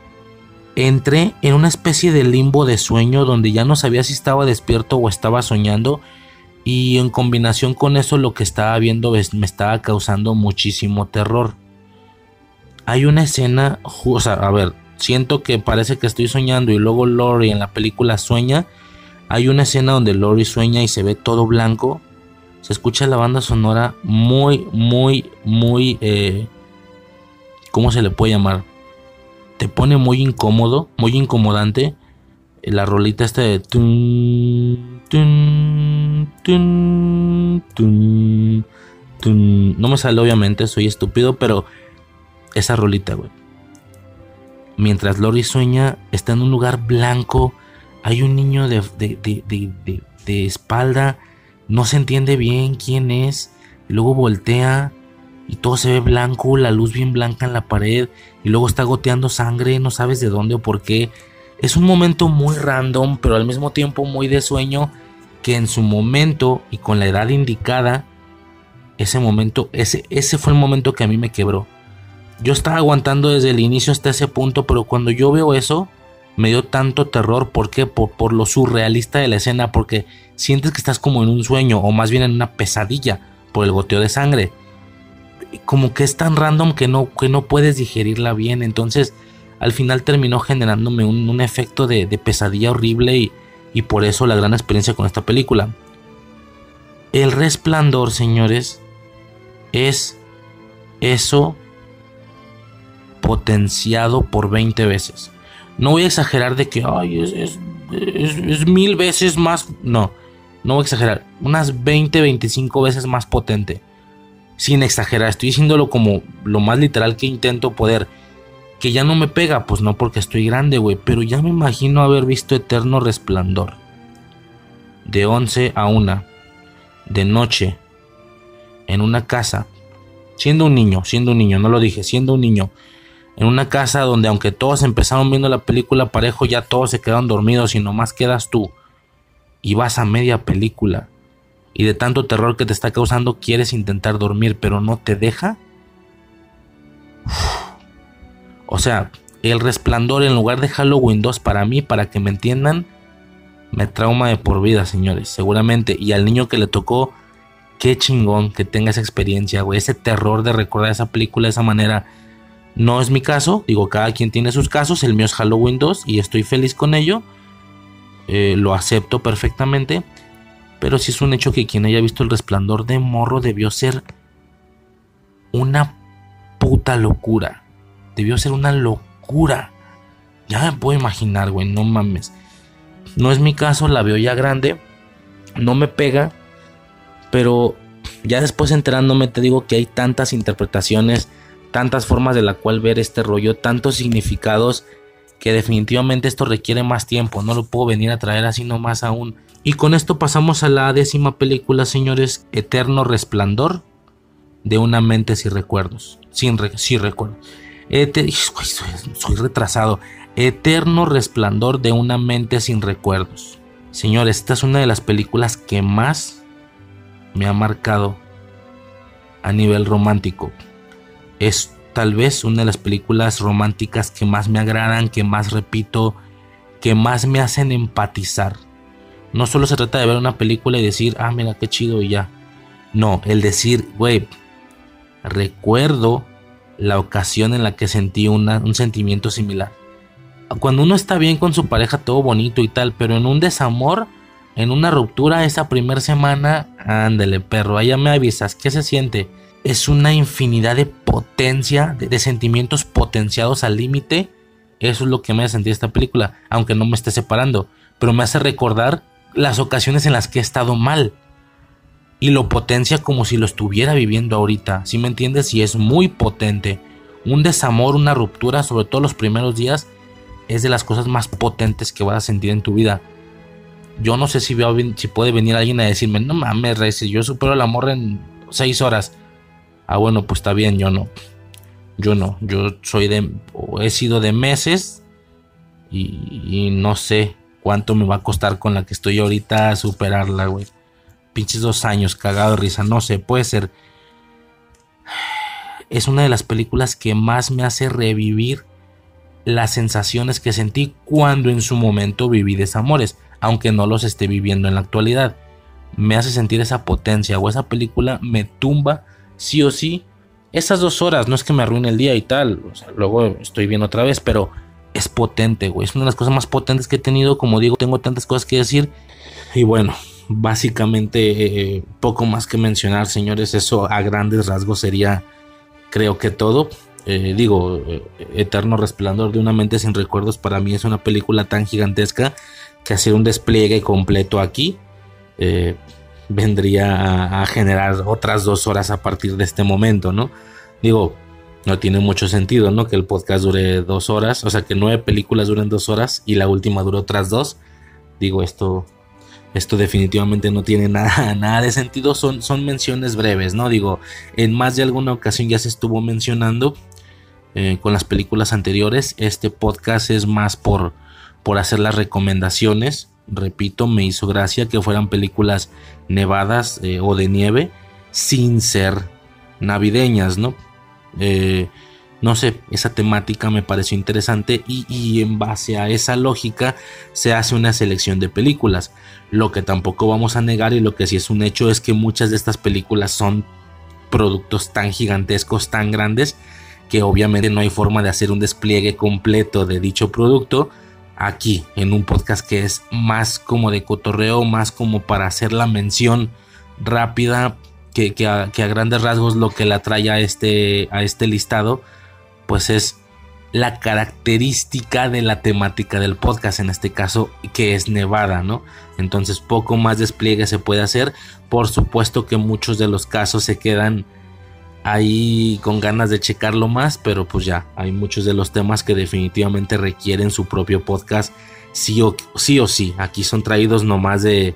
Entré en una especie de limbo de sueño donde ya no sabía si estaba despierto o estaba soñando, y en combinación con eso lo que estaba viendo me estaba causando muchísimo terror. Hay una escena, o sea, a ver, siento que parece que estoy soñando y luego Laurie en la película sueña. Hay una escena donde Laurie sueña y se ve todo blanco. Se escucha la banda sonora muy, muy, muy... Eh, ¿cómo se le puede llamar? Te pone muy incómodo, muy incomodante. La rolita esta de... Tun, tun, tun, tun, tun. No me sale obviamente, soy estúpido, pero esa rolita, güey. Mientras Laurie sueña, está en un lugar blanco. Hay un niño de, de, de, de, de, de espalda. No se entiende bien quién es. Y luego voltea y todo se ve blanco, la luz bien blanca en la pared, y luego está goteando sangre, no sabes de dónde o por qué. Es un momento muy random, pero al mismo tiempo muy de sueño, que en su momento y con la edad indicada, ese momento, ese, ese fue el momento que a mí me quebró. Yo estaba aguantando desde el inicio hasta ese punto, pero cuando yo veo eso, me dio tanto terror. ¿Por qué? Por, por lo surrealista de la escena, porque sientes que estás como en un sueño, o más bien en una pesadilla, por el goteo de sangre. Como que es tan random que no, que no puedes digerirla bien. Entonces al final terminó generándome un, un efecto de, de pesadilla horrible, y, y por eso la gran experiencia con esta película. El Resplandor, señores, es eso potenciado por veinte veces. No voy a exagerar de que ay, es, es, es, es mil veces más. No, no voy a exagerar. Unas veinte, veinticinco veces más potente. Sin exagerar, estoy diciéndolo como lo más literal que intento poder. Que ya no me pega, pues no, porque estoy grande, güey. Pero ya me imagino haber visto Eterno Resplandor. De once a una. De noche. En una casa. Siendo un niño, siendo un niño, no lo dije, siendo un niño. En una casa donde aunque todos empezaron viendo la película parejo, ya todos se quedaron dormidos y nomás quedas tú. Y vas a media película. Y de tanto terror que te está causando quieres intentar dormir, pero no te deja. Uf. O sea, El Resplandor en lugar de Halloween dos, para mí, para que me entiendan, me trauma de por vida, señores, seguramente. Y al niño que le tocó, qué chingón que tenga esa experiencia, güey. Ese terror de recordar esa película de esa manera. No es mi caso, digo, cada quien tiene sus casos. El mío es Halloween dos y estoy feliz con ello. Eh, lo acepto perfectamente. Pero sí es un hecho que quien haya visto El Resplandor de morro debió ser una puta locura. Debió ser una locura. Ya me puedo imaginar, güey, no mames. No es mi caso, la veo ya grande. No me pega. Pero ya después enterándome te digo que hay tantas interpretaciones, tantas formas de la cual ver este rollo, tantos significados, que definitivamente esto requiere más tiempo. No lo puedo venir a traer así nomás aún. Y con esto pasamos a la décima película, señores. Eterno Resplandor de una mente sin recuerdos. Sin, re sin recuerdos. Ete soy, soy retrasado. Eterno Resplandor de una mente sin recuerdos. Señores, esta es una de las películas que más me ha marcado a nivel romántico. Es tal vez una de las películas románticas que más me agradan, que más repito, que más me hacen empatizar. No solo se trata de ver una película y decir, ah, mira qué chido y ya. No, el decir, güey, recuerdo la ocasión en la que sentí una, un sentimiento similar. Cuando uno está bien con su pareja, todo bonito y tal, pero en un desamor, en una ruptura, esa primera semana, ándale perro, allá me avisas, ¿qué se siente? Es una infinidad de potencia, de, de sentimientos potenciados al límite. Eso es lo que me hace sentir esta película, aunque no me esté separando, pero me hace recordar las ocasiones en las que he estado mal y lo potencia como si lo estuviera viviendo ahorita, ¿sí me entiendes? Y es muy potente. Un desamor, una ruptura, sobre todo los primeros días, es de las cosas más potentes que vas a sentir en tu vida. yo no sé si, veo, si puede venir alguien a decirme, no mames, Rey, si yo supero a la morra en seis horas. Ah, bueno, pues está bien, yo no. Yo no, yo soy de, o he sido de meses y, y no sé cuánto me va a costar con la que estoy ahorita superarla, güey. Pinches dos años, cagado de risa, no sé, puede ser. Es una de las películas que más me hace revivir las sensaciones que sentí cuando en su momento viví desamores, aunque no los esté viviendo en la actualidad. Me hace sentir esa potencia, o esa película me tumba sí o sí esas dos horas. No es que me arruine el día y tal, o sea, luego estoy bien otra vez, pero es potente, güey. Es una de las cosas más potentes que he tenido. Como digo, tengo tantas cosas que decir. Y bueno, básicamente eh, poco más que mencionar, señores. Eso a grandes rasgos sería, creo que todo. Eh, digo, eh, Eterno Resplandor de una mente sin recuerdos para mí es una película tan gigantesca que hacer un despliegue completo aquí eh, vendría a, a generar otras dos horas a partir de este momento, ¿no? Digo, no tiene mucho sentido, ¿no? Que el podcast dure dos horas, o sea, que nueve películas duren dos horas y la última dure otras dos. Digo, esto, esto definitivamente no tiene nada, nada de sentido. Son, son menciones breves, ¿no? Digo, en más de alguna ocasión ya se estuvo mencionando eh, con las películas anteriores. Este podcast es más por, por hacer las recomendaciones. Repito, me hizo gracia que fueran películas nevadas eh, o de nieve sin ser navideñas, ¿no? Eh, no sé, esa temática me pareció interesante y, y en base a esa lógica se hace una selección de películas. Lo que tampoco vamos a negar y lo que sí es un hecho es que muchas de estas películas son productos tan gigantescos, tan grandes, que obviamente no hay forma de hacer un despliegue completo de dicho producto aquí en un podcast que es más como de cotorreo, más como para hacer la mención rápida. Que, que, a, que a grandes rasgos lo que la trae a este, a este listado pues es la característica de la temática del podcast, en este caso que es nevada, ¿no? Entonces poco más despliegue se puede hacer. Por supuesto que muchos de los casos se quedan ahí con ganas de checarlo más, pero pues ya hay muchos de los temas que definitivamente requieren su propio podcast sí o sí, o sí. Aquí son traídos nomás de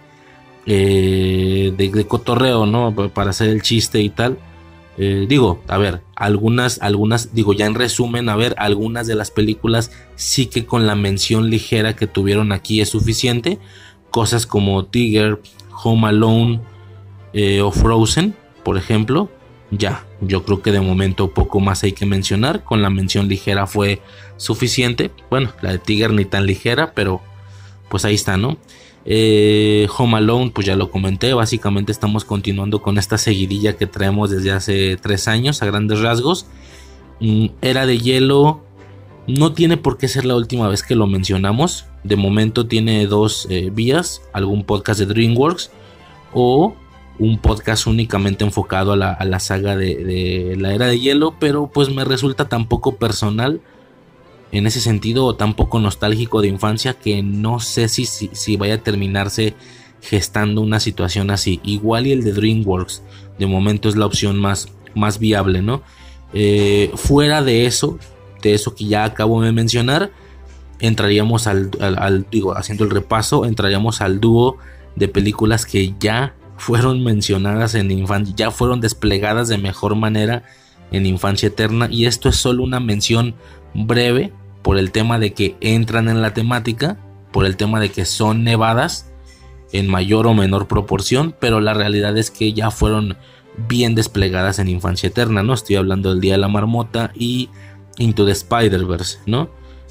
Eh, de, de cotorreo, ¿no? Para hacer el chiste y tal. Eh, digo, a ver, algunas, algunas, digo, ya en resumen, a ver, algunas de las películas sí que con la mención ligera que tuvieron aquí es suficiente. Cosas como Tigger, Home Alone eh, o Frozen, por ejemplo. Ya, yo creo que de momento poco más hay que mencionar. Con la mención ligera fue suficiente. Bueno, la de Tigger ni tan ligera, pero pues ahí está, ¿no? Eh, Home Alone, pues ya lo comenté. Básicamente estamos continuando con esta seguidilla que traemos desde hace tres años a grandes rasgos. mm, Era de Hielo no tiene por qué ser la última vez que lo mencionamos. De momento tiene dos eh, vías: algún podcast de DreamWorks o un podcast únicamente enfocado a la, a la saga de, de la Era de Hielo. Pero pues me resulta tan poco personal en ese sentido, o tan poco nostálgico de infancia, que no sé si, si, si vaya a terminarse gestando una situación así. Igual y el de DreamWorks de momento es la opción más, más viable, ¿no? Eh, fuera de eso, de eso que ya acabo de mencionar, entraríamos al, al, al, digo, haciendo el repaso, entraríamos al dúo de películas que ya fueron mencionadas en infancia, ya fueron desplegadas de mejor manera en Infancia Eterna, y esto es solo una mención breve por el tema de que entran en la temática, por el tema de que son nevadas en mayor o menor proporción, pero la realidad es que ya fueron bien desplegadas en Infancia Eterna, ¿no? Estoy hablando del Día de la Marmota y Into the Spider-Verse, ¿no?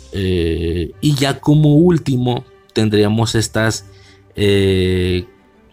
Eh, y ya como último tendríamos estas eh,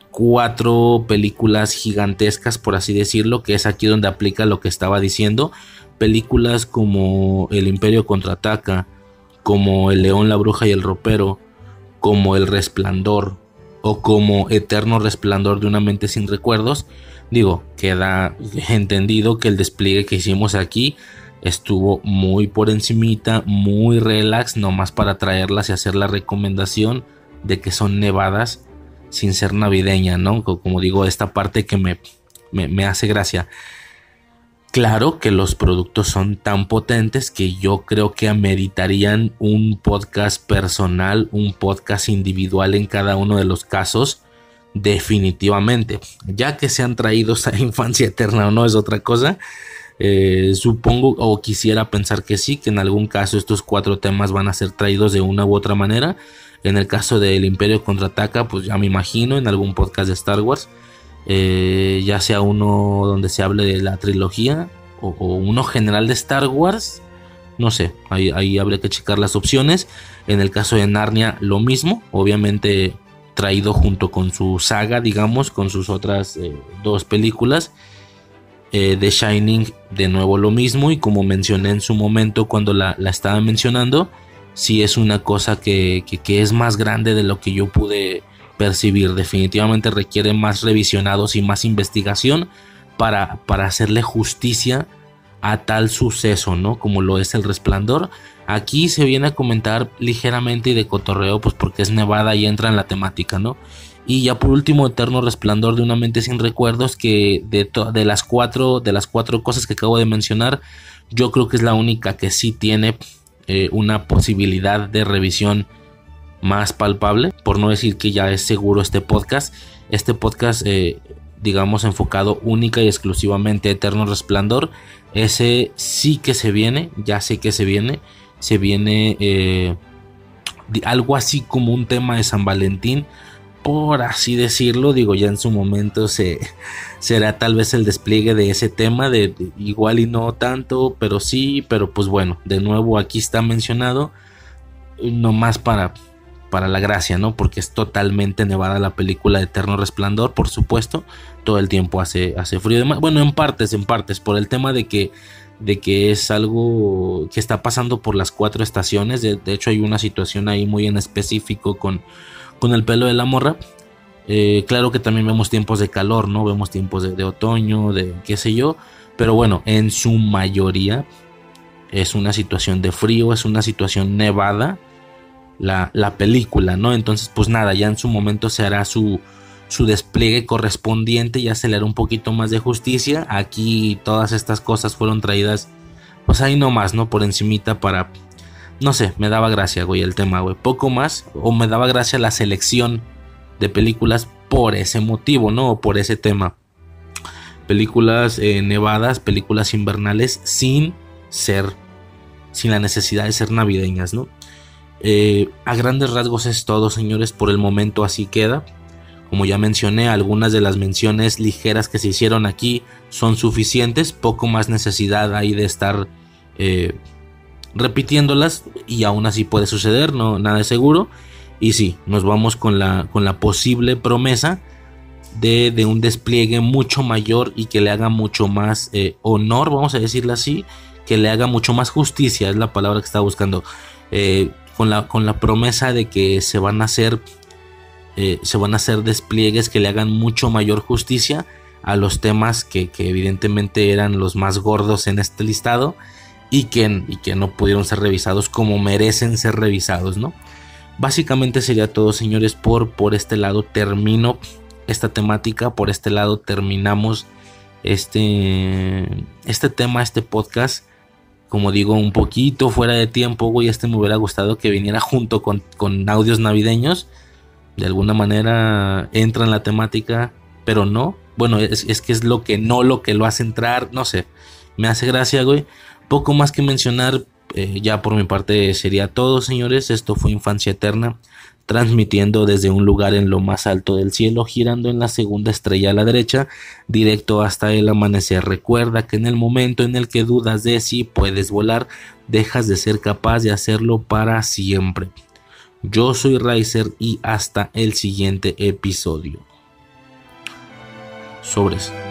cuatro películas gigantescas, por así decirlo, que es aquí donde aplica lo que estaba diciendo. Películas como El Imperio Contraataca, como El León, la Bruja y el Ropero, como El Resplandor o como Eterno Resplandor de una mente sin recuerdos. Digo, queda entendido que el despliegue que hicimos aquí estuvo muy por encimita, muy relax, nomás para traerlas y hacer la recomendación de que son nevadas sin ser navideña, ¿no? Como digo, esta parte que me, me, me hace gracia. Claro que los productos son tan potentes que yo creo que ameritarían un podcast personal, un podcast individual en cada uno de los casos, definitivamente. Ya que sean traídos a Infancia Eterna o no es otra cosa, eh, supongo o quisiera pensar que sí, que en algún caso estos cuatro temas van a ser traídos de una u otra manera. En el caso del Imperio Contraataca, pues ya me imagino en algún podcast de Star Wars. Eh, ya sea uno donde se hable de la trilogía o, o uno general de Star Wars, no sé, ahí, ahí habría que checar las opciones. En el caso de Narnia lo mismo, obviamente traído junto con su saga, digamos, con sus otras eh, dos películas. eh, The Shining de nuevo lo mismo, y como mencioné en su momento cuando la, la estaba mencionando, sí es una cosa que, que, que es más grande de lo que yo pude percibir. Definitivamente requiere más revisionados y más investigación para, para hacerle justicia a tal suceso, ¿no? Como lo es El Resplandor. Aquí se viene a comentar ligeramente y de cotorreo, pues porque es Nevada y entra en la temática, ¿no? Y ya por último, Eterno Resplandor de una mente sin recuerdos, que de, to- de las cuatro de las cuatro cosas que acabo de mencionar, yo creo que es la única que sí tiene eh, una posibilidad de revisión más palpable, por no decir que ya es seguro este podcast. Este podcast, eh, digamos, enfocado única y exclusivamente a Eterno Resplandor, ese sí que se viene, ya sé que se viene, se viene eh, algo así como un tema de San Valentín, por así decirlo. Digo, ya en su momento se, será tal vez el despliegue de ese tema, de, de igual y no tanto, pero sí, pero pues bueno, de nuevo aquí está mencionado, nomás para... para la gracia, ¿no? Porque es totalmente nevada la película de Eterno Resplandor, por supuesto. Todo el tiempo hace, hace frío. Bueno, en partes, en partes, por el tema de que, de que es algo que está pasando por las cuatro estaciones. De, de hecho, hay una situación ahí muy en específico con, con el pelo de la morra. Eh, claro que también vemos tiempos de calor, ¿no? Vemos tiempos de, de otoño, de qué sé yo. Pero bueno, en su mayoría es una situación de frío, es una situación nevada. La, la película, ¿no? Entonces pues nada, ya en su momento se hará su, su despliegue correspondiente, ya se le hará un poquito más de justicia. Aquí todas estas cosas fueron traídas pues ahí nomás, ¿no? Por encimita para, no sé, me daba gracia, güey, el tema, güey, poco más, o me daba gracia la selección de películas por ese motivo, ¿no? O por ese tema. Películas eh, nevadas, películas invernales sin ser, sin la necesidad de ser navideñas, ¿no? Eh, a grandes rasgos es todo, señores. Por el momento así queda. Como ya mencioné, algunas de las menciones ligeras que se hicieron aquí son suficientes. Poco más necesidad hay de estar eh, repitiéndolas, y aún así puede suceder, no, nada de seguro. Y sí, nos vamos con la, con la posible promesa de, de un despliegue mucho mayor y que le haga mucho más eh, honor, vamos a decirlo así, que le haga mucho más justicia, es la palabra que estaba buscando. Eh, Con la, con la promesa de que se van a hacer eh, se van a hacer despliegues que le hagan mucho mayor justicia a los temas que, que evidentemente eran los más gordos en este listado y que, y que no pudieron ser revisados como merecen ser revisados, ¿no? Básicamente sería todo, señores. Por, por este lado termino esta temática, por este lado terminamos este, este tema, este podcast. Como digo, un poquito fuera de tiempo, güey. Este me hubiera gustado que viniera junto con, con audios navideños. De alguna manera entra en la temática, pero no. Bueno, es, es que es lo que no, lo que lo hace entrar. No sé, me hace gracia, güey. Poco más que mencionar. Eh, ya por mi parte sería todo, señores. Esto fue Infancia Eterna, transmitiendo desde un lugar en lo más alto del cielo, girando en la segunda estrella a la derecha, directo hasta el amanecer. Recuerda que en el momento en el que dudas de si puedes volar, dejas de ser capaz de hacerlo para siempre. Yo soy Riser y hasta el siguiente episodio. Sobres.